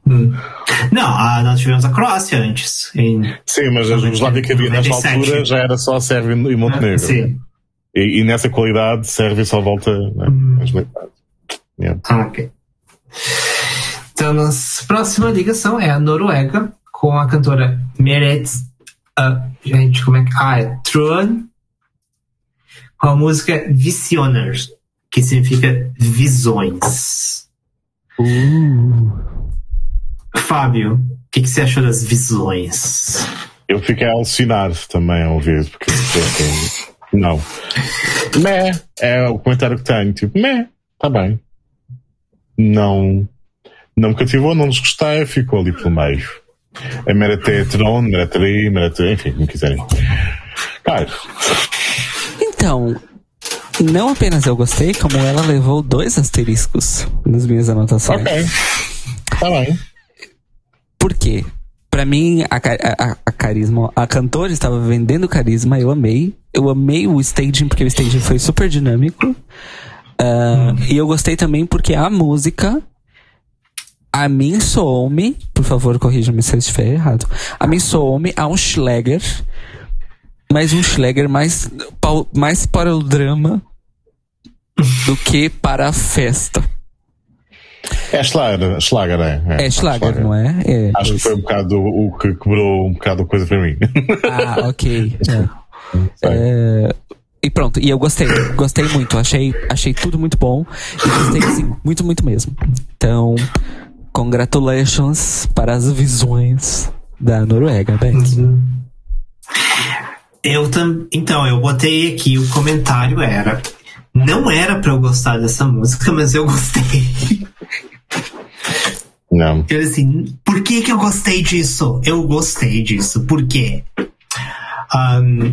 Hum. Não, a, nós tivemos a Croácia antes. Em... Sim, mas a Jugoslávia que havia nesta altura já era só a Sérvia e Montenegro. Sim. E, e nessa qualidade, Sérvia só volta né, hum. mais metade. Yeah. Ah, ok. Então, nossa próxima ligação é a Noruega, com a cantora Meret. Uh, gente, como é que. Ah, é Truan, com a música Visioner, que significa visões. Uh. Fábio, o que, que você achou das visões? Eu fiquei alucinado também ao ouvir, porque não. Mé, é o comentário que tenho, tipo, mé, tá bem. Não, não me cativou, não nos gostei, ficou ali pelo meio. A Merete Tron, Merete, Merete, enfim, como quiserem. Claro. Então, não apenas eu gostei, como ela levou dois asteriscos nas minhas anotações. Ok, tá bem. Por quê? Pra mim, a, a, a carisma, a cantora estava vendendo carisma, eu amei. Eu amei o staging, porque o staging foi super dinâmico. Uh, hum. E eu gostei também porque a música, a mim soou-me, por favor, corrija-me se eu estiver errado, a mim soou-me a um Schlager, mas um Schlager mais, mais para o drama do que para a festa. É Schlager, Schlager é. É, é Schlager, Schlager, não é? é Acho que foi um bocado o, o que quebrou um bocado a coisa para mim. Ah, ok. É. É, e pronto, e eu gostei, gostei muito, achei, achei tudo muito bom e gostei sim, muito, muito mesmo. Então, congratulations para as visões da Noruega, Beck. Uhum. Eu tam... Então, eu botei aqui, o comentário era, não era pra eu gostar dessa música, mas eu gostei. Não. Eu assim, por que que eu gostei disso? Eu gostei disso, por quê? Um,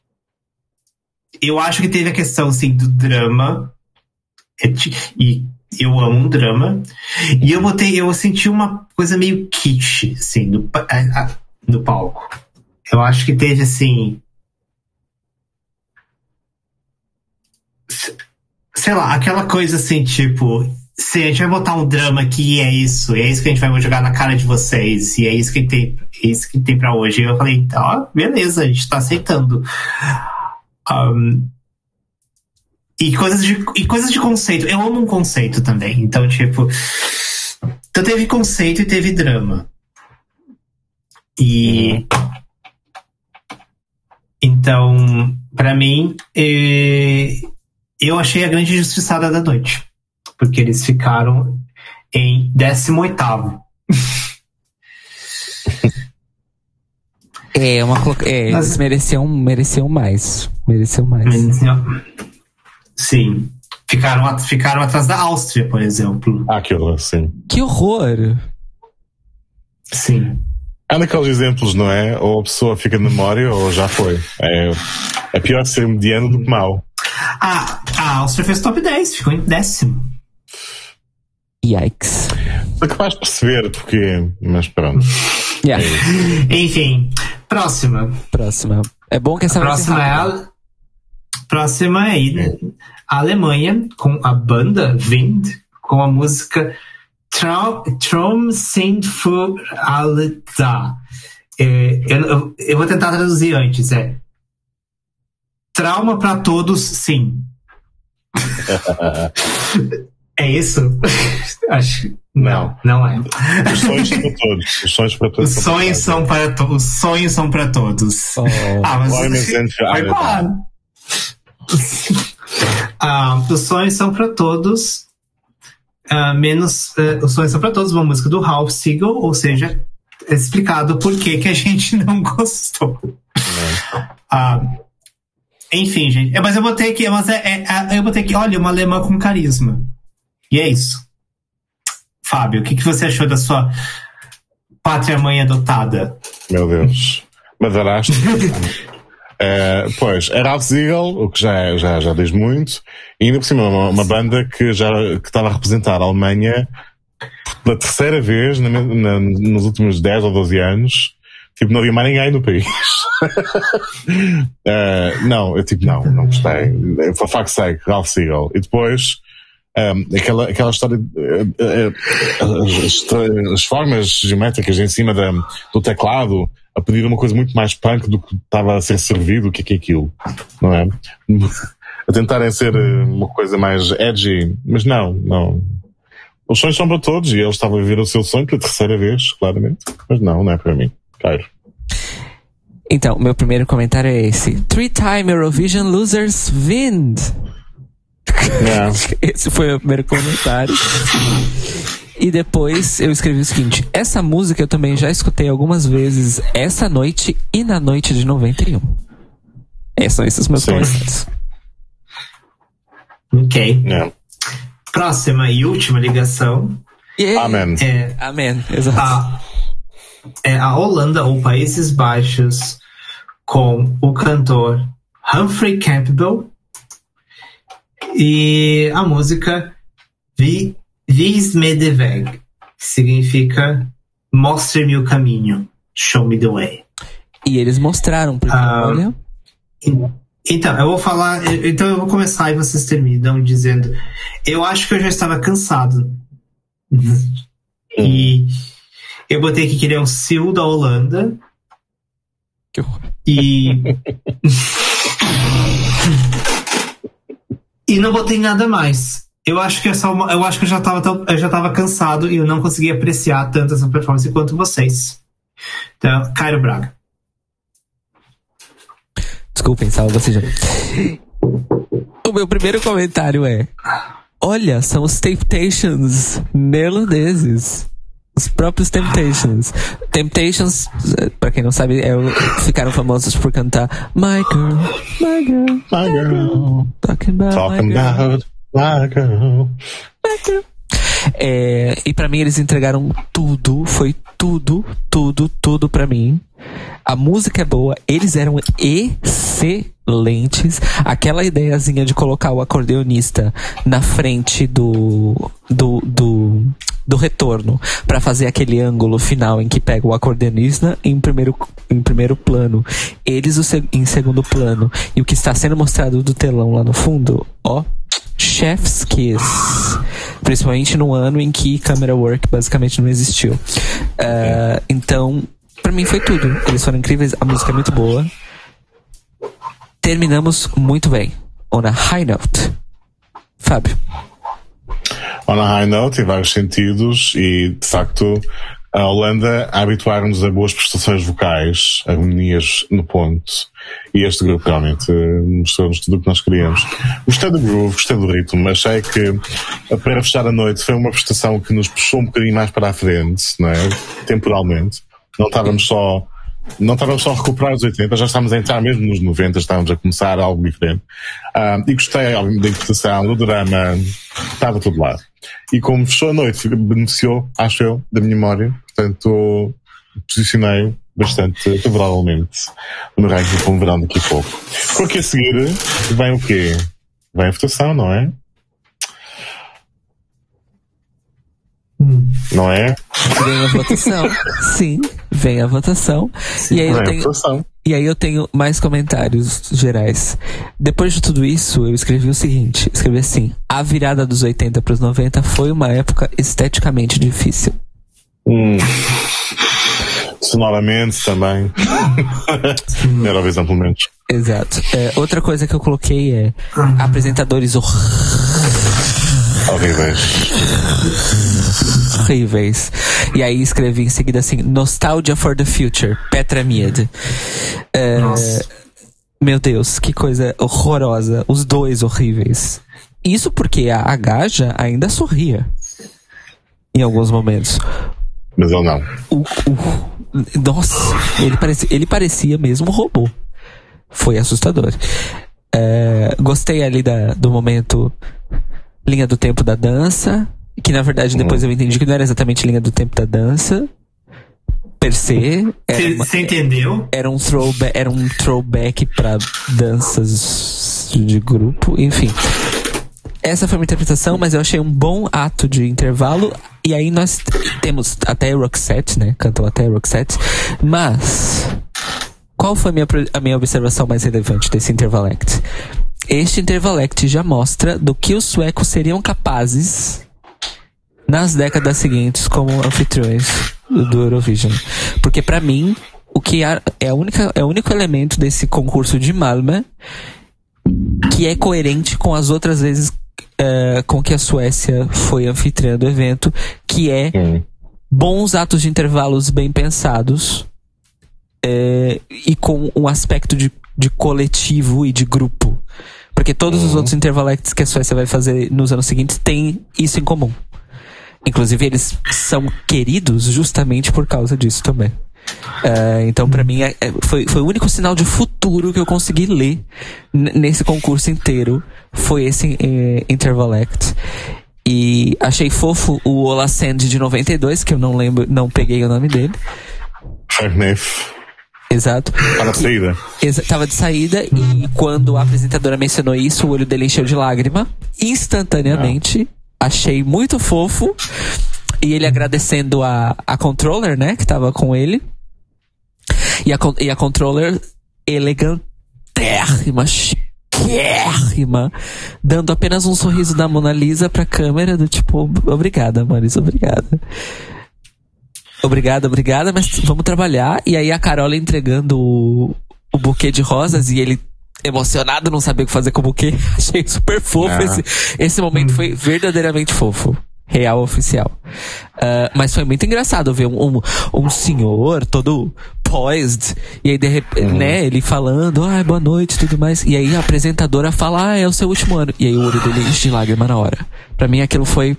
eu acho que teve a questão, assim, do drama, e eu amo um drama, e eu botei, eu senti uma coisa meio kitsch, assim, no, no palco. Eu acho que teve, assim, sei lá, aquela coisa assim, tipo, se a gente vai botar um drama aqui, é isso, é isso que a gente vai jogar na cara de vocês, e é isso que tem, é isso que tem pra hoje. E eu falei, então, ó, beleza, a gente tá aceitando. Um, e, coisas de, e coisas de conceito, eu amo um conceito também, então, tipo, então teve conceito e teve drama. E então, pra mim, eh, eu achei a grande injustiçada da noite. Porque eles ficaram em décimo oitavo. É, uma, é Mas, eles mereciam, mereciam mais. Mereciam mais. Sim. Ficaram, ficaram atrás da Áustria, por exemplo. Ah, que horror, sim. Que horror! Sim. É naqueles exemplos, não é? Ou a pessoa fica na memória ou já foi. É, é pior ser mediano do que mau. Ah, a Áustria fez top dez, ficou em décimo. Yikes. É capaz de perceber porque, mas pronto. Yeah. É Enfim, próxima. Próxima. É bom que essa a próxima é a próxima é né? a Alemanha com a banda Wind com a música Traum sind für alle da. É, eu, eu vou tentar traduzir antes. É trauma pra todos, sim. É isso? Acho não, não é. Os sonhos para todos. Os sonhos para todos. Os sonhos são para todos. Os sonhos são para todos. Oh. Ah, mas foi claro. Ah, os sonhos são para todos. Ah, menos uh, os sonhos são para todos. Uma música do Ralph Siegel, ou seja, é explicado por que que a gente não gostou. Não. Ah, enfim, gente. Mas eu botei aqui, mas é, é, eu botei aqui, olha, uma alemã com carisma. E é isso. Fábio, o que, que você achou da sua pátria-mãe adotada? Meu Deus. Madarasta. é, pois, era Ralph Siegel, o que já, já, já diz muito, e ainda por cima uma, uma banda que já que estava a representar a Alemanha pela terceira vez na, na, nos últimos dez ou doze anos. Tipo, não havia mais ninguém no país. uh, não, eu tipo, não, não gostei. For fuck's sake, Ralph Siegel. E depois Um, aquela, aquela história, uh, uh, as, as formas geométricas em cima da, do teclado, a pedir uma coisa muito mais punk do que estava a ser servido, o que é que é aquilo, não é? A tentarem ser uma coisa mais edgy, mas não, não. Os sonhos são para todos e ele estava a viver o seu sonho pela terceira vez, claramente, mas não, não é para mim. Cairo. Então, meu primeiro comentário é esse. Three-time Eurovision losers Vind. Yeah. Esse foi o meu primeiro comentário. E depois eu escrevi o seguinte: essa música eu também já escutei algumas vezes essa noite e na noite de noventa e um. Esses são esses meus Sim. comentários. Ok. Yeah. Próxima e última ligação. Yeah. Amém. É, Amém, exato. A, é a Holanda ou Países Baixos com o cantor Humphrey Campbell e a música Vi, Vis me de weg, que significa mostre-me o caminho, show me the way. E eles mostraram, porque ah, olha... Então, eu vou falar, então eu vou começar e vocês terminam dizendo, eu acho que eu já estava cansado. E eu botei aqui que ele é o Seal da Holanda. Que horror. E e não botei nada mais. Eu acho que é só uma, eu acho que eu já estava eu já estava cansado e eu não conseguia apreciar tanto essa performance quanto vocês. Então, Cairo Braga. Desculpem, salve você já. O meu primeiro comentário é: olha, são os Temptations neerlandeses. Os próprios Temptations. Temptations, pra quem não sabe, é o, ficaram famosos por cantar My Girl, My Girl, My Girl, Talking About, talking my girl. about My Girl. My girl. É, e pra mim eles entregaram tudo, foi tudo, tudo, tudo pra mim. A música é boa, eles eram excelentes. Aquela ideiazinha de colocar o acordeonista na frente do do, do, do retorno pra fazer aquele ângulo final em que pega o acordeonista em primeiro, em primeiro plano, eles o seg- em segundo plano, e o que está sendo mostrado do telão lá no fundo, ó, chef's kiss. Principalmente no ano em que camera work basicamente não existiu. Uh, então, pra mim foi tudo. Eles foram incríveis, a música é muito boa. Terminamos muito bem. On a high note. Fábio. On a high note, em vários sentidos, e de facto a Holanda a habituar-nos a boas prestações vocais, harmonias no ponto, e este grupo realmente mostrou-nos tudo o que nós queríamos. Gostei do groove, gostei do ritmo, achei que para fechar a noite foi uma prestação que nos puxou um bocadinho mais para a frente, não é? Temporalmente. Não estávamos só não estávamos só a recuperar os oitenta, já estávamos a entrar mesmo nos noventa, estávamos a começar algo diferente. Uh, e gostei da interpretação, do drama, estava tudo lá. E como fechou a noite, beneficiou, acho eu, da minha memória, portanto posicionei bastante favoravelmente no ranking para um verão daqui a pouco. Porque a seguir vem o quê? Vem a votação, não é? Não é? Vem a votação. Sim, vem a votação. Sim, e aí eu tenho, votação. E aí eu tenho mais comentários gerais. Depois de tudo isso, eu escrevi o seguinte, escrevi assim: a virada dos oitenta para os noventa foi uma época esteticamente difícil. Hum. Sonoramente também. Eurovisão, pelo menos. Exato. É, outra coisa que eu coloquei é apresentadores horríveis. Horríveis. Horríveis. E aí escrevi em seguida assim: Nostalgia for the Future, Petra Mied. É, meu Deus, que coisa horrorosa. Os dois horríveis. Isso porque a Gaja ainda sorria em alguns momentos. Mas eu não. O, o, nossa, ele parecia, ele parecia mesmo um robô. Foi assustador. É, gostei ali da, do momento linha do tempo da dança, que na verdade depois eu entendi que não era exatamente linha do tempo da dança per se. Você entendeu? Era um throwback, era um throwback pra danças de grupo, enfim. Essa foi uma interpretação, mas eu achei um bom ato de intervalo. E aí nós temos até Roxette, né? Cantou até Roxette. Mas qual foi a minha, a minha observação mais relevante desse interval act? este Intervalect já mostra do que os suecos seriam capazes nas décadas seguintes como anfitriões do Eurovision. Porque pra mim, o que é, a única, é o único elemento desse concurso de Malmö que é coerente com as outras vezes uh, com que a Suécia foi anfitriã do evento, que é hum. bons atos de intervalos bem pensados uh, e com um aspecto de, de coletivo e de grupo. Porque todos hum. os outros intervalects que a Suécia vai fazer nos anos seguintes têm isso em comum. Inclusive, eles são queridos justamente por causa disso também. Uh, então, pra mim, é, foi, foi o único sinal de futuro que eu consegui ler n- nesse concurso inteiro. Foi esse eh, Intervalect. E achei fofo o Ola Sand de noventa e dois, que eu não lembro, não peguei o nome dele. Farnef. Exato. Tava de saída. Exa- tava de saída, e quando a apresentadora mencionou isso, o olho dele encheu de lágrima. Instantaneamente. Ah. Achei muito fofo. E ele agradecendo a, a controller, né, que tava com ele. E a, e a controller elegantérrima, chiquérrima, dando apenas um sorriso da Mona Lisa pra câmera, do tipo, obrigada, Marisa, obrigada. Obrigada, obrigada, mas vamos trabalhar. E aí a Carola entregando o, o buquê de rosas e ele emocionado, não sabia o que fazer com o buquê. Achei super fofo. Ah. Esse, esse momento foi verdadeiramente fofo. Real oficial. Uh, mas foi muito engraçado ver um, um, um senhor todo poised, e aí de repente, uhum. né, ele falando, ah, boa noite e tudo mais, e aí a apresentadora fala, ah, é o seu último ano, e aí o olho dele enche de lágrima na hora. Pra mim aquilo foi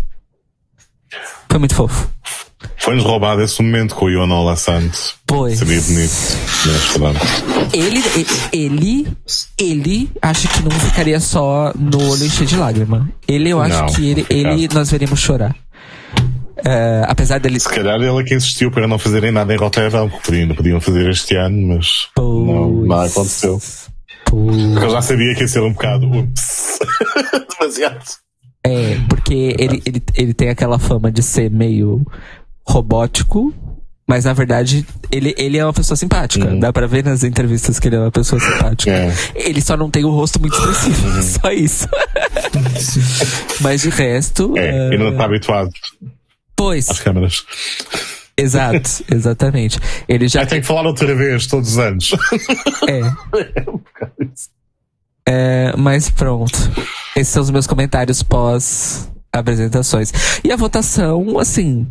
foi muito fofo. Foi-nos roubado esse momento com o Ion Ola Santos. Pois. Seria bonito. Ele, ele, ele, acho que não ficaria só no olho encher de lágrima. Ele, eu acho não, que ele, ele, nós veríamos chorar. Uh, apesar dele... Se calhar ele é que insistiu para não fazerem nada em Rotterdam, porque podiam, podiam fazer este ano, mas pois. não, nada aconteceu. Pois. Eu já sabia que ia ser um bocado ups. Demasiado. É, porque ele, ele, ele tem aquela fama de ser meio robótico, mas na verdade ele, ele é uma pessoa simpática. Uhum. Dá pra ver nas entrevistas que ele é uma pessoa simpática. É. Ele só não tem o rosto muito expressivo. Uhum. Só isso. Mas de resto... É, uh... ele não tá habituado pois. às câmeras. Exato, exatamente. Ele já tem... tem que falar outra vez, todos os anos. É. É, mas pronto. Esses são os meus comentários pós apresentações. E a votação, assim,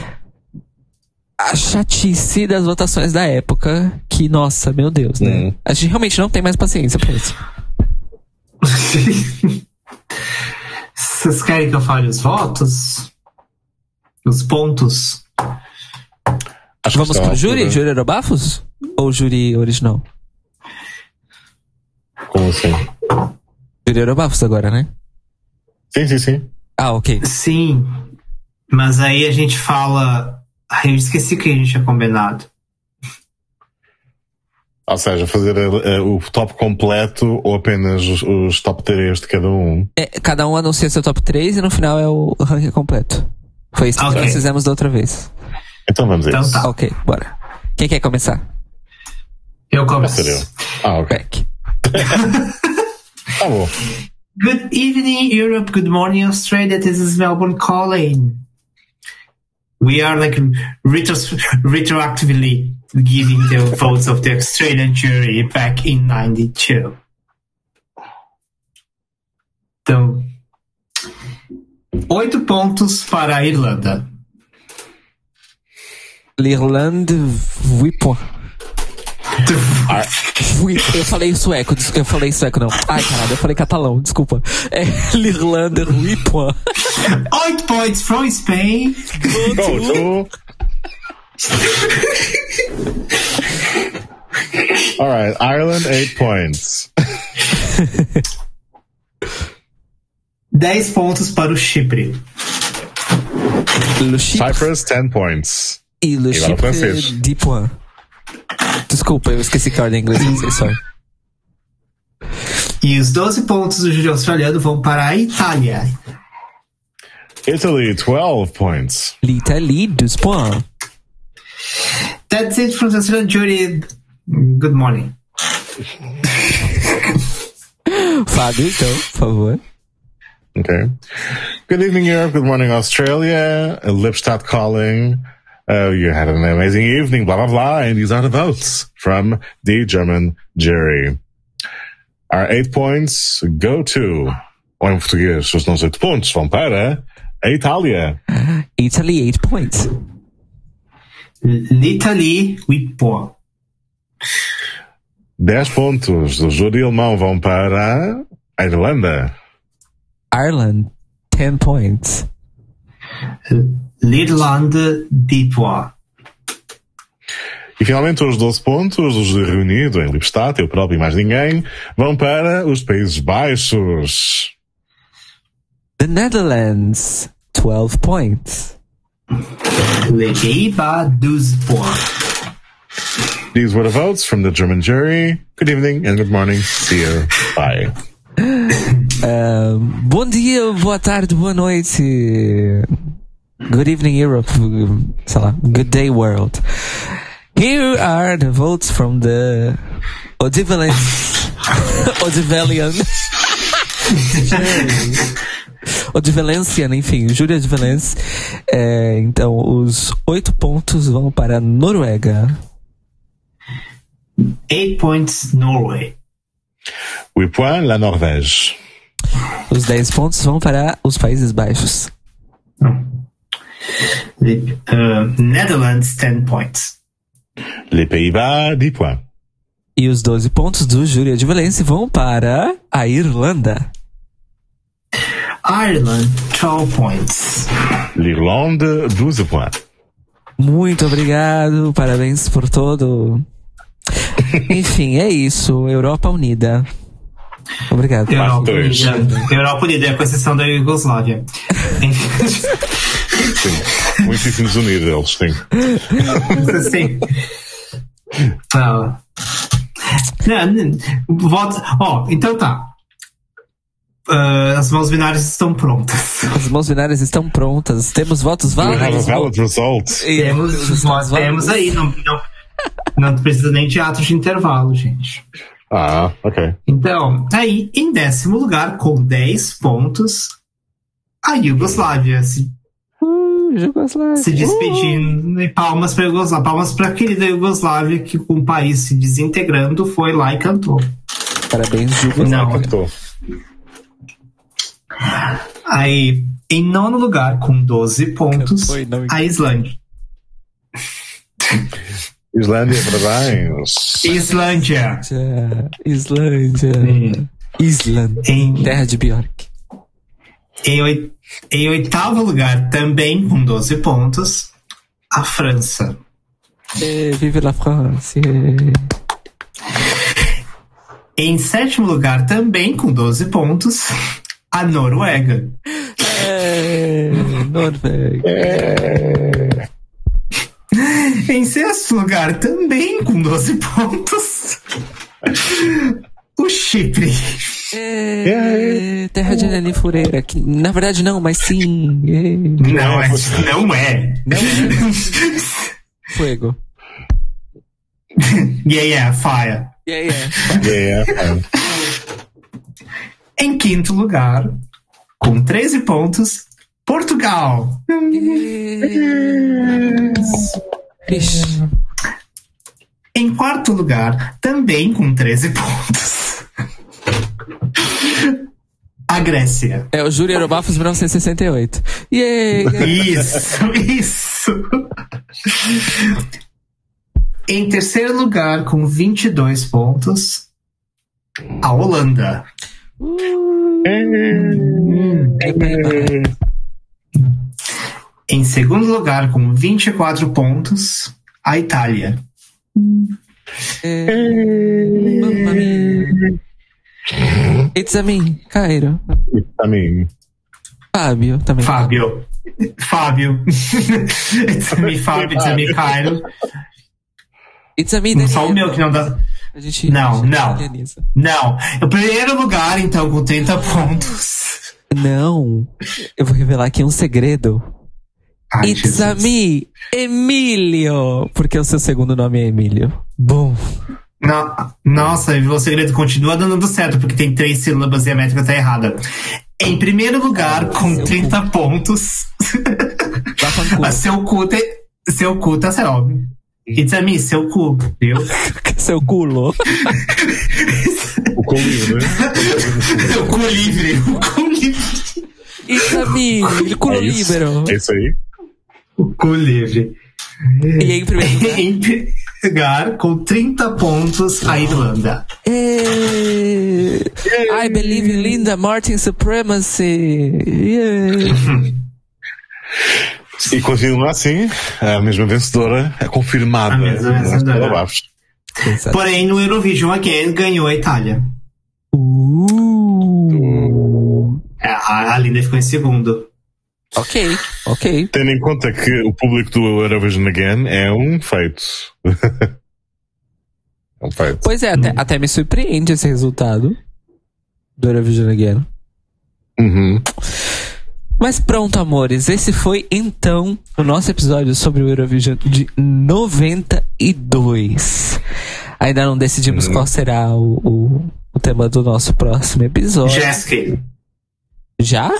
a chatice das votações da época, que, nossa, meu Deus, né? Hum. A gente realmente não tem mais paciência pra isso. Vocês querem que eu fale os votos? Os pontos? Acho Vamos pro júri? Né? Júri Aerobafos? Ou júri original? Como assim? Júri Aerobafos agora, né? Sim, sim, sim. Ah, ok. Sim, mas aí a gente fala... Ai, eu esqueci o que a gente tinha combinado. Ou seja, fazer uh, o top completo ou apenas os, os top três de cada um? É, cada um anuncia seu top três e no final é o ranking completo. Foi isso okay. que nós fizemos da outra vez. Então vamos a então, isso. Tá. Ok, bora. Quem quer começar? Eu começo. Eu. Ah, ok. Back. Tá bom. Good evening, Europe. Good morning, Australia. This is Melbourne calling. We are like retros- retroactively giving the votes of the Australian jury back in ninety-two. Então, oito pontos para a Irlanda. L'Irlande, huit points. Eu falei sueco, eu falei sueco não. Ai, caralho, eu falei catalão, desculpa. É l'Irlande, huit points. Oito points from Spain. Go to. Alright, Ireland, eight points. Dez pontos para o Chipre. Le Chipre. Cyprus, ten points. E Le Chipre, dix points. Desculpa, eu esqueci que a ordem em inglês, não sei, sorry. E os doze pontos do júri australiano vão para a Itália. Italy, twelve points. L'Italie, douze points. That's it from the Australian jury. Good morning. Fábio, então, por favor. Okay. Good evening, Europe. Good morning, Australia. Lipstadt calling. Uh, you had an amazing evening, blah, blah, blah. And these are the votes from the German jury. Our eight points go to, ou em português, os nossos oito pontos vão para a Itália. Italy, eight points. L'Italie, huit points. dez pontos do júri alemão vão para a Irlanda. Ireland, ten points. L'Irlande, dix points. E finalmente os doze pontos do júri reunido em Lipstadt, eu próprio e mais ninguém, vão para os Países Baixos. The Netherlands, twelve points. Les Pays-Bas, douze points. These were the votes from the German jury. Good evening and good morning. See you. Bye. Uh, bom dia, boa tarde, boa noite. Good evening, Europe. Sei lá, good day, world. Here are the votes from the Odivalian Odivalian Odivalencian, enfim, Júlia de Valence. É, então, os oito pontos vão para a Noruega. Eight points, Norway. huit points, la Norvège. Os dez pontos vão para os Países Baixos. The, uh, Netherlands, ten points. Les Pays-Bas, dix points. E os doze pontos do Júlia de Valence vão para a Irlanda. Ireland, twelve points. L'Irlande, douze points. Muito obrigado, parabéns por todo. Enfim, é isso. Europa Unida. Obrigado. Europa Unida. Europa Unida, com exceção da Iugoslávia. Sim, muitíssimos unidos eles, sim. Sim. Ah. Voto. Ó, oh, então tá. Uh, as mãos binárias estão prontas. As mãos binárias estão prontas. Temos votos válidos. Valid results. Temos, nós temos aí. Não, não, não precisa nem de atos de intervalo, gente. Ah, ok. Então, aí, em décimo lugar, com dez pontos, a Iugoslávia se, uh, Iugoslávia. se despedindo. Uh. E palmas para a Iugoslávia. Palmas para a querida Iugoslávia, que com o país se desintegrando foi lá e cantou. Parabéns, Iugoslávia. Não, cantou. Aí, em nono lugar, com doze pontos, Foi, não... a Islândia. Islândia, parabéns. Islândia. Islândia. Hum. Islândia. Em... Terra de Björk. Em, oit... em oitavo lugar, também com doze pontos, a França. E, vive la France. Em sétimo lugar, também com doze pontos, a Noruega. É, Noruega. É. Em sexto lugar, também com doze pontos, o Chipre. É, terra de Eleni Fureira. Que, na verdade, não, mas sim. É. Não, é, não é. Não é. Fuego. Yeah, yeah, fire. Yeah, yeah. Yeah, yeah. Em quinto lugar, com treze pontos, Portugal. Ixi. Em quarto lugar, também com treze pontos, a Grécia. É o Júri Eurobafos mil novecentos e sessenta e oito. Yeah. Isso, isso. Em terceiro lugar, com vinte e dois pontos, a Holanda. Uh, em segundo lugar, com vinte e quatro pontos, a Itália. Mamma mia. It's a me, Cairo. It's a me. Fábio também. Fábio. Fábio. It's a me, Fábio. It's a me, Cairo. It's a me, Daniel. Só o meu que não dá. A gente, não, a gente não. organiza. Não. O primeiro lugar, então, com trinta pontos. Não. Eu vou revelar aqui um segredo. Ai, It's Jesus. a me, Emílio. Porque o seu segundo nome é Emílio. Bom. Não, nossa, o segredo continua dando certo, porque tem três sílabas e a métrica tá errada. Em primeiro lugar, com trinta pontos. seu cu tem, seu cu tá certo. It's a me, seu cu, viu? Seu culo. O cu livre. O cu livre. O cu livre. It's a me, o cu é libero. É isso aí. O cu livre. E em primeiro lugar? Em primeiro lugar, com trinta pontos, a Irlanda. E... I believe in Linda Martin supremacy. Yeah. E continua assim, a mesma vencedora é confirmada. A mesma vencedora. Porém, no Eurovision Again ganhou a Itália. Uh. A, a Linda ficou em segundo. Ok, ok. Tendo em conta que o público do Eurovision Again é um feito. É um feito. Pois é, até, até me surpreende esse resultado do Eurovision Again. Uhum. Mas pronto, amores, esse foi então o nosso episódio sobre o Eurovision de noventa e dois. Ainda não decidimos uhum. qual será o, o, o tema do nosso próximo episódio. Jessica. Já?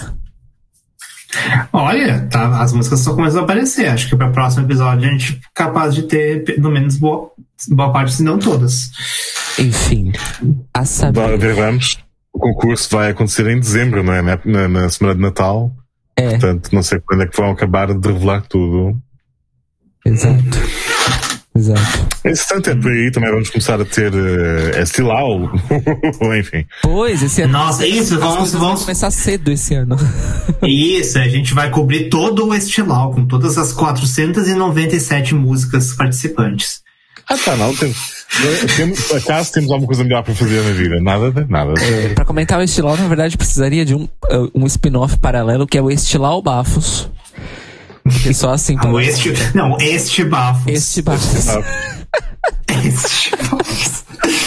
Olha, tá, as músicas estão começando a aparecer. Acho que para o próximo episódio a gente é capaz de ter pelo menos boa, boa parte, se não todas. Enfim, a saber. Vamos. O concurso vai acontecer em dezembro, não é? Na, na, na semana de Natal. É. Portanto, não sei quando é que vão acabar de revelar tudo. Exato. Exato. Esse tanto tempo aí também vamos começar a ter uh, Estilau. Enfim. Pois, esse ano. Nossa, isso, vamos, vamos começar cedo esse ano. Isso, a gente vai cobrir todo o Estilau, com todas as quatrocentas e noventa e sete músicas participantes. Ah, tá, não. Temos, temos, acaso temos alguma coisa melhor para fazer na vida? Nada, nada. É, para comentar o Estilau, na verdade, precisaria de um, um spin-off paralelo que é o Estilau Bafos. Porque só assim. Não, pra... este, não, este Bafos. Este Bafos. Este Bafos.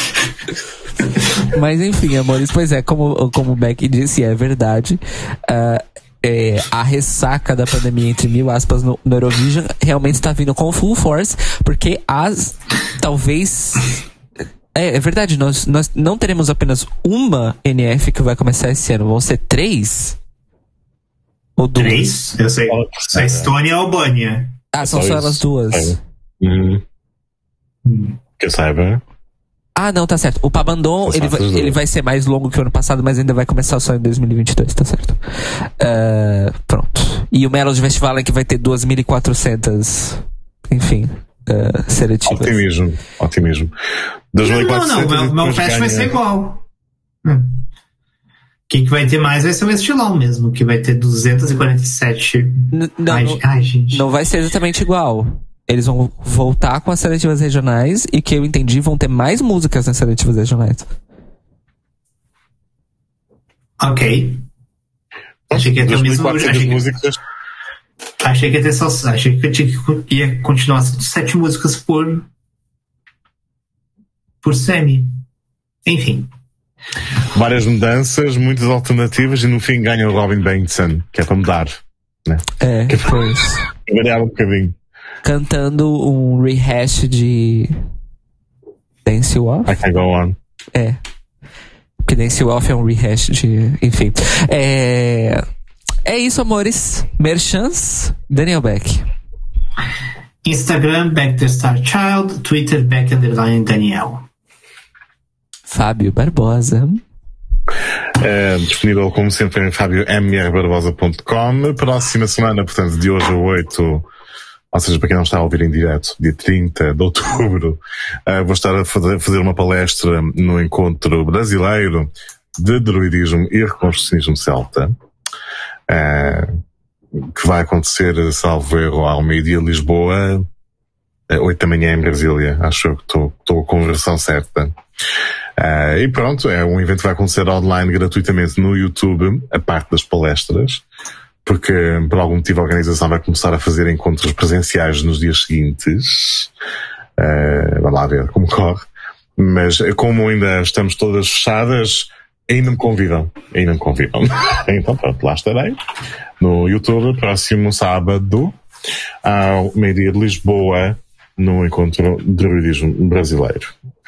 Mas enfim, amores, pois é, como, como o Beck disse, é verdade. Uh, é, a ressaca da pandemia, entre mil aspas, no, no Eurovision realmente está vindo com full force, porque as talvez. É, é verdade, nós, nós não teremos apenas uma N F que vai começar esse ano, vão ser três. Ou duas? Três? Eu sei. A Estônia e a Albânia. Ah, são só, só elas duas. Uhum. Que eu saiba. Ah, não, tá certo. O Pabandon, ele vai, ele vai ser mais longo que o ano passado, mas ainda vai começar só em dois mil e vinte e dois, tá certo. Uh, pronto. E o Melody Festival é que vai ter duas mil e quatrocentas, enfim, uh, seletivas. Otimismo, otimismo. Não, não, não, o meu fest vai ser igual. Hum. Quem que vai ter mais vai ser o Estilau mesmo, que vai ter duzentas e quarenta e sete. N- não, ai, não, ai, gente. Não vai ser exatamente igual. Eles vão voltar com as seletivas regionais e, que eu entendi, vão ter mais músicas nas seletivas regionais. Ok. Achei que ia ter o mesmo... Achei músicas. Que, achei que ia ter só... Achei que eu tinha que ia continuar sendo sete músicas por... por semi. Enfim. Várias mudanças, muitas alternativas e no fim ganha o Robin Benson, que é para mudar, né? É, que é para pois. variar um bocadinho. Cantando um rehash de Dance You Off. I Can Go On. É. Porque Dance You Off é um rehash de... Enfim. É, é isso, amores. Merchants, Daniel Beck. Instagram, Beck the Star Child. Twitter, Beck Underline Daniel. Fábio Barbosa. É, disponível como sempre em fábio m r barbosa ponto com. Próxima semana, portanto, de hoje a oito, ou seja, para quem não está a ouvir em direto, dia trinta de outubro, uh, vou estar a fazer uma palestra no encontro brasileiro de druidismo e reconstrucionismo celta, uh, que vai acontecer, salvo erro, ao meio-dia em Lisboa, oito da manhã em Brasília. Acho que estou com a versão certa. Uh, e pronto, é um evento que vai acontecer online gratuitamente no YouTube, a parte das palestras, porque por algum motivo a organização vai começar a fazer encontros presenciais nos dias seguintes. Uh, vai lá ver como corre. Mas como ainda estamos todas fechadas, ainda me convidam. Ainda me convidam. Então pronto, lá estarei. No YouTube, próximo sábado, ao meio-dia de Lisboa, no encontro de druidismo brasileiro.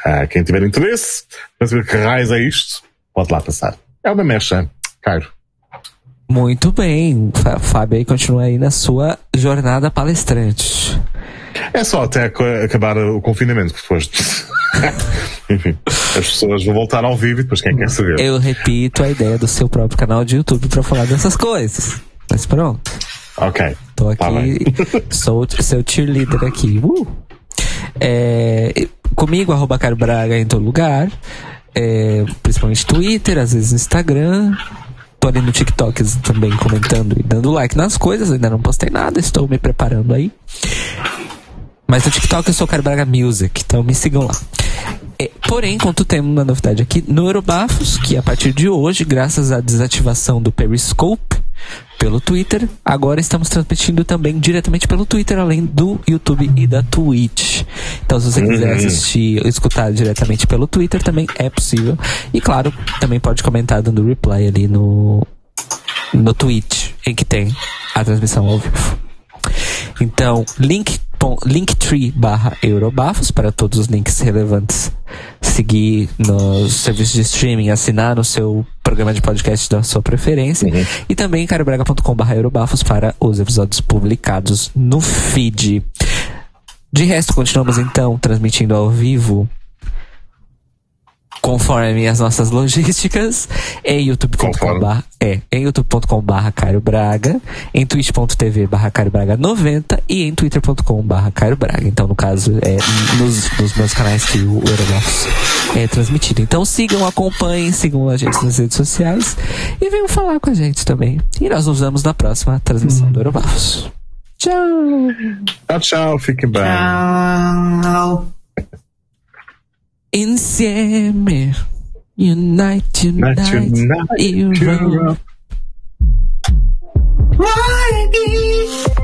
Uh, quem tiver interesse para saber que raios é isto, pode lá passar. É uma mecha, caro. Muito bem, Fábio aí continua aí na sua jornada palestrante. É só até acabar o confinamento, depois. Enfim, as pessoas vão voltar ao vivo e depois quem quer saber. Eu repito a ideia do seu próprio canal de YouTube para falar dessas coisas. Mas pronto. Ok. Tô aqui, tá sou seu cheerleader aqui. Uh! É, comigo, arroba Caio Braga em todo lugar. É, principalmente Twitter, às vezes Instagram. Tô ali no TikTok também comentando e dando like nas coisas. Ainda não postei nada, estou me preparando aí. Mas no TikTok eu sou Caio Braga Music, então me sigam lá. É, porém, conto temos uma novidade aqui no Eurobafos, que a partir de hoje, graças à desativação do Periscope pelo Twitter, agora estamos transmitindo também diretamente pelo Twitter, além do YouTube e da Twitch. Então, se você uhum. quiser assistir ou escutar diretamente pelo Twitter, também é possível. E claro, também pode comentar dando reply ali no, no Twitch, em que tem a transmissão ao vivo. Então, link linktree barra Eurobafos para todos os links relevantes. Seguir nos serviços de streaming, assinar no seu programa de podcast da sua preferência. Uhum. E também caio braga ponto com barra Eurobafos para os episódios publicados no feed. De resto, continuamos então transmitindo ao vivo conforme as nossas logísticas, em youtube ponto com barra é, em youtube ponto com barra Caio Braga, em twitch ponto tv barra Caio Braga noventa e em twitter ponto com barra Caio Braga. Então, no caso, é nos, nos meus canais que o Eurobafos é transmitido. Então, sigam, acompanhem, sigam a gente nas redes sociais e venham falar com a gente também. E nós nos vemos na próxima transmissão do Eurobafos. Tchau! Tchau, tchau, fiquem bem. Tchau! Insieme, unite, unite, unite Europe. Europe.